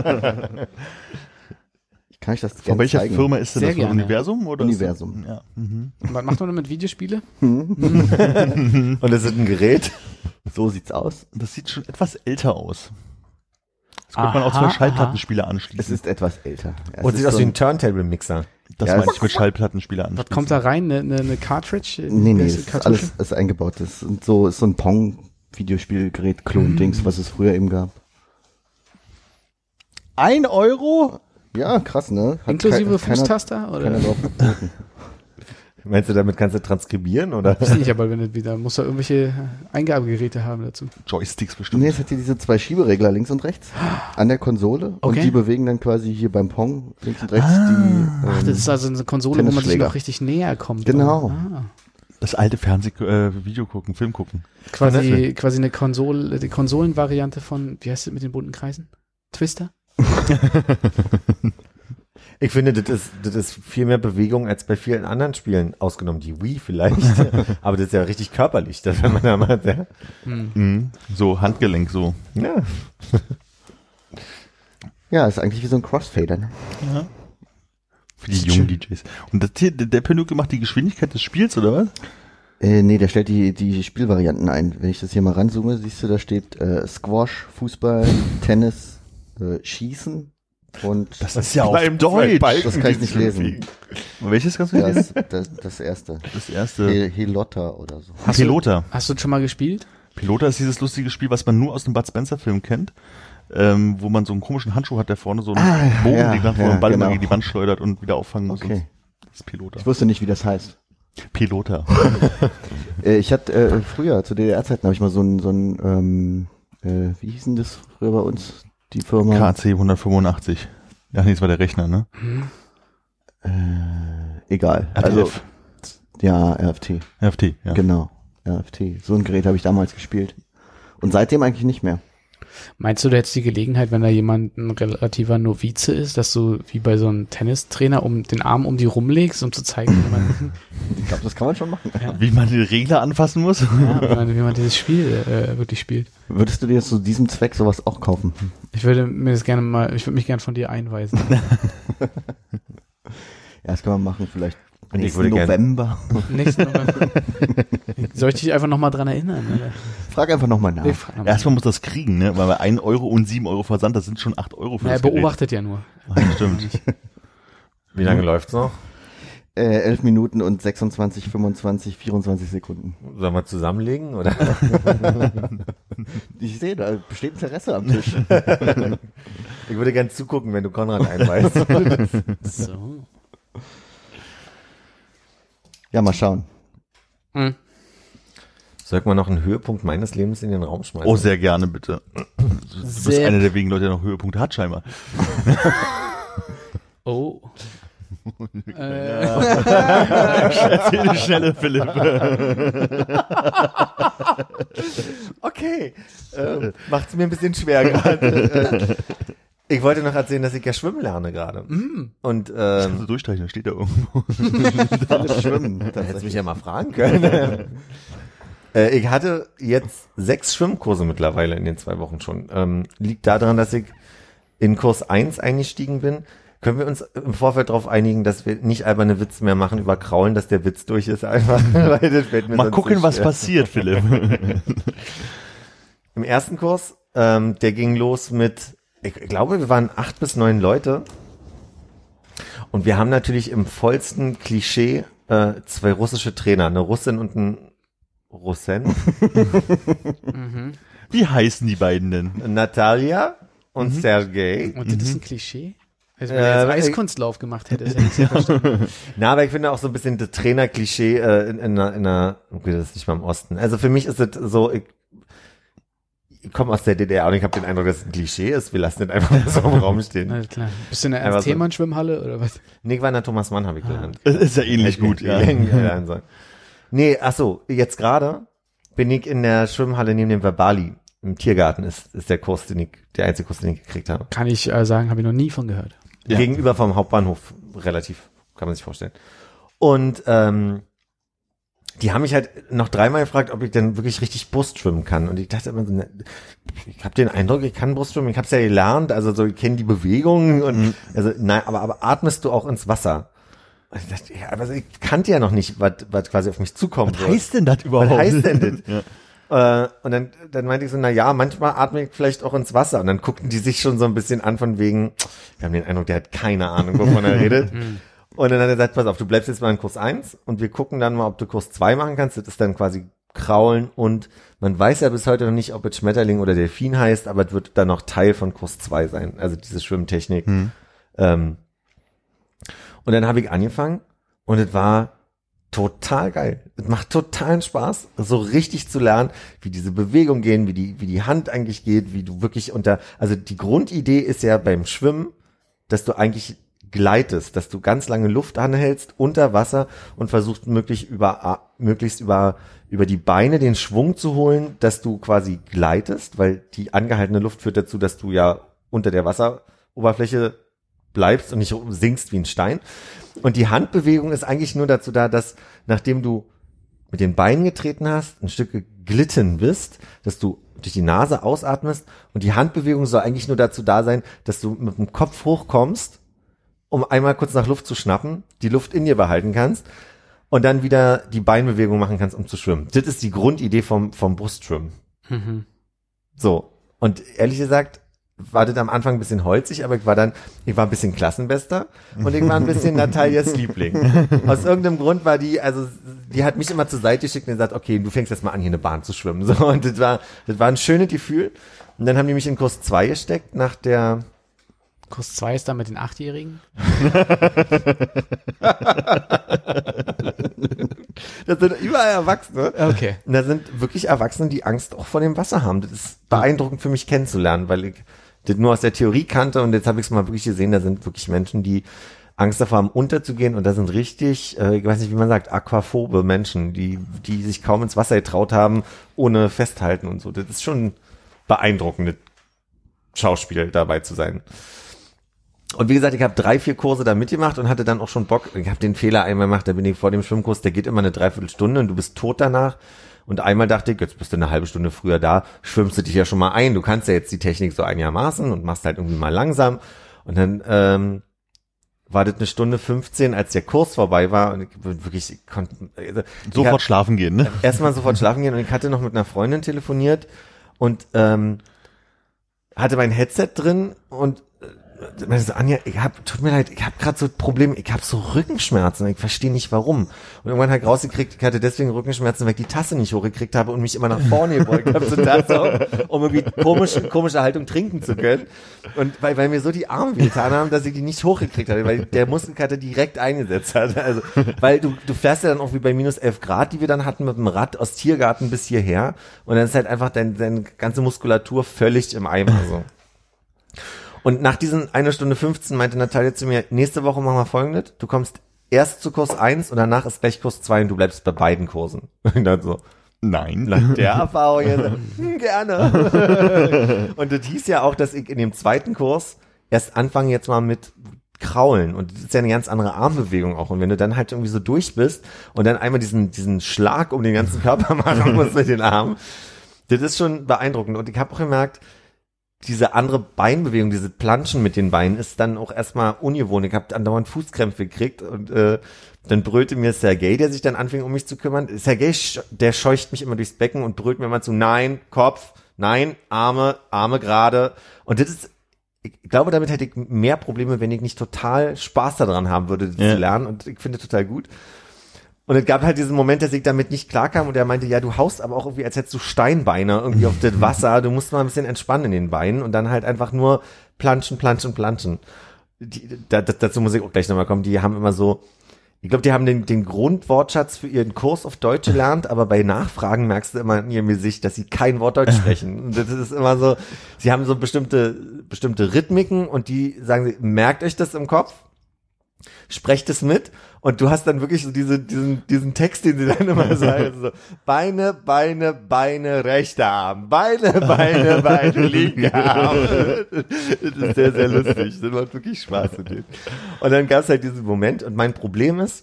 Kann ich das Von gerne welcher zeigen? Firma ist denn Sehr das? Von gerne. Universum? Oder Universum. Ist das, ja. Mhm. Was macht man damit Videospiele? Und es ist ein Gerät. So sieht's aus. Das sieht schon etwas älter aus. Das könnte man auch Aha, zwei Schallplattenspieler anschließen. Es ist etwas älter. Es Und ist sieht aus so wie ein- ein Turntable-Mixer. das ja, meine es- ich mit Schallplattenspieler anschließen. Was kommt da rein? Eine, eine, eine Cartridge? Nee, nee, Wie es heißt die ist alles ist eingebaut. Das ist so, ist so ein Pong-Videospielgerät, Klon-Dings, was es früher eben gab. Ein Euro? Ja, krass, ne? Hat Inklusive kei- keiner- Fußtaster? Oder? Keiner drauf geboten. Meinst du, damit kannst du transkribieren, oder? Weiß nicht, aber wenn du wieder, musst du irgendwelche Eingabegeräte haben dazu. Joysticks bestimmt. Nee, es hat hier diese zwei Schieberegler links und rechts an der Konsole und Okay. die bewegen dann quasi hier beim Pong links und rechts die. Ach, ähm, das ist also eine Konsole, wo man sich Tennisschläger. noch richtig näher kommt. Genau. Ah. Das alte Fernseh, äh, Video gucken, Film gucken. Quasi, quasi eine Konsole, die Konsolenvariante von, wie heißt das mit den bunten Kreisen? Twister? Ich finde, das ist, das ist viel mehr Bewegung als bei vielen anderen Spielen, ausgenommen die Wii vielleicht. Aber das ist ja richtig körperlich, das wenn man da mal, ja. Mhm. So Handgelenk, so. ja. ja, ist eigentlich wie so ein Crossfader. Ne? Für die Sieht jungen schön. D Js. Und das hier, der der Pinocchio macht die Geschwindigkeit des Spiels, oder was? Äh, nee, der stellt die, die Spielvarianten ein. Wenn ich das hier mal ranzoome, siehst du, da steht äh, Squash, Fußball, Tennis, äh, Schießen und Das ist ja auf Beim Deutsch. Balken das kann ich nicht lesen. Welches kannst du lesen? Das, das, das erste. Das erste. He Helotta oder so. Hast Pilota. Du, hast du schon mal gespielt? Pilota ist dieses lustige Spiel, was man nur aus dem Bud Spencer Film kennt, ähm, wo man so einen komischen Handschuh hat, der vorne so einen Ah, Bogen ja, liegt, wo ja, man Ball immer genau. gegen die Wand schleudert und wieder auffangen muss. Okay. Das ist Pilota. Ich wusste nicht, wie das heißt. Pilota. Äh, ich hatte äh, früher, zu D D R-Zeiten, habe ich mal so ein, so ein ähm, äh, wie hieß denn das früher bei uns? Die Firma? K C hundertfünfundachtzig. Ja, nee, das war der Rechner, ne? Äh, egal. R T Also, F. ja, R F T. R F T, ja. Genau. R F T. So ein Gerät habe ich damals gespielt. Und seitdem eigentlich nicht mehr. Meinst du, du hättest die Gelegenheit, wenn da jemand ein relativer Novize ist, dass du wie bei so einem Tennistrainer um den Arm um die rumlegst, um zu zeigen, wie man, Ich glaube, das kann man schon machen. Wie man die Regler anfassen muss? ja, wie man, wie man dieses Spiel äh, wirklich spielt? Würdest du dir zu diesem Zweck sowas auch kaufen? Ich würde mir das gerne mal, ich würde mich gerne von dir einweisen. Ja, das kann man machen, vielleicht Und ich nächsten würde gerne- November. Nächsten November. Soll ich dich einfach nochmal dran erinnern? Oder? Frag einfach nochmal nach. Wir fragen mal. Erstmal muss das kriegen, ne? Weil bei ein Euro und sieben Euro Versand, das sind schon acht Euro für Na, er das Gerät. beobachtet ja nur. Ach, stimmt. Wie lange läuft's noch? Äh, elf Minuten und sechsundzwanzig, fünfundzwanzig, vierundzwanzig Sekunden. Sollen wir zusammenlegen, oder? Ich sehe, da besteht Interesse am Tisch. Ich würde gern zugucken, wenn du Konrad einweist. So. Ja, mal schauen. Hm. Soll ich mal noch einen Höhepunkt meines Lebens in den Raum schmeißen? Oh, sehr gerne, bitte. Du bist Sehr- einer der wenigen Leute, der noch Höhepunkte hat, scheinbar. Oh. Äh, Erzähl die Schnelle, Philipp. Okay, äh, macht's mir ein bisschen schwer gerade. Ich wollte noch erzählen, dass ich ja schwimmen lerne gerade. mm. Und Also ähm, durchstreichen, da steht da irgendwo. schwimmen, da hättest du mich ja mal fragen können. äh, ich hatte jetzt sechs Schwimmkurse mittlerweile in den zwei Wochen schon. Ähm, liegt daran, dass ich in Kurs eins eingestiegen bin. Können wir uns im Vorfeld darauf einigen, dass wir nicht alberne Witze mehr machen über Kraulen, dass der Witz durch ist einfach? Weil das fällt mir Mal sonst gucken, nicht was schwer. passiert, Philipp. Im ersten Kurs, ähm, der ging los mit, ich glaube, wir waren acht bis neun Leute. Und wir haben natürlich im vollsten Klischee äh, zwei russische Trainer, eine Russin und ein Russen, Mhm. Wie heißen die beiden denn? Natalia und Mhm. Sergei. Und das ist ein Klischee? Also wenn Äh, er weil- jetzt Eiskunstlauf gemacht hätte, ist ja nicht so verstanden. Na, aber ich finde auch so ein bisschen das Trainer-Klischee äh, in, in, einer, in einer, okay, das ist nicht mal im Osten. Also für mich ist es so, ich, ich komme aus der D D R und ich habe den Eindruck, dass es ein Klischee ist. Wir lassen das einfach mal so im Raum stehen. Na klar. Bist du in der Einfach so. Ernst-Thälmann-Schwimmhalle oder was? Nee, ich war in der Thomas Mann, habe ich gelernt. Das ist ja ähnlich gut, ja. ja. Nee, ach so, jetzt gerade bin ich in der Schwimmhalle neben dem Verbali. Im Tiergarten ist, ist der Kurs, den ich, der einzige Kurs, den ich gekriegt habe. Kann ich äh, sagen, habe ich noch nie von gehört. Ja. Gegenüber vom Hauptbahnhof, relativ, kann man sich vorstellen. Und ähm, die haben mich halt noch dreimal gefragt, ob ich denn wirklich richtig Brust schwimmen kann. Und ich dachte immer so, ne, ich habe den Eindruck, ich kann Brust schwimmen, ich habe es ja gelernt, also so, ich kenne die Bewegungen und Mhm. also nein, aber, aber atmest du auch ins Wasser? Und ich dachte, ja, aber ich kannte ja noch nicht, was, was quasi auf mich zukommt. Was heißt denn das überhaupt? Was heißt denn das? Ja. Äh, und dann, dann meinte ich so, na ja, manchmal atme ich vielleicht auch ins Wasser. Und dann guckten die sich schon so ein bisschen an von wegen, wir haben den Eindruck, der hat keine Ahnung, wovon er redet. Und dann hat er gesagt, pass auf, du bleibst jetzt mal in Kurs eins und wir gucken dann mal, ob du Kurs zwei machen kannst. Das ist dann quasi Kraulen und man weiß ja bis heute noch nicht, ob es Schmetterling oder Delfin heißt, aber es wird dann noch Teil von Kurs zwei sein, also diese Schwimmtechnik. Hm. Ähm, und dann habe ich angefangen und es war total geil. Es macht totalen Spaß, so richtig zu lernen, wie diese Bewegungen gehen, wie die, wie die Hand eigentlich geht, wie du wirklich unter, also die Grundidee ist ja beim Schwimmen, dass du eigentlich gleitest, dass du ganz lange Luft anhältst unter Wasser und versuchst möglich über, möglichst über, über die Beine den Schwung zu holen, dass du quasi gleitest, weil die angehaltene Luft führt dazu, dass du ja unter der Wasseroberfläche bleibst und nicht sinkst wie ein Stein. Und die Handbewegung ist eigentlich nur dazu da, dass nachdem du mit den Beinen getreten hast, ein Stück geglitten bist, dass du durch die Nase ausatmest und die Handbewegung soll eigentlich nur dazu da sein, dass du mit dem Kopf hochkommst, um einmal kurz nach Luft zu schnappen, die Luft in dir behalten kannst und dann wieder die Beinbewegung machen kannst, um zu schwimmen. Das ist die Grundidee vom, vom Brustschwimmen. Mhm. So. Und ehrlich gesagt, war das am Anfang ein bisschen holzig, aber ich war dann, ich war ein bisschen Klassenbester und ich war ein bisschen Natalias Liebling. Aus irgendeinem Grund war die, also die hat mich immer zur Seite geschickt und gesagt, okay, du fängst jetzt mal an, hier eine Bahn zu schwimmen. So, und das war, das war ein schönes Gefühl. Und dann haben die mich in Kurs zwei gesteckt, nach der, Kurs zwei ist da mit den Achtjährigen. das sind überall Erwachsene. Okay. Und da sind wirklich Erwachsene, die Angst auch vor dem Wasser haben. Das ist beeindruckend für mich kennenzulernen, weil ich das nur aus der Theorie kannte und jetzt habe ich es mal wirklich gesehen, da sind wirklich Menschen, die Angst davor haben, unterzugehen und da sind richtig, äh, ich weiß nicht, wie man sagt, aquaphobe Menschen, die, die sich kaum ins Wasser getraut haben, ohne festhalten und so. Das ist schon beeindruckendes Schauspiel, dabei zu sein. Und wie gesagt, ich habe drei, vier Kurse da mitgemacht und hatte dann auch schon Bock. Ich habe den Fehler einmal gemacht, da bin ich vor dem Schwimmkurs, der geht immer eine Dreiviertelstunde und du bist tot danach. Und einmal dachte ich, jetzt bist du eine halbe Stunde früher da, schwimmst du dich ja schon mal ein. Du kannst ja jetzt die Technik so einigermaßen und machst halt irgendwie mal langsam. Und dann ähm, war das eine Stunde fünfzehn, als der Kurs vorbei war. Und ich wirklich, ich konnte also, Sofort schlafen gehen, ne? erstmal sofort schlafen gehen. Und ich hatte noch mit einer Freundin telefoniert und ähm, hatte mein Headset drin und äh, meinte so, Anja, ich hab, tut mir leid, ich habe gerade so ein Problem, ich habe so Rückenschmerzen, ich verstehe nicht warum. Und irgendwann habe ich rausgekriegt, ich hatte deswegen Rückenschmerzen, weil ich die Tasse nicht hochgekriegt habe und mich immer nach vorne gebeugt habe zur Tasse, um irgendwie komische, komische Haltung trinken zu können. Und weil, weil mir so die Arme wehgetan haben, dass ich die nicht hochgekriegt hatte, weil der Muskelkater direkt eingesetzt hat. Also, weil du, du fährst ja dann auch wie bei minus elf Grad, die wir dann hatten, mit dem Rad aus Tiergarten bis hierher. Und dann ist halt einfach dein, deine ganze Muskulatur völlig im Eimer, so. Und nach diesen eine Stunde fünfzehn meinte Natalia zu mir, nächste Woche machen wir Folgendes, du kommst erst zu Kurs eins und danach ist gleich Kurs zwei und du bleibst bei beiden Kursen. Und dann so, Nein. nach der Erfahrung jetzt, hm, gerne. Und das hieß ja auch, dass ich in dem zweiten Kurs erst anfange jetzt mal mit Kraulen und das ist ja eine ganz andere Armbewegung auch und wenn du dann halt irgendwie so durch bist und dann einmal diesen diesen Schlag um den ganzen Körper machen musst mit den Armen, das ist schon beeindruckend und ich habe auch gemerkt, diese andere Beinbewegung, diese Planschen mit den Beinen ist dann auch erstmal ungewohnt. Ich habe andauernd Fußkrämpfe gekriegt und äh, dann brüllte mir Sergej, der sich dann anfing, um mich zu kümmern. Sergej, der scheucht mich immer durchs Becken und brüllt mir immer zu, nein, Kopf, nein, Arme, Arme gerade. Und das ist, ich glaube, damit hätte ich mehr Probleme, wenn ich nicht total Spaß daran haben würde, das ja. zu lernen. Und ich finde das total gut. Und es gab halt diesen Moment, dass ich damit nicht klarkam und er meinte, ja, du haust aber auch irgendwie, als hättest du Steinbeine irgendwie auf das Wasser, du musst mal ein bisschen entspannen in den Beinen und dann halt einfach nur planschen, planschen, planschen. Die, da, dazu muss ich auch gleich nochmal kommen, die haben immer so, ich glaube, die haben den, den Grundwortschatz für ihren Kurs auf Deutsch gelernt, aber bei Nachfragen merkst du immer in ihrem Gesicht, dass sie kein Wort Deutsch sprechen. Und das ist immer so, sie haben so bestimmte, bestimmte Rhythmiken und die sagen sie, merkt euch das im Kopf, sprecht es mit und du hast dann wirklich so diese, diesen, diesen Text, den sie dann immer sagen, also so, Beine, Beine, Beine, rechter Arm, Beine, Beine, Beine, linker Arm. Das ist sehr, sehr lustig. Das macht wirklich Spaß mit denen. Und dann gab es halt diesen Moment und mein Problem ist,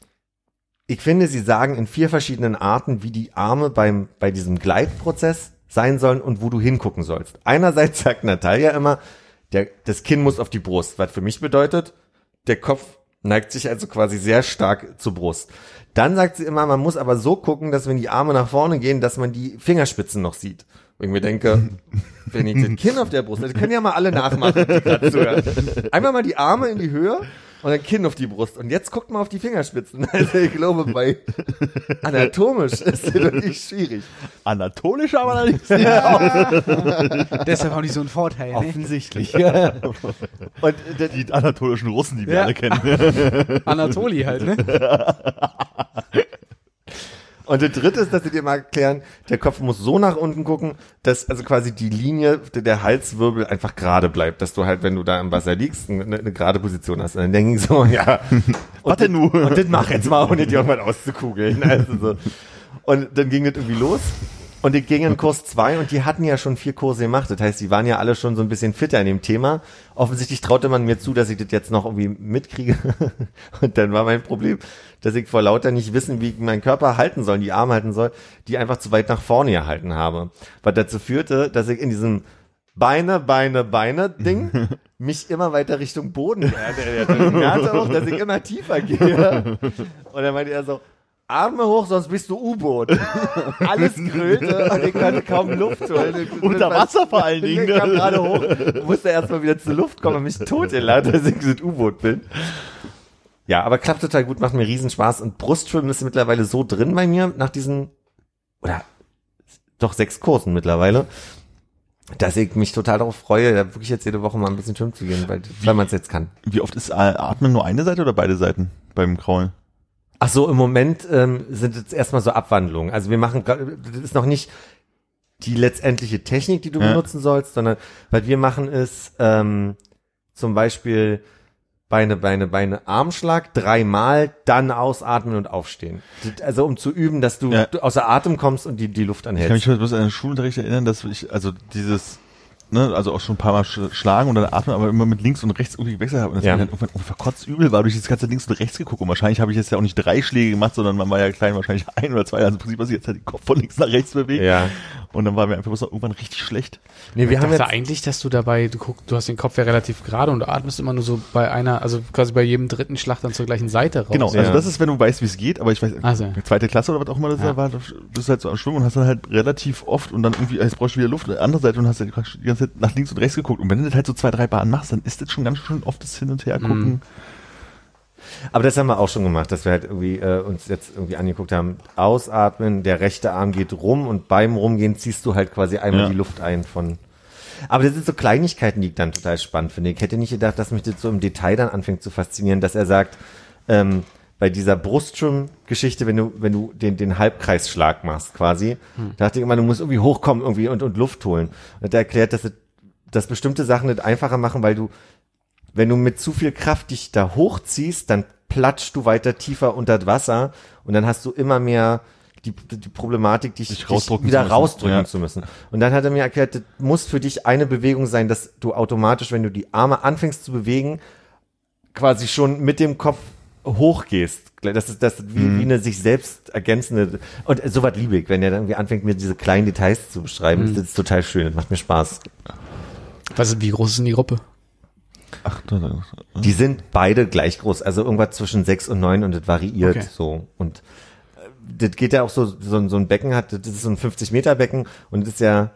ich finde, sie sagen in vier verschiedenen Arten, wie die Arme beim, bei diesem Gleitprozess sein sollen und wo du hingucken sollst. Einerseits sagt Natalia immer, der, das Kinn muss auf die Brust, was für mich bedeutet, der Kopf neigt sich also quasi sehr stark zur Brust. Dann sagt sie immer, man muss aber so gucken, dass wenn die Arme nach vorne gehen, dass man die Fingerspitzen noch sieht. Und ich mir denke, wenn ich das Kinn auf der Brust, das können ja mal alle nachmachen, die gerade zuhören. Einmal mal die Arme in die Höhe und dann Kinn auf die Brust. Und jetzt guckt mal auf die Fingerspitzen. Also ich glaube, bei anatomisch ist das wirklich schwierig. Anatolisch aber allerdings Deshalb haben die so einen Vorteil. Ne? Offensichtlich. Ja. Und das, die anatolischen Russen, die wir Ja. alle kennen. Anatoli halt, ne? Und das dritte ist, dass sie dir mal erklären, der Kopf muss so nach unten gucken, dass also quasi die Linie, der Halswirbel einfach gerade bleibt, dass du halt, wenn du da im Wasser liegst, eine, eine gerade Position hast. Und dann denke ich so, ja, Was denn nur? und das mach jetzt mal, ohne dir irgendwann auszukugeln. Also so. Und dann ging das irgendwie los. Und die gingen in Kurs zwei und die hatten ja schon vier Kurse gemacht. Das heißt, die waren ja alle schon so ein bisschen fitter in dem Thema. Offensichtlich traute man mir zu, dass ich das jetzt noch irgendwie mitkriege. Und dann war mein Problem, dass ich vor lauter nicht wissen, wie ich meinen Körper halten soll, die Arme halten soll, die einfach zu weit nach vorne gehalten habe. Was dazu führte, dass ich in diesem Beine, Beine, Beine Ding mich immer weiter Richtung Boden, der, der, der merkte auch, dass ich immer tiefer gehe. Und dann meinte er so, Arme hoch, sonst bist du U-Boot. Alles grölte und ich konnte kaum Luft holen. Unter Wasser vor allen Dingen. Ich kam gerade hoch, musste erstmal wieder zur Luft kommen und mich totgeladen, dass ich ein U-Boot bin. Ja, aber klappt total gut, macht mir riesen Spaß und Brustschwimmen ist mittlerweile so drin bei mir nach diesen, oder doch sechs Kursen mittlerweile, dass ich mich total darauf freue, da wirklich jetzt jede Woche mal ein bisschen schwimmen zu gehen, weil, weil man es jetzt kann. Wie oft ist Atmen nur eine Seite oder beide Seiten beim Kraulen? Ach so, im Moment ähm, sind es erstmal so Abwandlungen. Also wir machen, das ist noch nicht die letztendliche Technik, die du ja. benutzen sollst, sondern was wir machen ist ähm, zum Beispiel Beine, Beine, Beine, Armschlag, dreimal, dann ausatmen und aufstehen. Also um zu üben, dass du, ja. du außer Atem kommst und die, die Luft Ich kann anhältst. mich bloß an den Schulunterricht erinnern, dass ich, also dieses, ne, also auch schon ein paar Mal sch- schlagen und dann atmen, aber immer mit links und rechts irgendwie gewechselt habe und das Ja. mir dann irgendwann ungefähr kotzübel war, durch das ganze links und rechts geguckt und wahrscheinlich habe ich jetzt ja auch nicht drei Schläge gemacht, sondern man war ja klein, wahrscheinlich ein oder zwei, also im Prinzip, was ich jetzt halt den Kopf von links nach rechts bewegt Ja. und dann war mir einfach bloß noch irgendwann richtig schlecht. Nee, wir Ich haben dachte jetzt, eigentlich, dass du dabei, du guckst, du hast den Kopf ja relativ gerade und du atmest immer nur so bei einer, also quasi bei jedem dritten Schlag dann zur gleichen Seite raus. Genau, Ja. also das ist, wenn du weißt, wie es geht, aber ich weiß, Also. zweite Klasse oder was auch immer das Ja. da war, du bist halt so am Schwimmen und hast dann halt relativ oft und dann irgendwie, jetzt brauchst du wieder Luft, und andere Seite und hast dann die ganze Zeit nach links und rechts geguckt und wenn du das halt so zwei, drei Bahnen machst, dann ist das schon ganz schön oft das Hin und Her gucken. Mhm. aber das haben wir auch schon gemacht, dass wir halt irgendwie äh, uns jetzt irgendwie angeguckt haben, ausatmen, der rechte Arm geht rum und beim Rumgehen ziehst du halt quasi einmal Ja. die Luft ein von. Aber das sind so Kleinigkeiten, die ich dann total spannend finde. Ich hätte nicht gedacht, dass mich das so im Detail dann anfängt zu faszinieren, dass er sagt, ähm, bei dieser Brustschwimm-Geschichte, wenn du, wenn du den, den Halbkreisschlag machst quasi, hm. dachte ich immer, du musst irgendwie hochkommen irgendwie und, und Luft holen. Und er erklärt, dass es dass bestimmte Sachen nicht einfacher machen, weil du, wenn du mit zu viel Kraft dich da hochziehst, dann platschst du weiter tiefer unter das Wasser und dann hast du immer mehr die, die Problematik, dich, dich rausdrücken wieder zu müssen. rausdrücken Ja. zu müssen. Und dann hat er mir erklärt, das muss für dich eine Bewegung sein, dass du automatisch, wenn du die Arme anfängst zu bewegen, quasi schon mit dem Kopf hochgehst. Das ist das wie, Mhm. wie eine sich selbst ergänzende, und so was liebe ich, wenn er dann irgendwie anfängt, mir diese kleinen Details zu beschreiben. Mhm. Das ist total schön, das macht mir Spaß. Was ist, wie groß ist denn die Gruppe? Ach, da, da, da. Die sind beide gleich groß, also irgendwas zwischen sechs und neun und das variiert Okay. so. Und äh, das geht ja auch so, so, so ein Becken hat, das ist so ein fünfzig Meter Becken und das ist ja,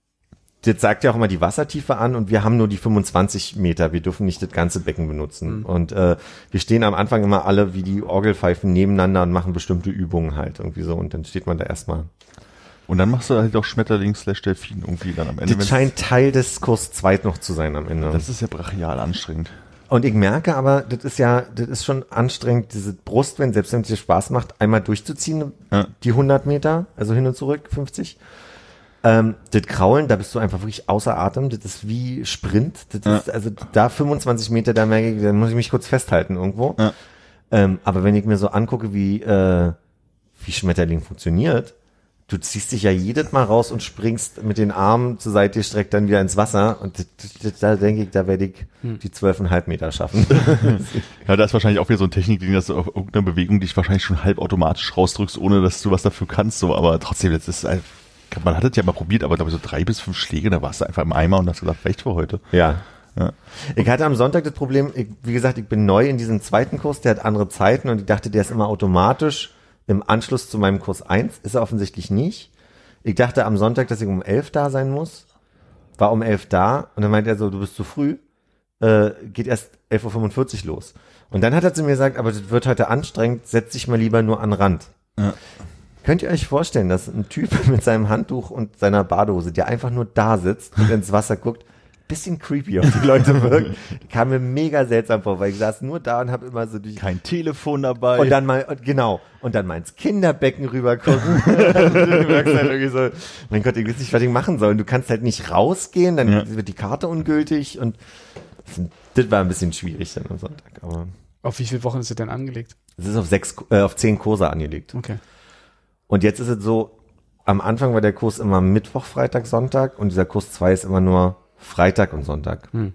das sagt ja auch immer die Wassertiefe an und wir haben nur die fünfundzwanzig Meter, wir dürfen nicht das ganze Becken benutzen. Mhm. Und äh, wir stehen am Anfang immer alle wie die Orgelpfeifen nebeneinander und machen bestimmte Übungen halt irgendwie so und dann steht man da erstmal. Und dann machst du halt auch Schmetterling slash Delfin irgendwie dann am Ende. Das wenn's- scheint Teil des Kurs zwei noch zu sein am Ende. Das ist ja brachial anstrengend. Und ich merke aber, das ist ja, das ist schon anstrengend, diese Brust, wenn, selbst wenn es dir Spaß macht, einmal durchzuziehen, Ja. die hundert Meter, also hin und zurück, fünfzig. Ähm, das Kraulen, da bist du einfach wirklich außer Atem, das ist wie Sprint, das Ja. ist, also da fünfundzwanzig Meter, da merke ich, da muss ich mich kurz festhalten irgendwo. Ja. Ähm, aber wenn ich mir so angucke, wie, äh, wie Schmetterling funktioniert, du ziehst dich ja jedes Mal raus und springst mit den Armen zur Seite gestreckt dann wieder ins Wasser und das, das, da denke ich, da werde ich die zwölfeinhalb Meter schaffen. Ja, da ist wahrscheinlich auch wieder so ein Technikding, dass du auf irgendeiner Bewegung dich wahrscheinlich schon halb automatisch rausdrückst, ohne dass du was dafür kannst, so, aber trotzdem, das ist einfach, man hat es ja mal probiert, aber glaube ich so drei bis fünf Schläge, da warst du einfach im Eimer und hast gesagt, reicht für heute. Ja. Ja. Ich hatte am Sonntag das Problem, ich, wie gesagt, ich bin neu in diesem zweiten Kurs, der hat andere Zeiten und ich dachte, der ist immer automatisch im Anschluss zu meinem Kurs eins, ist er offensichtlich nicht. Ich dachte am Sonntag, dass ich um elf da sein muss, war um elf da und dann meinte er so, du bist zu früh, äh, geht erst elf Uhr fünfundvierzig los. Und dann hat er zu mir gesagt, aber das wird heute anstrengend, setz dich mal lieber nur an den Rand. Ja. Könnt ihr euch vorstellen, dass ein Typ mit seinem Handtuch und seiner Badehose, der einfach nur da sitzt und ins Wasser guckt, bisschen creepy auf die Leute wirkt, kam mir mega seltsam vor, weil ich saß nur da und habe immer so durch Kein Telefon dabei. und dann mal und genau und dann mal ins Kinderbecken rüber gucken. Du merkst halt irgendwie so, mein Gott, ich weiß nicht, was ich machen soll. Und du kannst halt nicht rausgehen, dann Ja. wird die Karte ungültig und das, das war ein bisschen schwierig dann am Sonntag. Aber Auf wie viele Wochen ist es denn angelegt? es ist auf sechs, äh, auf zehn Kurse angelegt. Okay. Und jetzt ist es so, am Anfang war der Kurs immer Mittwoch, Freitag, Sonntag und dieser Kurs zwei ist immer nur Freitag und Sonntag. Hm.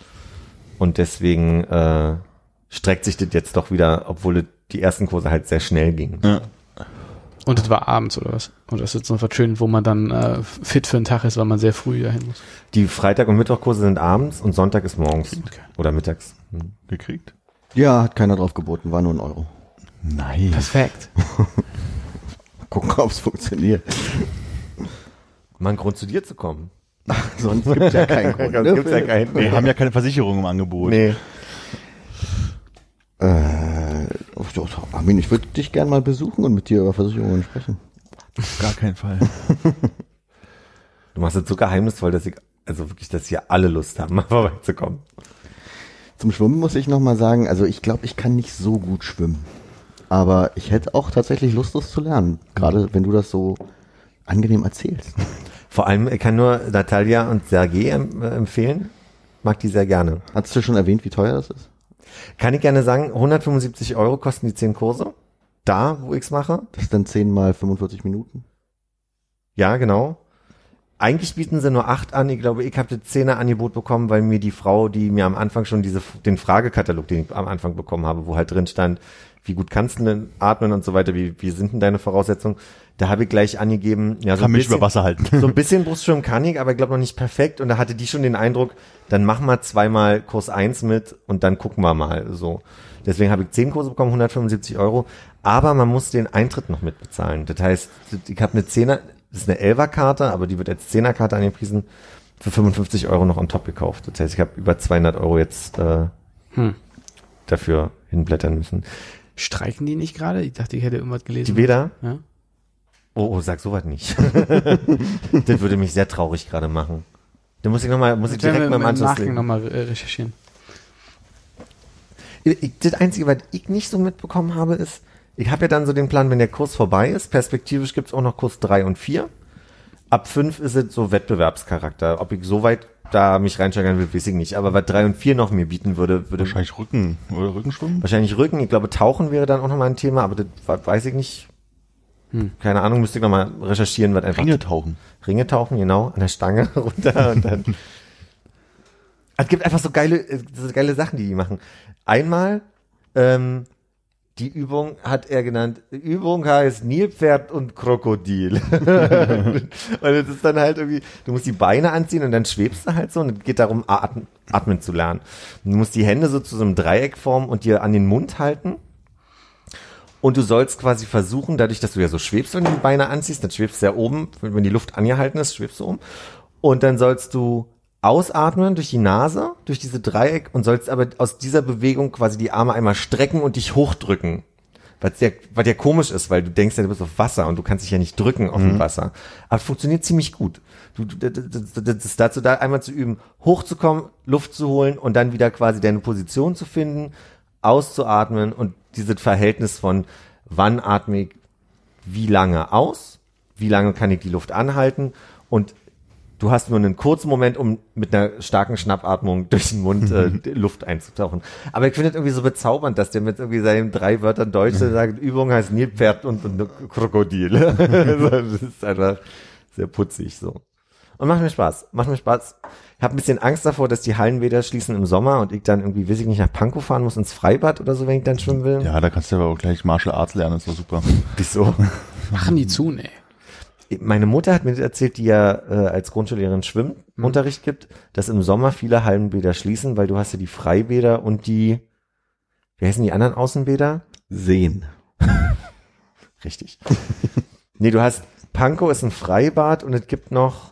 Und deswegen äh, streckt sich das jetzt doch wieder, obwohl das die ersten Kurse halt sehr schnell gingen. Ja. Und das war abends oder was? Oder ist jetzt noch was schön, wo man dann äh, fit für den Tag ist, weil man sehr früh dahin muss? Die Freitag- und Mittwochkurse sind abends und Sonntag ist morgens Okay. oder mittags. Hm. Gekriegt? Ja, hat keiner drauf geboten, war nur ein Euro. Nein. Perfekt. Gucken, ob es funktioniert. Mal ein Grund zu dir zu kommen. Sonst gibt's ja keinen Grund. Sonst ne, gibt's ja Philipp? keinen. Wir haben ja keine Versicherung im Angebot. Nee. Äh, Armin, ich würde dich gern mal besuchen und mit dir über Versicherungen sprechen. Auf gar keinen Fall. Du machst es so geheimnisvoll, dass ich, also wirklich, dass hier alle Lust haben, mal vorbeizukommen. Zum Schwimmen muss ich nochmal sagen, also ich glaube, ich kann nicht so gut schwimmen. Aber ich hätte auch tatsächlich Lust, das zu lernen. Gerade wenn du das so angenehm erzählst. Vor allem, ich kann nur Natalia und Sergej em- äh, empfehlen. Mag die sehr gerne. Hattest du schon erwähnt, wie teuer das ist? Kann ich gerne sagen, hundertfünfundsiebzig Euro kosten die zehn Kurse. Da, wo ich's mache. Das ist dann zehn mal fünfundvierzig Minuten. Ja, genau. Eigentlich bieten sie nur acht an. Ich glaube, ich habe das zehner Angebot bekommen, weil mir die Frau, die mir am Anfang schon diese, den Fragekatalog, den ich am Anfang bekommen habe, wo halt drin stand, wie gut kannst du denn atmen und so weiter, wie, wie sind denn deine Voraussetzungen? Da habe ich gleich angegeben, ja, so Kann ein mich bisschen, über Wasser halten. so ein bisschen Brustschwimmen kann ich, aber ich glaube noch nicht perfekt. Und da hatte die schon den Eindruck, dann machen wir zweimal Kurs eins mit und dann gucken wir mal so. Deswegen habe ich zehn Kurse bekommen, hundertfünfundsiebzig Euro. Aber man muss den Eintritt noch mitbezahlen. Das heißt, ich habe eine Zehner, das ist eine Elfer-Karte, aber die wird als Zehner-Karte angepriesen, für fünfundfünfzig Euro noch on top gekauft. Das heißt, ich habe über zweihundert Euro jetzt äh, Hm. dafür hinblättern müssen. Streiken die nicht gerade? Ich dachte, ich hätte irgendwas gelesen. Die Bäder? Ja? Oh, oh, sag sowas nicht. Das würde mich sehr traurig gerade machen. Da muss ich noch mal, muss ich Das werden direkt wir mal im im Anschluss Nachgang legen. nochmal äh, recherchieren. Ich, das Einzige, was ich nicht so mitbekommen habe, ist, ich habe ja dann so den Plan, wenn der Kurs vorbei ist, perspektivisch gibt's auch noch Kurs drei und vier. Ab fünf ist es so Wettbewerbscharakter. Ob ich so weit da mich reinsteigern will, weiß ich nicht. Aber was drei und vier noch mir bieten würde, würde Wahrscheinlich Rücken oder Rückenschwimmen. wahrscheinlich Rücken. Ich glaube, Tauchen wäre dann auch nochmal ein Thema, aber das weiß ich nicht. Hm. Keine Ahnung, müsste ich nochmal recherchieren, was einfach. Ringe tauchen. Ringe tauchen, genau, an der Stange runter und dann. Es gibt einfach so geile, so geile Sachen, die die machen. Einmal, ähm, die Übung hat er genannt, Übung heißt Nilpferd und Krokodil. Und das ist dann halt irgendwie, du musst die Beine anziehen und dann schwebst du halt so und es geht darum, atmen, atmen zu lernen. Du musst die Hände so zu so einem Dreieck formen und dir an den Mund halten. Und du sollst quasi versuchen, dadurch, dass du ja so schwebst, wenn du die Beine anziehst, dann schwebst du ja oben, wenn die Luft angehalten ist, schwebst du oben. Und dann sollst du ausatmen durch die Nase, durch diese Dreieck und sollst aber aus dieser Bewegung quasi die Arme einmal strecken und dich hochdrücken. Was ja, was ja komisch ist, weil du denkst ja, du bist auf Wasser und du kannst dich ja nicht drücken auf mhm. dem Wasser. Aber es funktioniert ziemlich gut. Du, du, das, das ist dazu da, einmal zu üben, hochzukommen, Luft zu holen und dann wieder quasi deine Position zu finden, auszuatmen und dieses Verhältnis von wann atme ich wie lange aus, wie lange kann ich die Luft anhalten und du hast nur einen kurzen Moment, um mit einer starken Schnappatmung durch den Mund äh, Luft einzutauchen. Aber ich finde es irgendwie so bezaubernd, dass der mit irgendwie seinen drei Wörtern Deutsch sagt, Übung heißt Nilpferd und, und Krokodil. Das ist einfach sehr putzig so. Und macht mir Spaß. Macht mir Spaß. Ich habe ein bisschen Angst davor, dass die Hallenbäder schließen im Sommer und ich dann irgendwie, weiß ich nicht, nach Pankow fahren muss ins Freibad oder so, wenn ich dann schwimmen will. Ja, da kannst du aber auch gleich Martial Arts lernen, ist doch super. Wieso? Machen die zu, ne? Meine Mutter hat mir erzählt, die ja äh, als Grundschullehrerin Schwimmunterricht gibt, dass im Sommer viele Hallenbäder schließen, weil du hast ja die Freibäder und die, wie heißen die anderen Außenbäder? Seen. Richtig. Nee, du hast, Pankow ist ein Freibad und es gibt noch,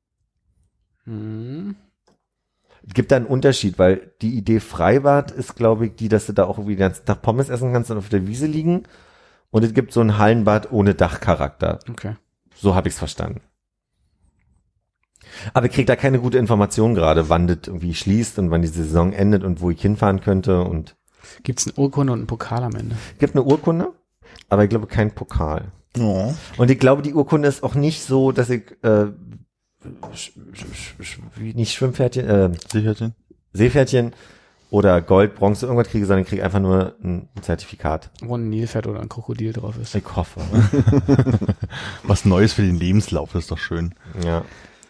Hm. es gibt da einen Unterschied, weil die Idee Freibad ist, glaube ich, die, dass du da auch irgendwie den ganzen Tag Pommes essen kannst und auf der Wiese liegen und es gibt so ein Hallenbad ohne Dachcharakter. Okay. So habe ich's verstanden. Aber ich krieg da keine gute Information gerade, wann das irgendwie schließt und wann die Saison endet und wo ich hinfahren könnte. Und Gibt's eine Urkunde und einen Pokal am Ende? gibt eine Urkunde, aber ich glaube keinen Pokal. Ja. Und ich glaube, die Urkunde ist auch nicht so, dass ich äh, sch, sch, sch, wie nicht Schwimmpferdchen, äh, Seepferdchen? Seepferdchen oder Gold, Bronze, irgendwas kriege, sondern ich kriege einfach nur ein Zertifikat. Wo ein Nilpferd oder ein Krokodil drauf ist. Ich hoffe. Was Neues für den Lebenslauf, das ist doch schön. Ja.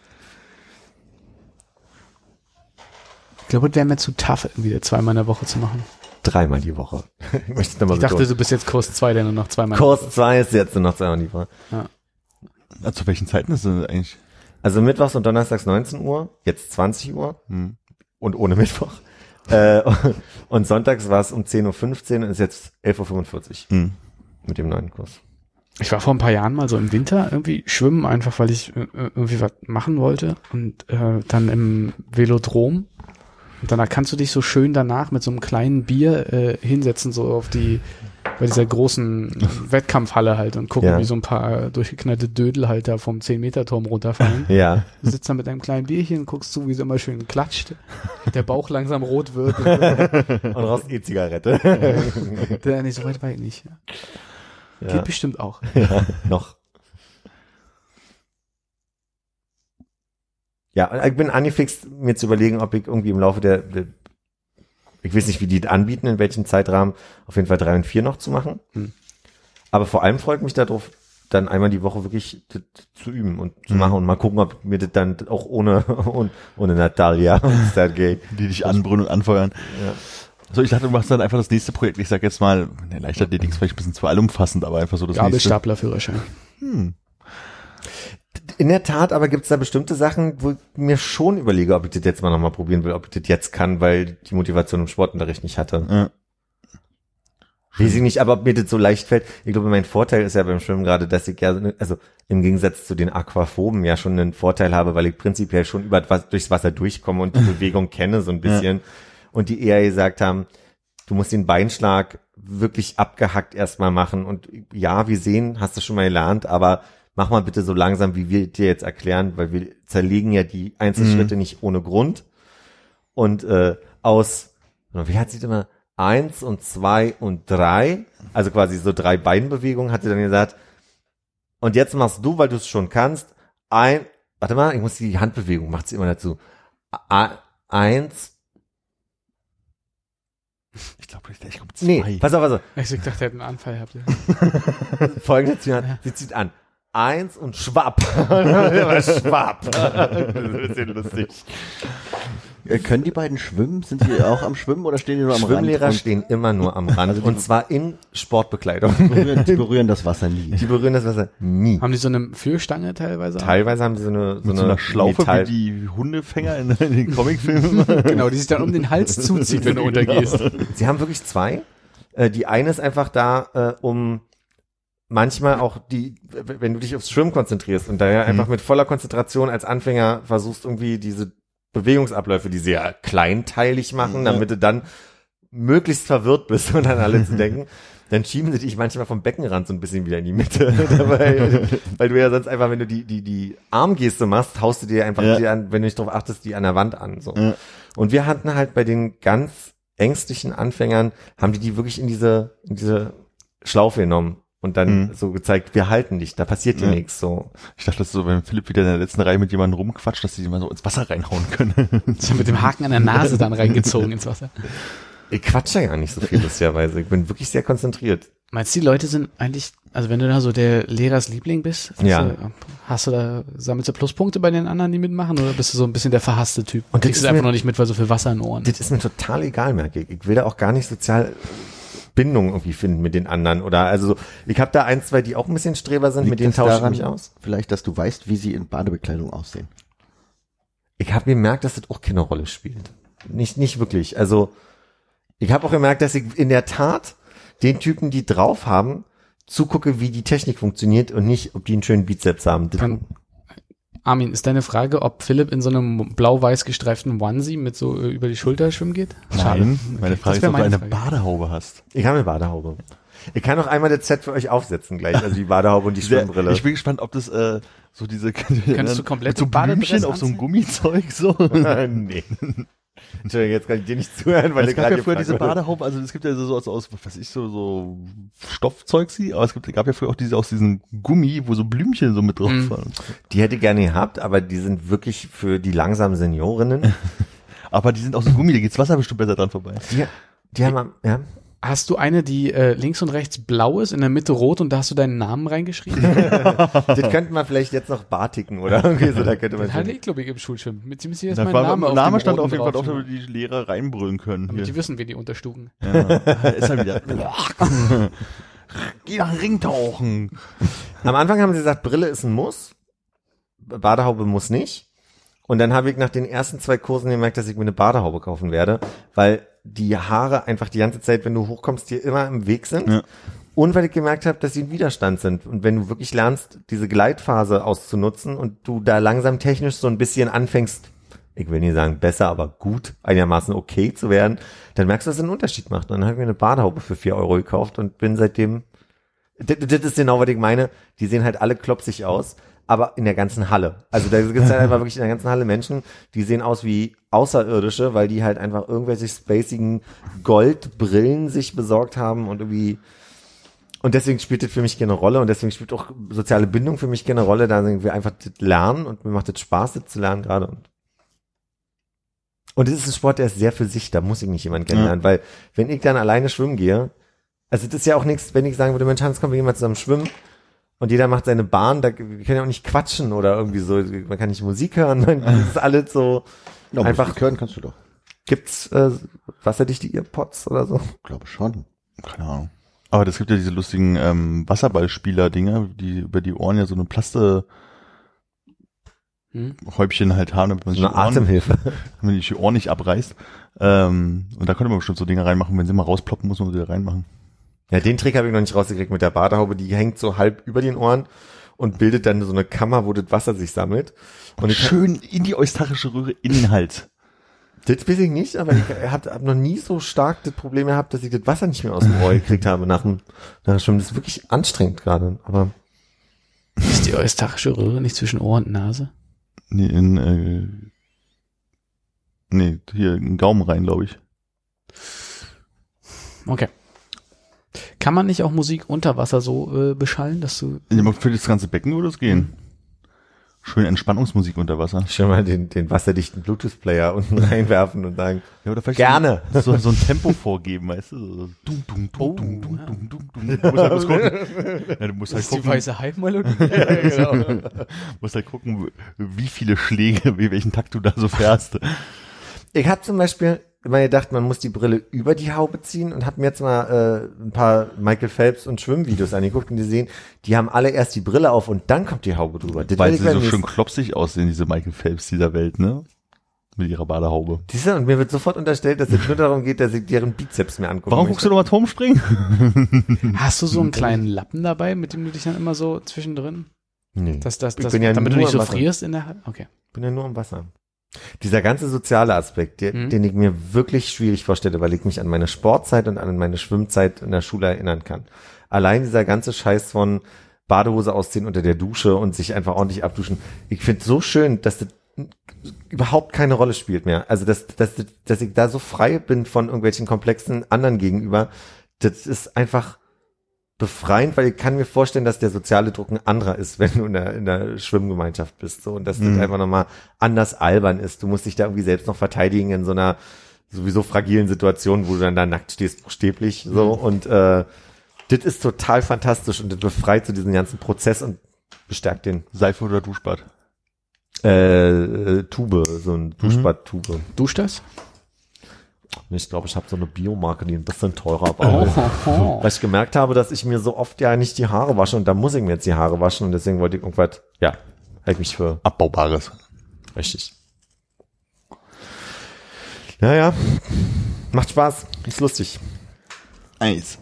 Ich glaube, es wäre mir zu tough, irgendwie das zweimal in der Woche zu machen. Dreimal die Woche. Ich, möchte noch mal Ich dachte, betonen. du bist jetzt Kurs zwei, der nur noch zweimal. Kurs zwei ist jetzt nur noch zweimal die Woche. Ja, zu welchen Zeiten ist das eigentlich? Also mittwochs und donnerstags neunzehn Uhr, jetzt zwanzig Uhr Hm. und ohne Mittwoch. Äh, und sonntags war es um zehn Uhr fünfzehn und ist jetzt elf Uhr fünfundvierzig Hm. mit dem neuen Kurs. Ich war vor ein paar Jahren mal so im Winter irgendwie schwimmen, einfach weil ich äh, irgendwie was machen wollte und äh, dann im Velodrom. Und dann kannst du dich so schön danach mit so einem kleinen Bier äh, hinsetzen, so auf die, bei dieser großen Wettkampfhalle halt und gucken, Ja. wie so ein paar durchgeknallte Dödel halt da vom zehn-Meter-Turm runterfallen. Ja. Du sitzt da mit einem kleinen Bierchen, guckst zu, wie es immer schön klatscht, der Bauch langsam rot wird. Und Und rauchst E-Zigarette. der nicht so weit weit nicht. Ja. Geht bestimmt auch. Ja, noch. Ja, und ich bin angefixt, mir zu überlegen, ob ich irgendwie im Laufe der, der ich weiß nicht, wie die das anbieten, in welchem Zeitrahmen, auf jeden Fall drei und vier noch zu machen. Hm. Aber vor allem freut mich darauf, dann einmal die Woche wirklich das zu üben und zu Mhm. machen und mal gucken, ob mir das dann auch ohne, ohne, ohne Natalia und Sergej. Die dich anbrüllen und anfeuern. Ja. So, ich dachte, du machst dann einfach das nächste Projekt. Ich sag jetzt mal, ne, Leichtathletik ist vielleicht ein bisschen zu allumfassend, aber einfach so das nächste. Gabelstaplerführerschein. Hm. In der Tat, aber gibt es da bestimmte Sachen, wo ich mir schon überlege, ob ich das jetzt mal nochmal probieren will, ob ich das jetzt kann, weil die Motivation im Sportunterricht nicht hatte. Ja. Weiß ich nicht, aber ob mir das so leicht fällt. Ich glaube, mein Vorteil ist ja beim Schwimmen gerade, dass ich ja, also im Gegensatz zu den Aquaphoben ja schon einen Vorteil habe, weil ich prinzipiell schon über das, durchs Wasser durchkomme und die Bewegung kenne so ein bisschen. Ja. Und die eher gesagt haben, du musst den Beinschlag wirklich abgehackt erstmal machen. Und ja, wir sehen, hast du schon mal gelernt, aber mach mal bitte so langsam, wie wir dir jetzt erklären, weil wir zerlegen ja die Einzelschritte mhm. nicht ohne Grund. Und äh, aus, wie hat sie das immer, eins und zwei und drei, also quasi so drei Beinbewegungen, hat sie dann gesagt, und jetzt machst du, weil du es schon kannst, ein, warte mal, ich muss die Handbewegung, macht sie immer dazu, A- eins. Ich glaube, ich komme zwei. Nee, pass auf, pass auf. Ich dachte, er hat einen Anfall gehabt. Folgendes, sie, sie zieht an. Eins und schwapp. Schwapp. Das ist ein bisschen lustig. Äh, können die beiden schwimmen? Sind die auch am Schwimmen oder stehen die nur am Schwimmlehrer Rand? stehen immer nur am Rand. Also die- und zwar in Sportbekleidung. Die berühren, die berühren das Wasser nie. Die berühren das Wasser nie. Haben die so eine Führstange teilweise? Teilweise haben sie so eine, so Mit so eine einer Schlaufe Metall- wie die Hundefänger in, in den Comicfilmen. Genau, die sich dann um den Hals zuzieht, wenn du untergehst. Sie haben wirklich zwei. Äh, die eine ist einfach da, äh, um manchmal auch die, w- wenn du dich aufs Schwimmen konzentrierst und daher einfach mit voller Konzentration als Anfänger versuchst irgendwie diese Bewegungsabläufe, die sehr kleinteilig machen, Ja. damit du dann möglichst verwirrt bist und an alle zu denken, dann schieben sie dich manchmal vom Beckenrand so ein bisschen wieder in die Mitte. Dabei, weil du ja sonst einfach, wenn du die, die, die Armgeste machst, haust du dir einfach, Ja. die an, wenn du nicht drauf achtest, die an der Wand an. So. Ja. Und wir hatten halt bei den ganz ängstlichen Anfängern, haben die die wirklich in diese, in diese Schlaufe genommen und dann Mhm. so gezeigt, wir halten dich, da passiert dir Ja. nichts. So. Ich dachte, das ist so, wenn Philipp wieder in der letzten Reihe mit jemandem rumquatscht, dass die sich mal so ins Wasser reinhauen können. So mit dem Haken an der Nase dann reingezogen ins Wasser. Ich quatsche ja gar nicht so viel lustigerweise. Ich bin wirklich sehr konzentriert. Meinst du, die Leute sind eigentlich, also wenn du da so der Lehrersliebling bist, Ja. hast, du, hast du da, sammelst du Pluspunkte bei den anderen, die mitmachen, oder bist du so ein bisschen der verhasste Typ? Und das kriegst ist du einfach mir- noch nicht mit, weil so viel Wasser in den Ohren. Das ist mir total egal, merke ich. Ich will da auch gar nicht sozial Bindung irgendwie finden mit den anderen. Oder also ich habe da ein, zwei, die auch ein bisschen Streber sind, mit denen das tausche ich daran, mich aus. Vielleicht, dass du weißt, wie sie in Badebekleidung aussehen. Ich habe gemerkt, dass das auch keine Rolle spielt. Nicht, nicht wirklich. Also ich habe auch gemerkt, dass ich in der Tat den Typen, die drauf haben, zugucke, wie die Technik funktioniert und nicht, ob die einen schönen Bizeps haben. Das, Kann, Armin, ist deine Frage, ob Philipp in so einem blau-weiß gestreiften Onesie mit so äh, über die Schulter schwimmen geht? Nein, meine Okay, Frage das ist, wär ob du meine eine Frage. Badehaube hast. ich habe eine Badehaube. Ich kann auch einmal das Set für euch aufsetzen gleich, also die Badehaube und die Sehr- Schwimmbrille. Ich bin gespannt, ob das äh, so diese Könntest du komplett mit so im Badedress Blümchen auf so einem anziehen? Gummizeug so. nee. Entschuldigung, jetzt kann ich dir nicht zuhören, weil Weil es ich gab gerade ja früher gefragt diese wurde. Badehaube, also es gibt ja so aus, aus was weiß ich, so, so Stoffzeug sie, aber es gibt, gab ja früher auch diese aus diesem Gummi, wo so Blümchen so mit drauf Mhm. waren. Die hätte ich gerne gehabt, aber die sind wirklich für die langsamen Seniorinnen. Aber die sind aus dem Gummi, da geht's Wasser bestimmt besser dran vorbei. Die, die haben, am- ja. Hast du eine, die äh, links und rechts blau ist, in der Mitte rot und da hast du deinen Namen reingeschrieben? Das könnten wir vielleicht jetzt noch barticken, oder? Okay, so, da könnte man Das hatte schon. ich, glaube ich, im Schulschwimmen. Mit ziemlich sicher ist Da mein war, Name auf Name dem stand roten auf jeden Fall drauf, drauf, damit die Lehrer reinbrüllen können. damit die Hier. wissen, wen die unterstuken. Ja, ist er wieder. Geh nach dem Ring tauchen. Am Anfang haben sie gesagt, Brille ist ein Muss. Badehaube muss nicht. Und dann habe ich nach den ersten zwei Kursen gemerkt, dass ich mir eine Badehaube kaufen werde, weil die Haare einfach die ganze Zeit, wenn du hochkommst, dir immer im Weg sind. Ja. Und weil ich gemerkt habe, dass sie ein Widerstand sind. Und wenn du wirklich lernst, diese Gleitphase auszunutzen und du da langsam technisch so ein bisschen anfängst, ich will nicht sagen besser, aber gut, einigermaßen okay zu werden, dann merkst du, dass es einen Unterschied macht. Und dann habe ich mir eine Badehaube für vier Euro gekauft und bin seitdem, das, das ist genau, was ich meine, die sehen halt alle klopsig aus, aber in der ganzen Halle. Also da gibt es halt einfach wirklich in der ganzen Halle Menschen, die sehen aus wie Außerirdische, weil die halt einfach irgendwelche spacigen Goldbrillen sich besorgt haben und irgendwie, und deswegen spielt das für mich keine Rolle und deswegen spielt auch soziale Bindung für mich keine Rolle, da wir einfach das lernen und mir macht das Spaß, das zu lernen gerade und und es ist ein Sport, der ist sehr für sich, da muss ich nicht jemanden kennenlernen, weil wenn ich dann alleine schwimmen gehe, also das ist ja auch nichts, wenn ich sagen würde, Mensch, Hans, komm, wir gehen mal zusammen schwimmen und jeder macht seine Bahn, da wir können ja auch nicht quatschen oder irgendwie so, man kann nicht Musik hören, man, das ist alles so, Ja, einfach, Musik hören kannst du doch. gibt's äh, wasserdichte Earpods oder so? Glaube schon. Keine Ahnung. Aber das gibt ja diese lustigen ähm, Wasserballspieler-Dinger, die über die Ohren ja so eine Plaste Hm? Häubchen halt haben, damit man So sich eine die Ohren, Atemhilfe. damit man sich die Ohren nicht abreißt. Ähm, und da könnte man bestimmt so Dinge reinmachen, wenn sie mal rausploppen, muss man sie wieder reinmachen. Ja, den Trick habe ich noch nicht rausgekriegt mit der Badehaube, die hängt so halb über den Ohren und bildet dann so eine Kammer, wo das Wasser sich sammelt. Und ich Schön in die eustarische Röhre in den Hals. Das weiß ich nicht, aber ich habe hab noch nie so stark das Problem gehabt, dass ich das Wasser nicht mehr aus dem Ohr gekriegt habe nach dem, nach dem Schwimmen. Das ist wirklich anstrengend gerade, aber Ist die eustarische Röhre nicht zwischen Ohr und Nase? Nee, in, äh, nee, hier in den Gaumen rein, glaube ich. Okay. Kann man nicht auch Musik unter Wasser so äh, beschallen, dass du... Ja, aber für das ganze Becken würde es gehen. Schön Entspannungsmusik unter Wasser. Schon mal den, den wasserdichten Bluetooth-Player unten reinwerfen und sagen, Ja, oder vielleicht gerne. So, so ein Tempo vorgeben, weißt du? So, dum, dum, dum, dum, dum, dum, dum, dum. Du musst halt bloß gucken. Ja, du musst halt Das ist die gucken, weiße Halbmelodie. genau. musst halt gucken, wie viele Schläge, wie welchen Takt du da so fährst. Ich habe zum Beispiel immer gedacht, man muss die Brille über die Haube ziehen und habe mir jetzt mal äh, ein paar Michael Phelps und Schwimmvideos angeguckt und gesehen, die haben alle erst die Brille auf und dann kommt die Haube drüber. Das Weil will ich sie so beim schön nächsten- klopsig aussehen, diese Michael Phelps dieser Welt, ne? Mit ihrer Badehaube. Siehst du, und mir wird sofort unterstellt, dass es nur darum geht, dass ich deren Bizeps mir angucke. Warum guckst du nochmal Turmspringen? Hast du so einen kleinen Lappen dabei, mit dem du dich dann immer so zwischendrin, Nee, dass, dass, Ich dass, bin ja damit du nur nicht so am Wasser. frierst in der Halle? Okay. ich bin ja nur im Wasser. Dieser ganze soziale Aspekt, der, Mhm. den ich mir wirklich schwierig vorstelle, weil ich mich an meine Sportzeit und an meine Schwimmzeit in der Schule erinnern kann. Allein dieser ganze Scheiß von Badehose ausziehen unter der Dusche und sich einfach ordentlich abduschen. Ich finde so schön, dass das überhaupt keine Rolle spielt mehr. Also, dass, dass, dass ich da so frei bin von irgendwelchen komplexen anderen gegenüber. Das ist einfach befreiend, weil ich kann mir vorstellen, dass der soziale Druck ein anderer ist, wenn du in der, in der Schwimmgemeinschaft bist. So, und dass das Mhm. einfach nochmal anders albern ist. Du musst dich da irgendwie selbst noch verteidigen in so einer sowieso fragilen Situation, wo du dann da nackt stehst, buchstäblich. So, und äh, das ist total fantastisch und das befreit so diesen ganzen Prozess und bestärkt den Seife oder Duschbad? äh, äh, Tube, so ein Duschbad-Tube. Duscht das? Ich glaube, ich habe so eine Biomarke, die ein bisschen teurer war. Oh. Weil ich gemerkt habe, dass ich mir so oft ja nicht die Haare wasche und da muss ich mir jetzt die Haare waschen und deswegen wollte ich irgendwas, ja, halt mich für Abbaubares. richtig. Naja, macht Spaß, ist lustig. Eis.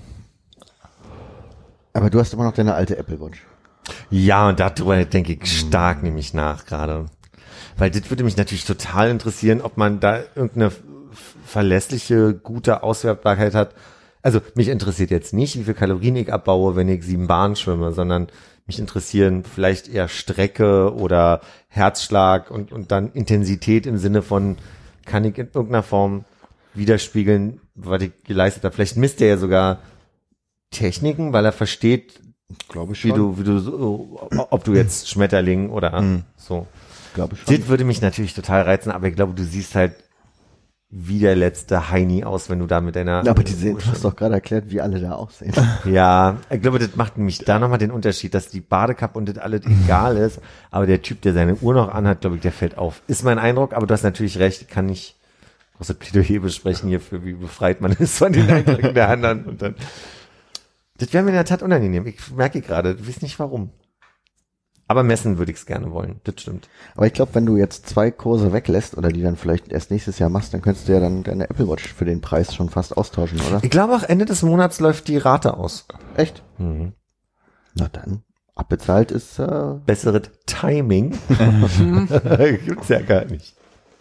Aber du hast immer noch deine alte Apple Watch. Ja, und darüber denke ich stark nämlich nach gerade. Weil das würde mich natürlich total interessieren, ob man da irgendeine f- verlässliche, gute Auswertbarkeit hat. Also mich interessiert jetzt nicht, wie viel Kalorien ich abbaue, wenn ich sieben Bahnen schwimme, sondern mich interessieren vielleicht eher Strecke oder Herzschlag und, und dann Intensität im Sinne von, kann ich in irgendeiner Form widerspiegeln, was ich geleistet habe. Vielleicht misst er ja sogar Techniken, weil er versteht, Glaube ich wie du, wie du so, ob du jetzt Schmetterling oder Mhm. so. Glaube ich schon. Das würde mich natürlich total reizen, aber ich glaube, du siehst halt wie der letzte Heini aus, wenn du da mit deiner... Aber die sehen, du hast doch gerade erklärt, wie alle da aussehen. Ja, ich glaube, das macht nämlich da nochmal den Unterschied, dass die Badekappe und das alles egal ist, aber der Typ, der seine Uhr noch anhat, glaube ich, der fällt auf. Ist mein Eindruck, aber du hast natürlich recht, kann nicht große Plädoyer besprechen hierfür, wie befreit man ist von den Eindrücken der anderen und dann... Das wäre mir in der Tat unangenehm. Ich merke gerade, du weißt nicht warum. Aber messen würde ich es gerne wollen. Das stimmt. Aber ich glaube, wenn du jetzt zwei Kurse weglässt oder die dann vielleicht erst nächstes Jahr machst, dann könntest du ja dann deine Apple Watch für den Preis schon fast austauschen, oder? Ich glaube auch Ende des Monats läuft die Rate aus. Echt? Mhm. Na dann. Abbezahlt ist, äh, Besseres Timing. Gibt's ja gar nicht.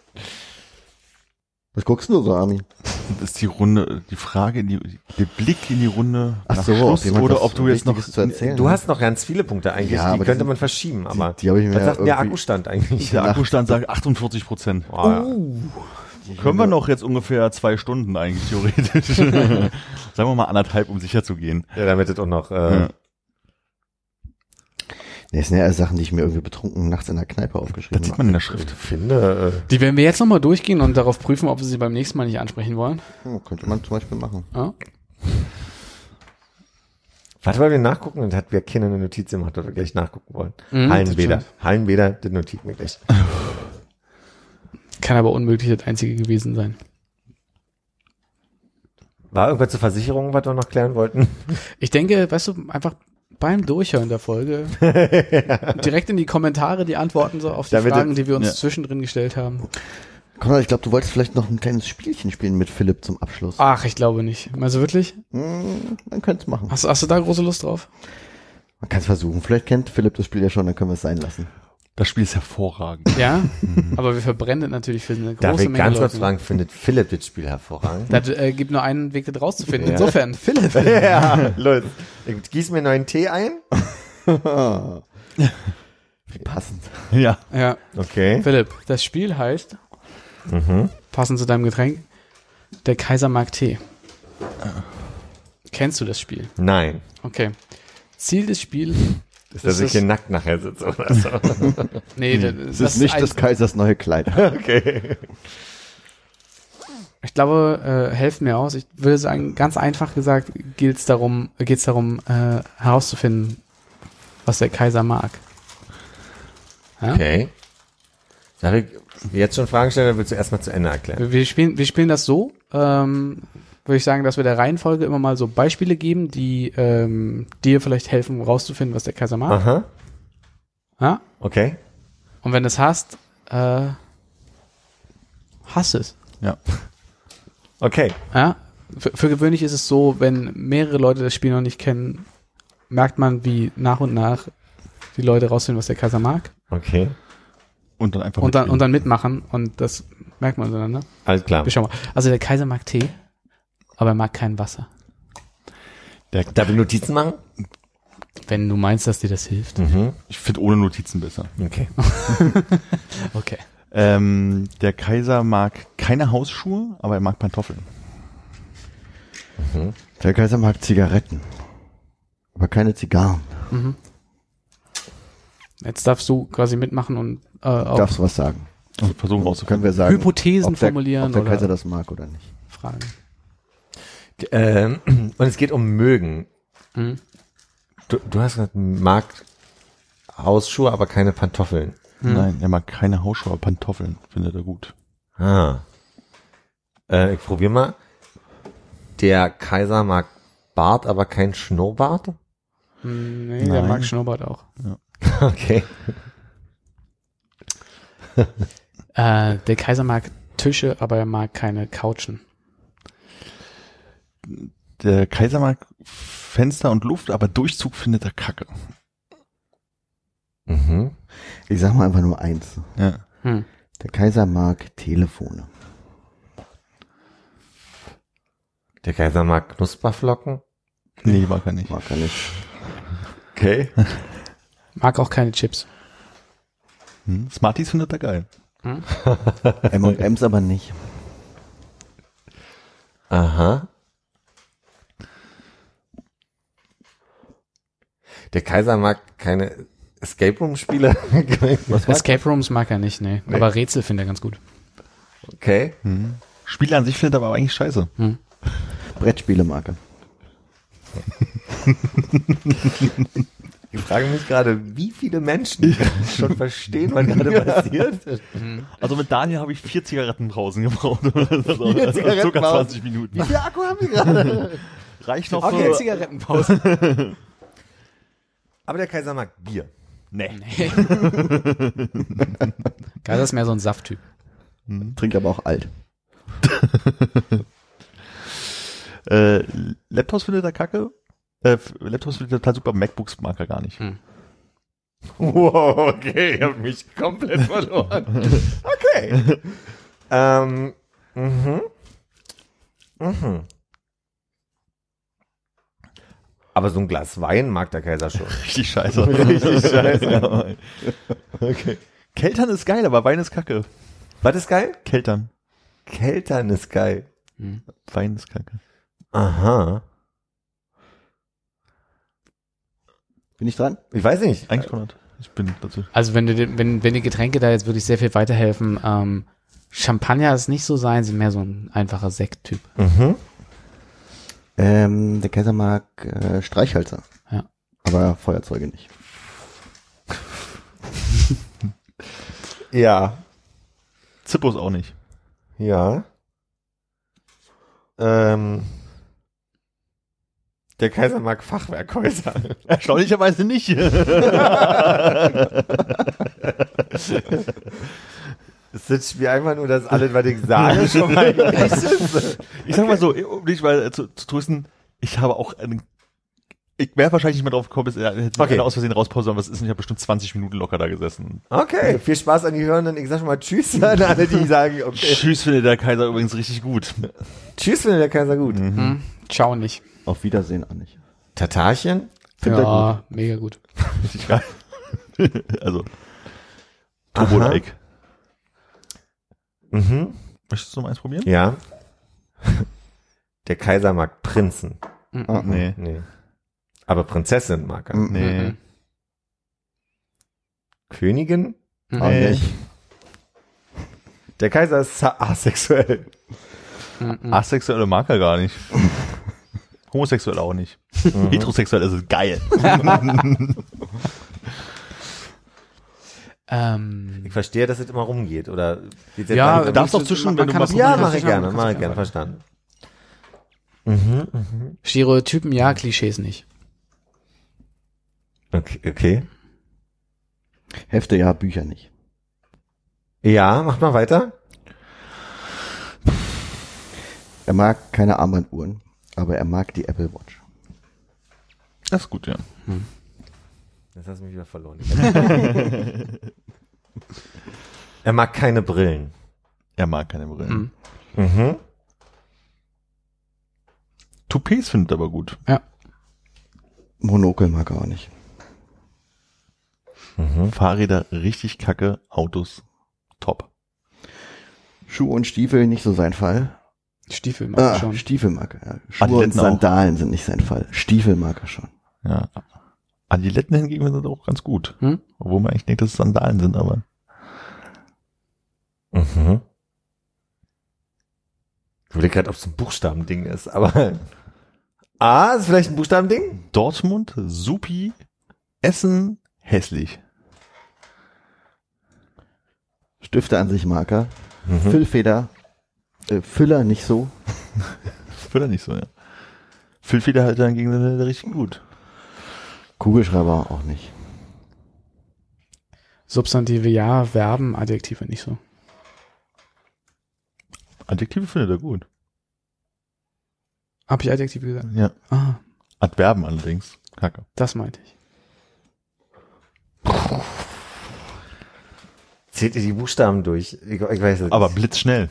was guckst du so, Armin? Das ist die Runde, die Frage, in die, der Blick in die Runde Ach nach so, ob Schluss jemand oder was ob du jetzt noch Wichtiges zu erzählen Du hat. hast noch ganz viele Punkte eigentlich, Ja, die aber die könnte sind- man verschieben, aber die habe ich mir was sagt denn der irgendwie- Akkustand eigentlich? der Akkustand sagt achtundvierzig Prozent. Oh, ja. Können wir noch jetzt ungefähr zwei Stunden eigentlich theoretisch. Sagen wir mal anderthalb, um sicher zu gehen. Ja, damit das auch noch, äh, Ja. Nee, das sind ja Sachen, die ich mir irgendwie betrunken nachts in der Kneipe aufgeschrieben Das sieht habe. man in der Schrift. finde, äh, Die werden wir jetzt nochmal durchgehen und darauf prüfen, ob wir sie beim nächsten Mal nicht ansprechen wollen. Ja, könnte man zum Beispiel machen. Ja? warte, weil wir nachgucken und hat wer Kinder eine Notiz gemacht, oder wir gleich nachgucken wollen. Mhm, Hallenbäder. das stimmt. Hallenbäder, das notiert mir gleich. Kann aber unmöglich das einzige gewesen sein. War irgendwas zur Versicherung, was wir noch klären wollten? Ich denke, weißt du, einfach beim Durchhören der Folge direkt in die Kommentare die Antworten so auf die Damit- Fragen, die wir uns ja. zwischendrin gestellt haben. Konrad, ich glaube, du wolltest vielleicht noch ein kleines Spielchen spielen mit Philipp zum Abschluss. Ach, ich glaube nicht. Also wirklich? Hm, man könnte es machen. Hast, hast du da große Lust drauf? Man kann es versuchen. Vielleicht kennt Philipp das Spiel ja schon, dann können wir es sein lassen. Das Spiel ist hervorragend. Ja? Aber wir verbrennen das natürlich für eine große Darf ich Menge ganz kurz Leute. fragen, findet Philipp das Spiel hervorragend? Das äh, gibt nur einen Weg, das rauszufinden. Ja. Insofern, Philipp. Ja, los. Ich gieß mir neuen Tee ein. Wie passend. Ja. Ja, Okay. Philipp, das Spiel heißt, Mhm. passend zu deinem Getränk, der Kaiser mag Tee. Kennst du das Spiel? Nein. Okay. Ziel des Spiels Ist, dass Das ich ist- hier nackt nachher sitze oder so. Nee, das, Es das ist nicht ein- des Kaisers neue Kleider. Okay. Ich glaube, äh, helft mir aus. Ich würde sagen, ganz einfach gesagt, geht es darum, geht's darum, äh, herauszufinden, was der Kaiser mag. Ja? Okay. Darf ich jetzt schon Fragen stellen, oder willst du erstmal zu Ende erklären? Wir spielen, wir spielen das so, ähm, würde ich sagen, dass wir der Reihenfolge immer mal so Beispiele geben, die ähm, dir vielleicht helfen, rauszufinden, was der Kaiser mag. Aha. Ja? Okay. Und wenn du es hast, äh, hast es. Ja. Okay. Ja? Für, für gewöhnlich ist es so, wenn mehrere Leute das Spiel noch nicht kennen, merkt man, wie nach und nach die Leute rausfinden, was der Kaiser mag. Okay. Und dann einfach Und dann, mitspielen. und dann mitmachen. Und das merkt man dann, ne? Alles klar. Wir schauen mal. Also der Kaiser mag Tee, aber er mag kein Wasser. Der, Darf ich Notizen machen? Wenn du meinst, dass dir das hilft. Mhm. ich finde ohne Notizen besser. Okay. Okay. Ähm, der Kaiser mag keine Hausschuhe, aber er mag Pantoffeln. Der Kaiser mag Zigaretten. Aber keine Zigarren. Mhm. Jetzt darfst du quasi mitmachen und äh, auch Darfst du was sagen? Also versuchen So rauszufinden. können wir sagen, Hypothesen ob der, formulieren ob der oder Kaiser das mag oder nicht. fragen. Ähm, und es geht um mögen. Mhm. Du, du hast gesagt, mag Hausschuhe, aber keine Pantoffeln. Nein, er mag keine Hausschuhe, aber Pantoffeln findet er gut. Ah. Äh, ich probier mal. Der Kaiser mag Bart, aber kein Schnurrbart? Nee, der Nein. mag Schnurrbart auch. Okay. Äh, der Kaiser mag Tische, aber er mag keine Couchen. Der Kaiser mag Fenster und Luft, aber Durchzug findet er kacke. Mhm. Ich sag mal einfach nur eins. Ja. Hm. Der Kaiser mag Telefone. Der Kaiser mag Knusperflocken? Nee, mag er nicht. Mag er nicht. Okay. Mag auch keine Chips. Hm? Smarties findet er geil. M und M's aber nicht. Aha. Der Kaiser mag keine Escape Room Spiele? Escape Rooms mag er nicht, nee. Nee. Aber Rätsel findet er ganz gut. Okay. Hm. Spiele an sich findet er aber eigentlich scheiße. Hm. Brettspiele mag er. Ich frage mich gerade, wie viele Menschen schon verstehen, was gerade passiert. Also mit Daniel habe ich vier Zigarettenpausen gebraucht. Vier Zigarettenpausen? Sogar zwanzig Minuten. Wie viel Akku haben wir gerade? Reicht noch Okay. für... Zigarettenpause. Aber der Kaiser mag Bier. Nee. Kaiser ist mehr so ein Safttyp. Trinkt aber auch alt. Äh, Laptops findet er kacke. Äh, Laptops findet er total super, MacBooks mag er gar nicht. Hm. Wow, okay, ich habe mich komplett verloren. Okay. ähm, mhm. Mhm. Aber so ein Glas Wein mag der Kaiser schon. Richtig scheiße. Richtig scheiße. Ja. Okay. Keltern ist geil, aber Wein ist kacke. Was ist geil? Keltern. Keltern ist geil. Hm. Wein ist kacke. Aha. Bin ich dran? Ich weiß nicht. Eigentlich Konrad. Ich bin dazu. Also wenn du den- wenn wenn die Getränke da jetzt wirklich sehr viel weiterhelfen, ähm, Champagner ist nicht so sein, sind mehr so ein einfacher Sekttyp. Mhm. Ähm, der Kaiser mag äh, Streichhölzer. Ja. Aber Feuerzeuge nicht. Ja. Zippos auch nicht. Ja. Ähm. Der Kaiser mag Fachwerkhäuser. Erstaunlicherweise nicht. Ist das Spiel einfach nur, dass alles, was ich sage, schon mal gleich ist? Ich sag mal so, um dich mal zu, zu trösten, ich habe auch einen, ich wäre wahrscheinlich nicht mehr drauf gekommen, bis er hätte Okay. okay. aus Versehen rauspausen, aber es ist nicht, ich habe bestimmt zwanzig Minuten locker da gesessen. Okay, viel Spaß an die Hörenden. Ich sag schon mal Tschüss an alle, die sagen, okay. Tschüss findet der Kaiser übrigens richtig gut. Tschüss findet der Kaiser gut. Hm. Ciao nicht. Auf Wiedersehen, Annig. Tatarchen? Ja, mega gut. Richtig geil. Also, Turbo-like. Mhm. Möchtest du noch eins probieren? Ja. Der Kaiser mag Prinzen. Ah, Nee. Nee. Aber Prinzessin mag er. Mhm. Nee. Mhm. Königin? Auch Nee. nicht. Der Kaiser ist asexuell. Asexuelle mag er gar nicht. Homosexuell auch nicht. Heterosexuell ist es geil. Ähm, Ich verstehe, dass es immer rumgeht. Oder geht's jetzt ja, mal nicht- du darfst man- doch zwischen, man wenn du kann mal- das ja, man kann mache ich das gerne, man mache kann ich gerne, das verstanden. Stereotypen ja, Klischees nicht. Okay, okay. Hefte ja, Bücher nicht. Ja, macht mal weiter. Er mag keine Armbanduhren, aber er mag die Apple Watch. Das ist gut, ja. Jetzt hast du mich wieder verloren. Er mag keine Brillen. Er mag keine Brillen. Mhm. Mhm. Toupets findet er aber gut. Monokel mag er auch nicht. Fahrräder richtig kacke, Autos top. Schuhe und Stiefel nicht so sein Fall. Stiefel mag ich Ah, schon. Stiefel mag er. Ja. Schuhe und Adiletten auch. Sandalen sind nicht sein Fall. Stiefel mag er schon. Ja. Adiletten hingegen sind auch ganz gut. Hm? Obwohl man eigentlich denkt, dass es Sandalen sind, aber. Mhm. Ich überlege gerade, ob es ein Buchstabending ist, aber A, ist vielleicht ein Buchstabending? Dortmund, supi, Essen, hässlich. Stifte an sich mag er. Mhm. Füllfeder, äh, Füller nicht so. Füller nicht so, ja. Füllfeder halt dagegen sind die richtig gut. Kugelschreiber auch nicht. Substantive ja, Verben, Adjektive nicht so. Adjektive findet er gut. Hab ich Adjektive gesagt? Ja. Ah, Adverben allerdings. Kacke. das meinte ich. Zählt ihr die Buchstaben durch? Ich, ich weiß es Aber nicht. blitzschnell.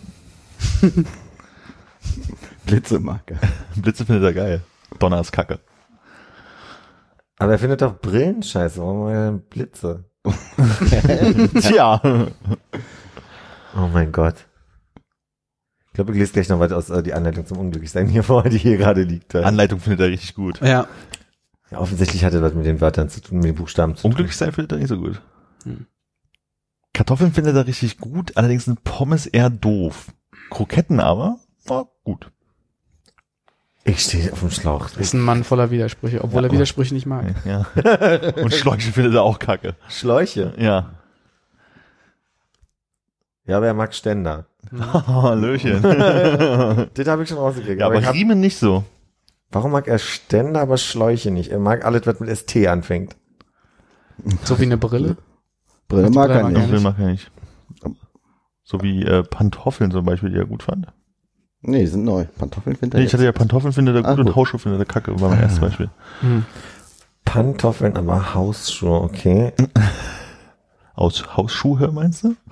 Blitze mag er. Blitze findet er geil. Donner ist kacke. Aber er findet doch Brillen scheiße. Warum mag er denn Blitze? Tja. Oh mein Gott. Ich glaube, ich lese gleich noch weiter aus äh, die Anleitung zum Unglücklichsein hier vor, die hier gerade liegt. Anleitung findet er richtig gut. Ja. Ja, offensichtlich hatte das mit den Wörtern zu tun, mit den Buchstaben zu tun. Unglücklich sein findet er nicht so gut. Hm. Kartoffeln findet er richtig gut, allerdings sind Pommes eher doof. Kroketten aber, oh, gut. Ich stehe auf dem Schlauch. Ist ein Mann voller Widersprüche, obwohl Ja. er Widersprüche nicht mag. Ja. Und Schläuche findet er auch kacke. Schläuche. Ja. Ja, aber er mag Ständer. Hallöchen. Das habe ich schon rausgekriegt. Ja, aber ich hab, Riemen nicht so. warum mag er Ständer, aber Schläuche nicht? Er mag alles, was mit S T anfängt. So wie eine Brille. Brille Und die mag Brille er mag nicht. er Das will man gar nicht. So wie äh, Pantoffeln zum Beispiel, die er gut fand. Nee, die sind neu. Pantoffeln findet er Nee, ich hatte ja Pantoffeln findet er Ah, gut und gut. Hausschuhe findet er kacke, war mein erstes Beispiel. Hm. Pantoffeln, aber Hausschuhe, okay. Aus Hausschuhe meinst du?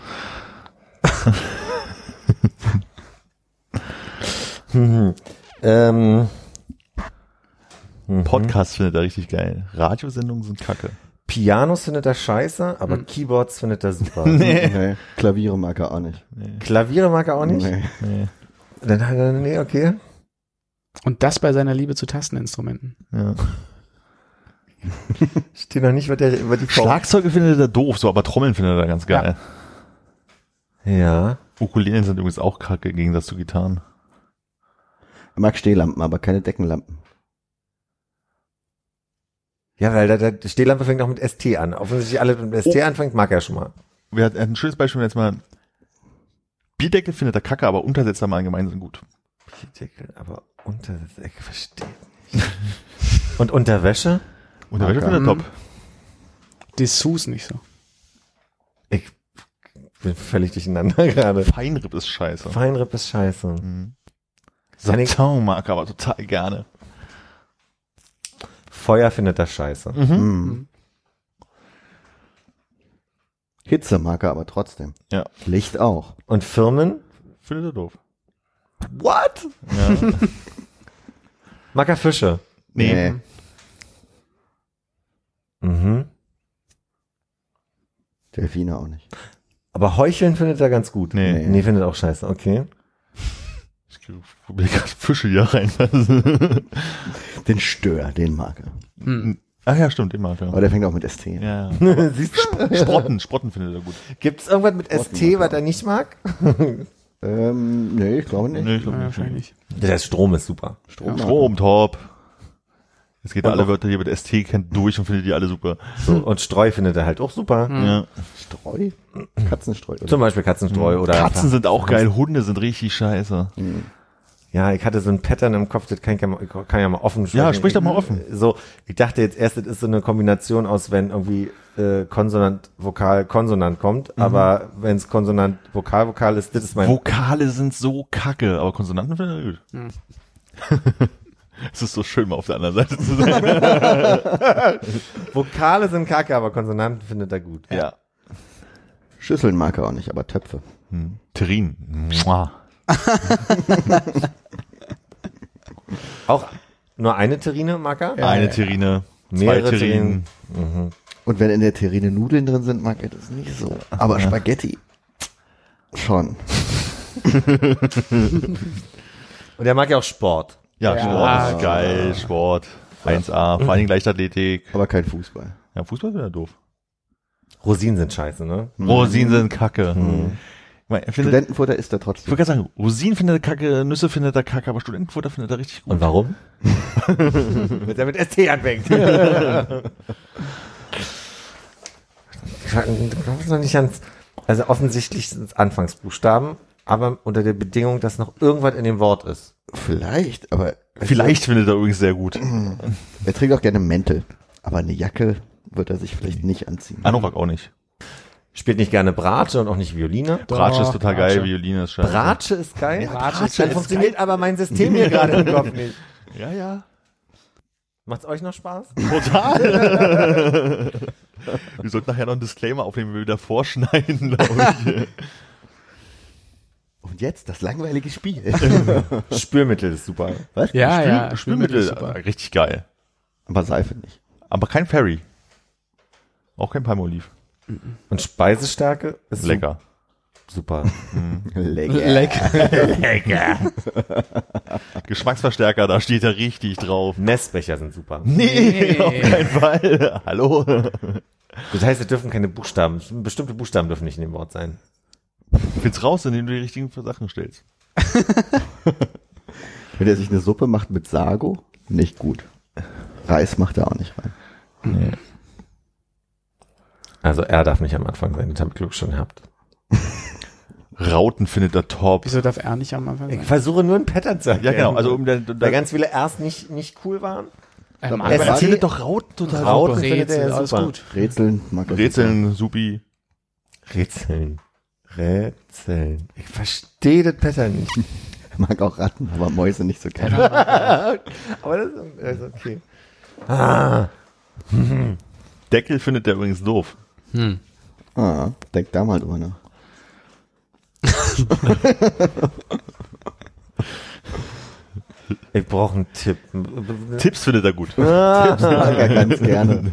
Mhm. Ähm, mhm. Podcast findet er richtig geil. Radiosendungen sind kacke. Pianos findet er scheiße, aber Hm. Keyboards findet er super. Nee. Klaviere mag er auch nicht. Klaviere mag er auch nicht? Nee. Nee. Dann hat er, nee, okay. Und das bei seiner Liebe zu Tasteninstrumenten. Ja. Steht noch nicht, was der über die Frau. Schlagzeuge findet er doof, so, aber Trommeln findet er ganz geil. Ja. Ukulelen sind übrigens auch kacke im Gegensatz zu Gitarren. Er mag Stehlampen, aber keine Deckenlampen. Ja, weil der, der Stehlampe fängt auch mit S T an. Offensichtlich alles mit S T Oh. anfängt, mag er schon mal. Wir hatten ein schönes Beispiel jetzt mal. Bierdeckel findet er kacke, aber Untersetzer im Allgemeinen sind gut. Deckel, aber unter, ich verstehe nicht. Und Unterwäsche? Unterwäsche Mag findet er er. top. Dessous nicht so. Ich bin völlig durcheinander gerade. Feinripp ist scheiße. Feinripp ist scheiße. Mhm. Seine Satin mag er aber total gerne. Feuer findet er scheiße. Mhm. Hm. Hitze mag er aber trotzdem. Ja. Licht auch. Und Firmen? Findet er doof. What? Ja. Mag er Fische? Nee. Mhm. Delfine auch nicht. Aber Heucheln findet er ganz gut. Nee. Nee, findet er auch scheiße, okay. Ich probiere gerade Fische hier rein. Den Stör, den mag er. Hm. Ach ja, stimmt, den mag er. Aber der fängt auch mit S T an. Ja, ja. Siehst du? Sprotten, Sprotten findet er gut. Gibt es irgendwas mit S T, was er nicht mag? Ähm, nee, ich glaube nicht. Nee, ich glaub Ja, nicht. wahrscheinlich. Der Strom ist super. Strom. Strom, top. Jetzt geht er Und alle auch- Wörter hier mit S T kennt durch und findet die alle super. So, und Streu findet er halt auch super. Ja. Streu? Katzenstreu. Oder? Zum Beispiel Katzenstreu oder Katzen sind auch geil, Hunde sind richtig scheiße. Ja, ich hatte so ein Pattern im Kopf, das kann ich ja mal, ich kann ja mal offen sprechen. Ja, sprich doch mal offen. So, ich dachte jetzt erst, das ist so eine Kombination aus, wenn irgendwie äh, Konsonant, Vokal, Konsonant kommt, aber wenn es Konsonant, Vokal, Vokal ist, das ist mein... Vokale sind so kacke, aber Konsonanten finde ich gut. Es ist so schön, mal auf der anderen Seite zu sein. Vokale sind kacke, aber Konsonanten findet er gut. Ja. Schüsseln mag er auch nicht, aber Töpfe. Hm. Terrin. Mua. Auch nur eine Terrine mag er? Eine Terrine, zwei Mehrere Terrinen. Mhm. Und wenn in der Terrine Nudeln drin sind, mag er das nicht so. Aber Spaghetti schon. Und er mag ja auch Sport. Ja, Ja. Sport ist geil, Sport. eins A, vor allen Dingen Leichtathletik. Aber kein Fußball. Ja, Fußball wäre doof. Rosinen sind scheiße, ne? Rosinen sind kacke. Ich meine, er findet, Studentenfutter isst er ich trotzdem. wollte gerade sagen, Rosinen findet er kacke, Nüsse findet er kacke, aber Studentenfutter findet er richtig gut. Und warum? Weil er mit S T anfängt. Ich glaube noch nicht ans, also offensichtlich sind es Anfangsbuchstaben, aber unter der Bedingung, dass noch irgendwas in dem Wort ist. Vielleicht, aber Vielleicht findet er übrigens sehr gut. er trägt auch gerne Mäntel. Aber eine Jacke wird er sich vielleicht nicht anziehen. Anorak auch nicht. Spielt nicht gerne Bratsche und auch nicht Violine. Bratsche ist total Bratsche. geil, Violine ist scheiße. Bratsche ist geil. Bratsche ist Dann geil. funktioniert aber mein System hier gerade im Kopf nicht. Ja, ja. Macht's euch noch Spaß? Total. Wir sollten nachher noch einen Disclaimer aufnehmen, wenn wir wieder vorschneiden, glaube ich. Und jetzt das langweilige Spiel. Spülmittel ist super. Was? Ja, Spül- ja. Spülmittel, super. äh, richtig geil. Aber Seife nicht. Aber kein Fairy. Auch kein Palmolive. Und Speisestärke ist Lecker. super. Lecker. Lecker. Geschmacksverstärker, da steht er richtig drauf. Messbecher sind super. Nee, auf keinen Fall. Hallo. Das heißt, es dürfen keine Buchstaben, bestimmte Buchstaben dürfen nicht in dem Wort sein. Find's raus, indem du die richtigen Sachen stellst. Wenn er sich eine Suppe macht mit Sago, nicht gut. Reis macht er auch nicht rein. Nee. Also er darf nicht am Anfang sein, das habe ich Glück schon gehabt. Rauten findet er top. Wieso darf er nicht am Anfang Ich sein? versuche nur ein Pattern zu erklären. Ja, genau. Also um der, der, Weil ganz viele erst nicht, nicht cool waren. Ähm, Aber Es er ist- findet doch Rauten total Rauten super. findet er ja Rätsel, alles super. gut. Rätseln mag er Rätseln, supi. Rätseln. Rätseln. Ich verstehe das Pattern nicht. super. Mag auch Ratten, aber Mäuse nicht so gerne. Aber das ist, das ist okay. Ah. Deckel findet er übrigens doof. Hm. Ah, denk da mal drüber nach. Ich brauche einen Tipp. Tipps findet er gut. Tipps mag er ganz gerne.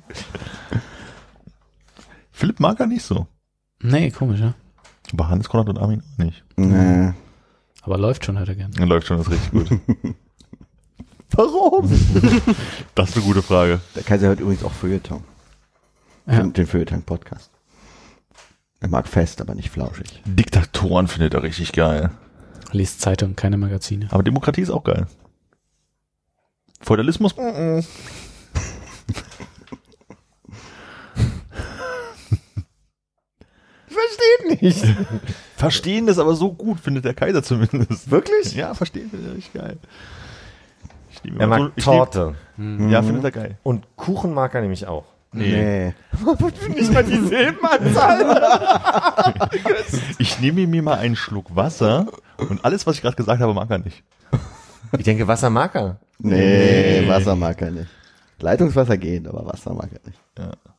Philipp mag er nicht so. Nee, komisch, ja. Aber Hannes, Konrad und Armin auch nicht. Nee. Aber läuft schon, hört er gern. Er läuft schon, das ist richtig gut. Warum? Das ist eine gute Frage. Der Kaiser hört übrigens auch Feuilleton. Ja. Den, den Feuilleton-Podcast. Er mag fest, aber nicht flauschig. Diktatoren findet er richtig geil. Liest Zeitung, keine Magazine. Aber Demokratie ist auch geil. Feudalismus? Versteht nicht. Verstehen ist aber so gut, findet der Kaiser zumindest. Wirklich? Ja, verstehen findet er richtig geil. Ich liebe Er immer mag so- ich Torte. Lieb, ja, findet er geil. Und Kuchen mag er nämlich auch. Nee. Nicht mal die Silbenanzahl. Ich nehme mir mal einen Schluck Wasser und alles, was ich gerade gesagt habe, mag er nicht. Ich denke, Wasser mag er. Nee, Wasser mag er nicht. Leitungswasser geht, aber Wasser mag er nicht.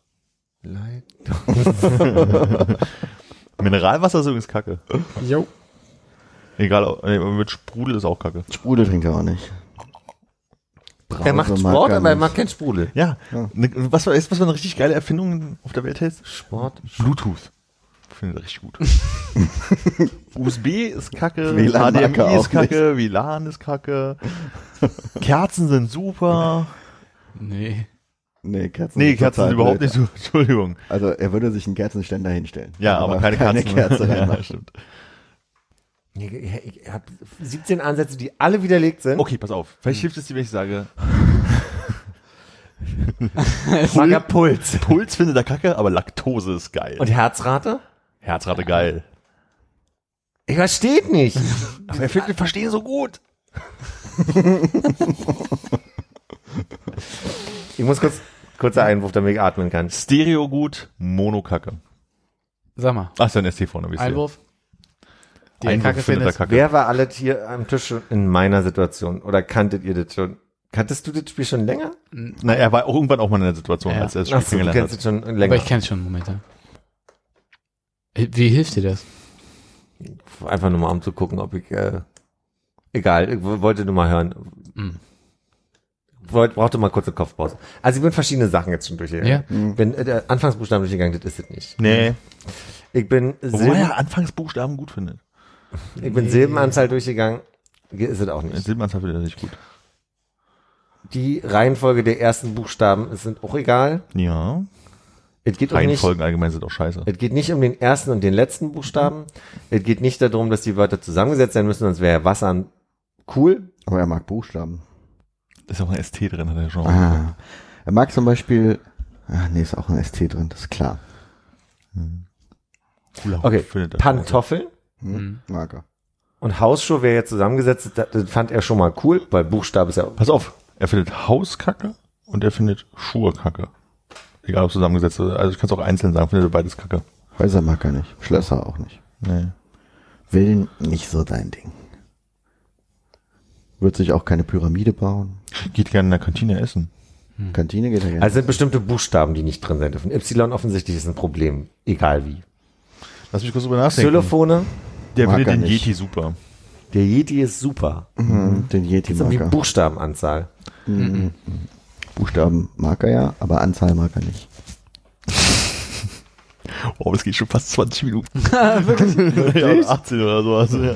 Mineralwasser ist übrigens kacke. Jo. Egal, nee, aber mit Sprudel ist auch kacke. Sprudel trinkt er auch nicht. Er macht Brause mag Sport, er aber er nicht. mag keinen Sprudel. Ja, ne, was war ist was für eine richtig geile Erfindung auf der Welt heißt? Sport. Bluetooth. Finde ich richtig gut. U S B ist kacke, W L A N H D M mag er I auch ist kacke, W L A N ist kacke. Kerzen sind super. Nee. Nee, Kerzen, Nee, sind Kerzen total sind überhaupt blöd. nicht so, Entschuldigung. Also er würde sich einen Kerzenständer hinstellen. Ja, aber, keine, keine Kerzen. Kerze reinmachen. Ja, stimmt. Ich, ich habe siebzehn Ansätze, die alle widerlegt sind. Okay, pass auf. Vielleicht hilft es dir, wenn ich sage, Mager Puls. Puls findet er kacke, aber Laktose ist geil. Und Herzrate? Herzrate geil. Ich versteht nicht. Aber er findet Verstehen so gut. Ich muss kurz, kurzer Einwurf, damit ich atmen kann. Stereo gut, Mono kacke. Sag mal, Ach, ist ja ein S T vorne. wie ich sehe. Einwurf. Die er Einwurf Kacke findet er findest. kacke. Wer war alles hier am Tisch schon in meiner Situation? Oder kanntet ihr das schon? Kanntest du das Spiel schon länger? Na, er war auch irgendwann auch mal in der Situation, Ja. als er das Spiel Achso, du kennengelernt kennst hat. es schon länger. Aber ich kenne es schon, Moment. Ja. Wie hilft dir das? Einfach nur mal um zu gucken, ob ich, äh, egal, ich w- wollte nur mal hören. Mhm. Wollt, brauchte mal kurze Kopfpause. Also ich bin verschiedene Sachen jetzt schon durchgegangen. Ja. Bin äh, der Anfangsbuchstaben durchgegangen, das ist es nicht. Nee. Ich bin, Wobei Silben, er Anfangsbuchstaben gut findet. ich bin Silbenanzahl durchgegangen, ist es auch nicht. Silbenanzahl findet er nicht gut. Die Reihenfolge der ersten Buchstaben sind auch egal. Ja. Es geht auch nicht, Reihenfolgen allgemein sind auch scheiße. es geht nicht um den ersten und den letzten Buchstaben. Es geht nicht darum, dass die Wörter zusammengesetzt sein müssen, sonst wäre Wasser cool. Aber er mag Buchstaben. Ist auch ein S T drin, hat er schon. Ah. Er mag zum Beispiel, ah, nee, ist auch ein S T drin, das ist klar. Cooler Okay, findet er. Pantoffeln Hm? Mag er. und Hausschuhe wäre jetzt zusammengesetzt. Das, das fand er schon mal cool, weil Buchstabe ist ja Pass auf, er findet Hauskacke und er findet Schuhe kacke. Egal ob zusammengesetzt oder, also ich kann es auch einzeln sagen, findet er beides kacke. Häuser mag er nicht. Schlösser auch nicht. Nee. Villen nicht so dein Ding. Wird sich auch keine Pyramide bauen. Geht gerne in der Kantine essen. Kantine geht er gerne. Also sind bestimmte Buchstaben, die nicht drin sind dürfen. Y offensichtlich ist ein Problem, egal wie. Lass mich kurz drüber nachdenken. Xylophone, Der Mag findet er den nicht. Yeti super. der Yeti ist super. Mhm, den Yeti Jetzt um mag die er. Buchstabenanzahl. Buchstaben mag er ja, aber Anzahl mag er nicht. Wow, das geht schon fast zwanzig Minuten. Wirklich? Ja, achtzehn oder sowas. Ja.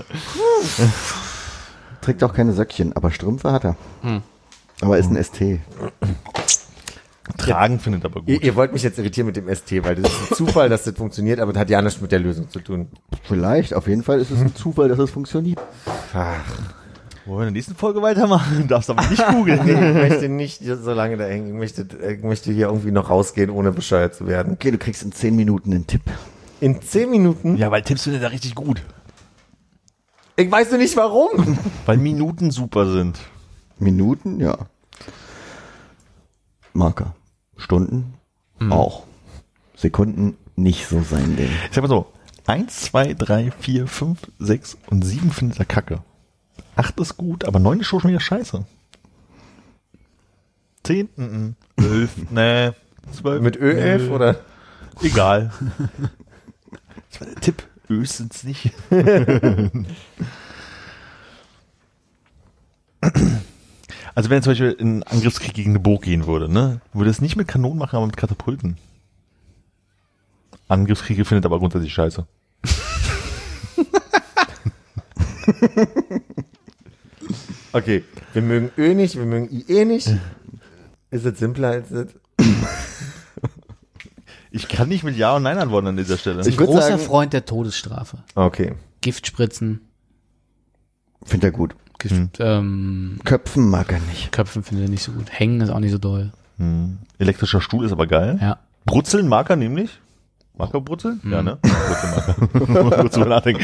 Trägt auch keine Söckchen, aber Strümpfe hat er. Hm. Aber ist ein S T. Tragen findet er aber Ihr, gut. ihr wollt mich jetzt irritieren mit dem S T, weil das ist ein Zufall, dass das funktioniert, aber das hat ja nichts mit der Lösung zu tun. Vielleicht, auf jeden Fall ist es ein Zufall, dass es funktioniert. Ach, Wollen wir in der nächsten Folge weitermachen? Darfst aber nicht googeln. nee, ich möchte nicht so lange da hängen. Ich möchte, ich möchte hier irgendwie noch rausgehen, ohne bescheuert zu werden. Okay, du kriegst in zehn Minuten einen Tipp. In zehn Minuten? Ja, weil Tipps findet er richtig gut. Ich weiß nur nicht warum. Weil Minuten super sind. Minuten, ja. Marker. Stunden auch. Sekunden nicht so sein Ding. Ich sag mal so, eins, zwei, drei, vier, fünf, sechs und sieben findet er kacke. acht ist gut, aber neun ist schon wieder scheiße. zehn, mhm. elf, nee. zwölf, Mit Ö elf nö. oder? Egal. Das war der Tipp. Ös sind's nicht. Also wenn er zum Beispiel in einen Angriffskrieg gegen eine Burg gehen würde, ne, würde es nicht mit Kanonen machen, aber mit Katapulten. Angriffskriege findet aber grundsätzlich scheiße. Okay, wir mögen Ö nicht, wir mögen I E nicht. Ist es simpler als das? Ich kann nicht mit Ja und Nein antworten an dieser Stelle. Ich würd Großer sagen- Freund der Todesstrafe. Okay. Giftspritzen, Findet er gut. Gift, Hm. ähm, Köpfen mag er nicht. Köpfen findet er nicht so gut. Hängen ist auch nicht so doll. Hm. Elektrischer Stuhl ist aber geil. Ja. Brutzeln mag er nämlich. Mag er Brutzeln? Ja, ne? Brutzeln mag er. Kurz drüber nachdenken.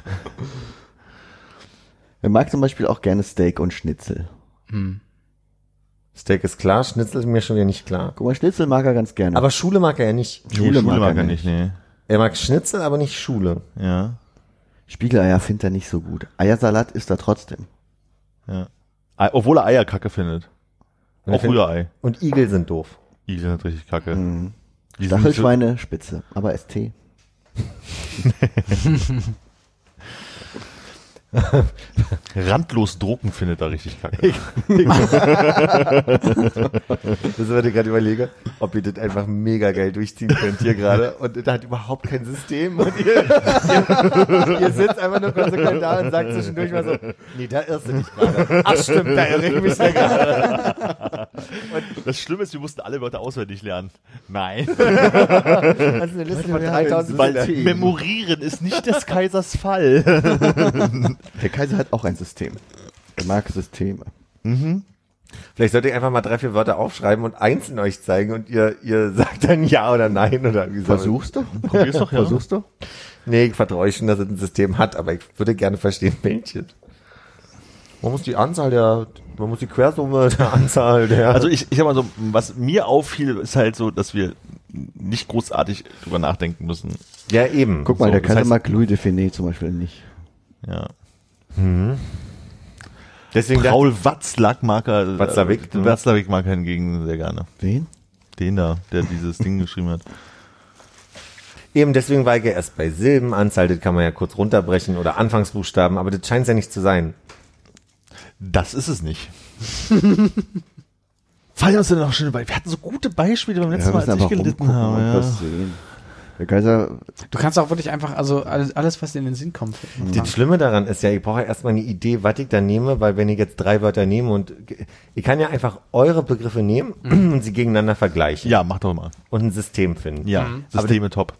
Er mag zum Beispiel auch gerne Steak und Schnitzel. Hm. Steak ist klar, Schnitzel ist mir schon wieder nicht klar. Guck mal, Schnitzel mag er ganz gerne. Aber Schule mag er ja nicht. Schule mag er nicht. nee. Er mag Schnitzel, aber nicht Schule. Ja, Spiegeleier findet er nicht so gut. Eiersalat isst er trotzdem. ja. Ei- Obwohl er Eier kacke findet. Und Auch ich find- Rührei. Und Igel sind doof. Die sind richtig kacke. Mhm. Die sind Stachelschweine, Spitze. Aber S T. Randlos drucken findet er richtig kacke. Das ist, was ich gerade überlege, ob ihr das einfach mega geil durchziehen könnt hier gerade und da hat überhaupt kein System und ihr, ihr, ihr sitzt einfach nur konsequent da und sagt zwischendurch mal so, nee, da irrst du nicht gerade. Ach stimmt, da irre ich mich ja gerade. Das Schlimme ist, wir mussten alle Wörter auswendig lernen. Nein. Das ist eine Liste von dreitausend Weil Wörtern. memorieren ist nicht des Kaisers Fall. Der Kaiser hat auch ein System. Er mag Systeme. Vielleicht sollte ich einfach mal drei, vier Wörter aufschreiben und einzeln euch zeigen und ihr, ihr sagt dann ja oder nein oder wie soll Versuchst du? Probier's doch, ja. Versuchst du? Nee, ich vertraue euch schon, dass es ein System hat, aber ich würde gerne verstehen, welches. Man muss die Anzahl der, man muss die Quersumme der Anzahl der... Also ich, ich sag mal so, was mir auffiel, ist halt so, dass wir nicht großartig drüber nachdenken müssen. ja, eben. Guck mal, So, der das Kaiser heißt- mag Louis de Finet zum Beispiel nicht. Ja. Deswegen dachte Paul Watzlawick mag er, Watzlawick, äh, ne? Watzlawick mag er hingegen sehr gerne. Wen? Den da, der dieses Ding geschrieben hat. Eben, deswegen war ich ja erst bei Silbenanzahl, das kann man ja kurz runterbrechen oder Anfangsbuchstaben, aber das scheint ja nicht zu sein. Das ist es nicht. Fallen uns denn noch schöne Beispiele? Wir hatten so gute Beispiele beim letzten wir Mal, müssen als ich einfach gelitten rumgucken und habe. was sehen. Der Kaiser, Du kannst auch wirklich einfach, also alles, alles was dir in den Sinn kommt. Das Schlimme daran ist ja, ich brauche ja erstmal eine Idee, was ich da nehme, weil wenn ich jetzt drei Wörter nehme und ich kann ja einfach eure Begriffe nehmen und sie gegeneinander vergleichen Ja, mach doch mal. und ein System finden. Ja, Aber Systeme top.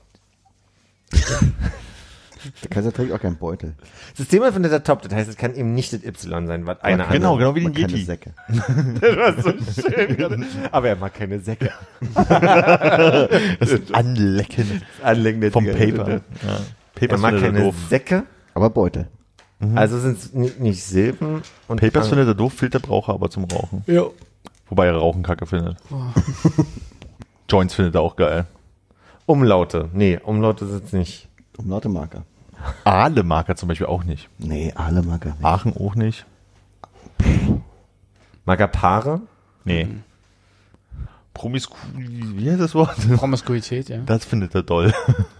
der Kaiser trägt auch keinen Beutel. Systeme findet er top, das heißt, es kann eben nicht das Y sein, was einer Genau, genau wie Man den keine Yeti. Säcke. Das war so schön gerade. Aber er mag keine Säcke. Das Anlecken Anlegende vom Dinger. Paper. Ja. Er Papers mag findet er keine doof. Säcke, Aber Beutel. also sind es nicht, nicht Silben. Und Papers äh, findet er doof, Filter braucht er aber zum Rauchen. Ja. Wobei er Rauchen kacke findet. Joints findet er auch geil. Umlaute. Nee, Umlaute sind es nicht. Umlaute Marker. Aale mag er zum Beispiel auch nicht. Nee, alle Marker nicht. Aachen auch nicht. Mag er Paare? Nee. Promisku... Wie heißt das Wort? Promiskuität, ja. Das findet er doll.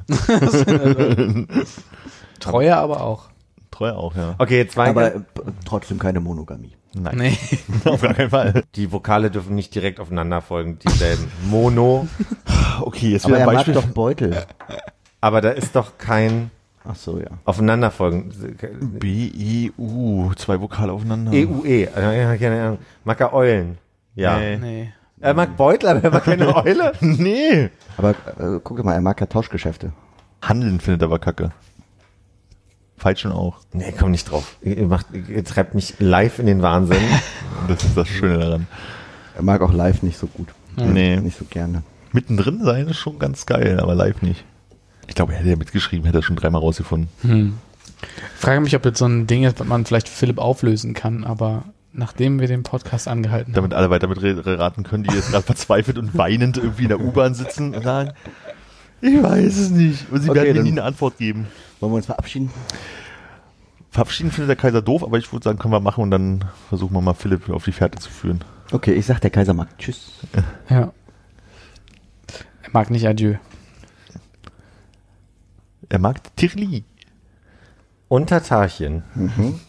Treue aber auch. Treu auch, ja. Okay, jetzt war Aber äh, trotzdem keine Monogamie. Nein, Nee. auf gar keinen Fall. die Vokale dürfen nicht direkt aufeinander folgen, dieselben. Mono, Okay, jetzt Aber wieder er ein mag Beispiel. doch Beutel. aber da ist doch kein Ach so, ja. Aufeinanderfolgen. B, E, U. Zwei Vokale aufeinander. E U E. Ja, keine Ahnung. Mag er Eulen? Ja. Nee. Nee. Er mag Beutel, aber er mag keine Eule. Nee. Aber äh, guck mal, er mag ja Tauschgeschäfte. Handeln findet er aber kacke. Falschen auch. Nee, komm nicht drauf. Ihr, macht, ihr treibt mich live in den Wahnsinn. Das ist das Schöne daran. Er mag auch live nicht so gut. Nee. Nicht so gerne. Mittendrin sein ist schon ganz geil, aber live nicht. Ich glaube, er hätte ja mitgeschrieben, hätte er schon dreimal rausgefunden. Hm. Ich frage mich, ob das so ein Ding ist, was man vielleicht Philipp auflösen kann, aber nachdem wir den Podcast angehalten Damit alle weiter mitraten können, die jetzt gerade verzweifelt und weinend irgendwie in der U-Bahn sitzen und sagen, ich weiß es nicht. Und sie Okay, werden mir dann- nie eine Antwort geben. Wollen wir uns verabschieden? Verabschieden findet der Kaiser doof, aber ich würde sagen, können wir machen und dann versuchen wir mal Philipp auf die Fährte zu führen. Okay, ich sag, der Kaiser mag Tschüss. haben. Ja. Er mag nicht Adieu. Er mag Tirli. Und Tatarchen. Mhm.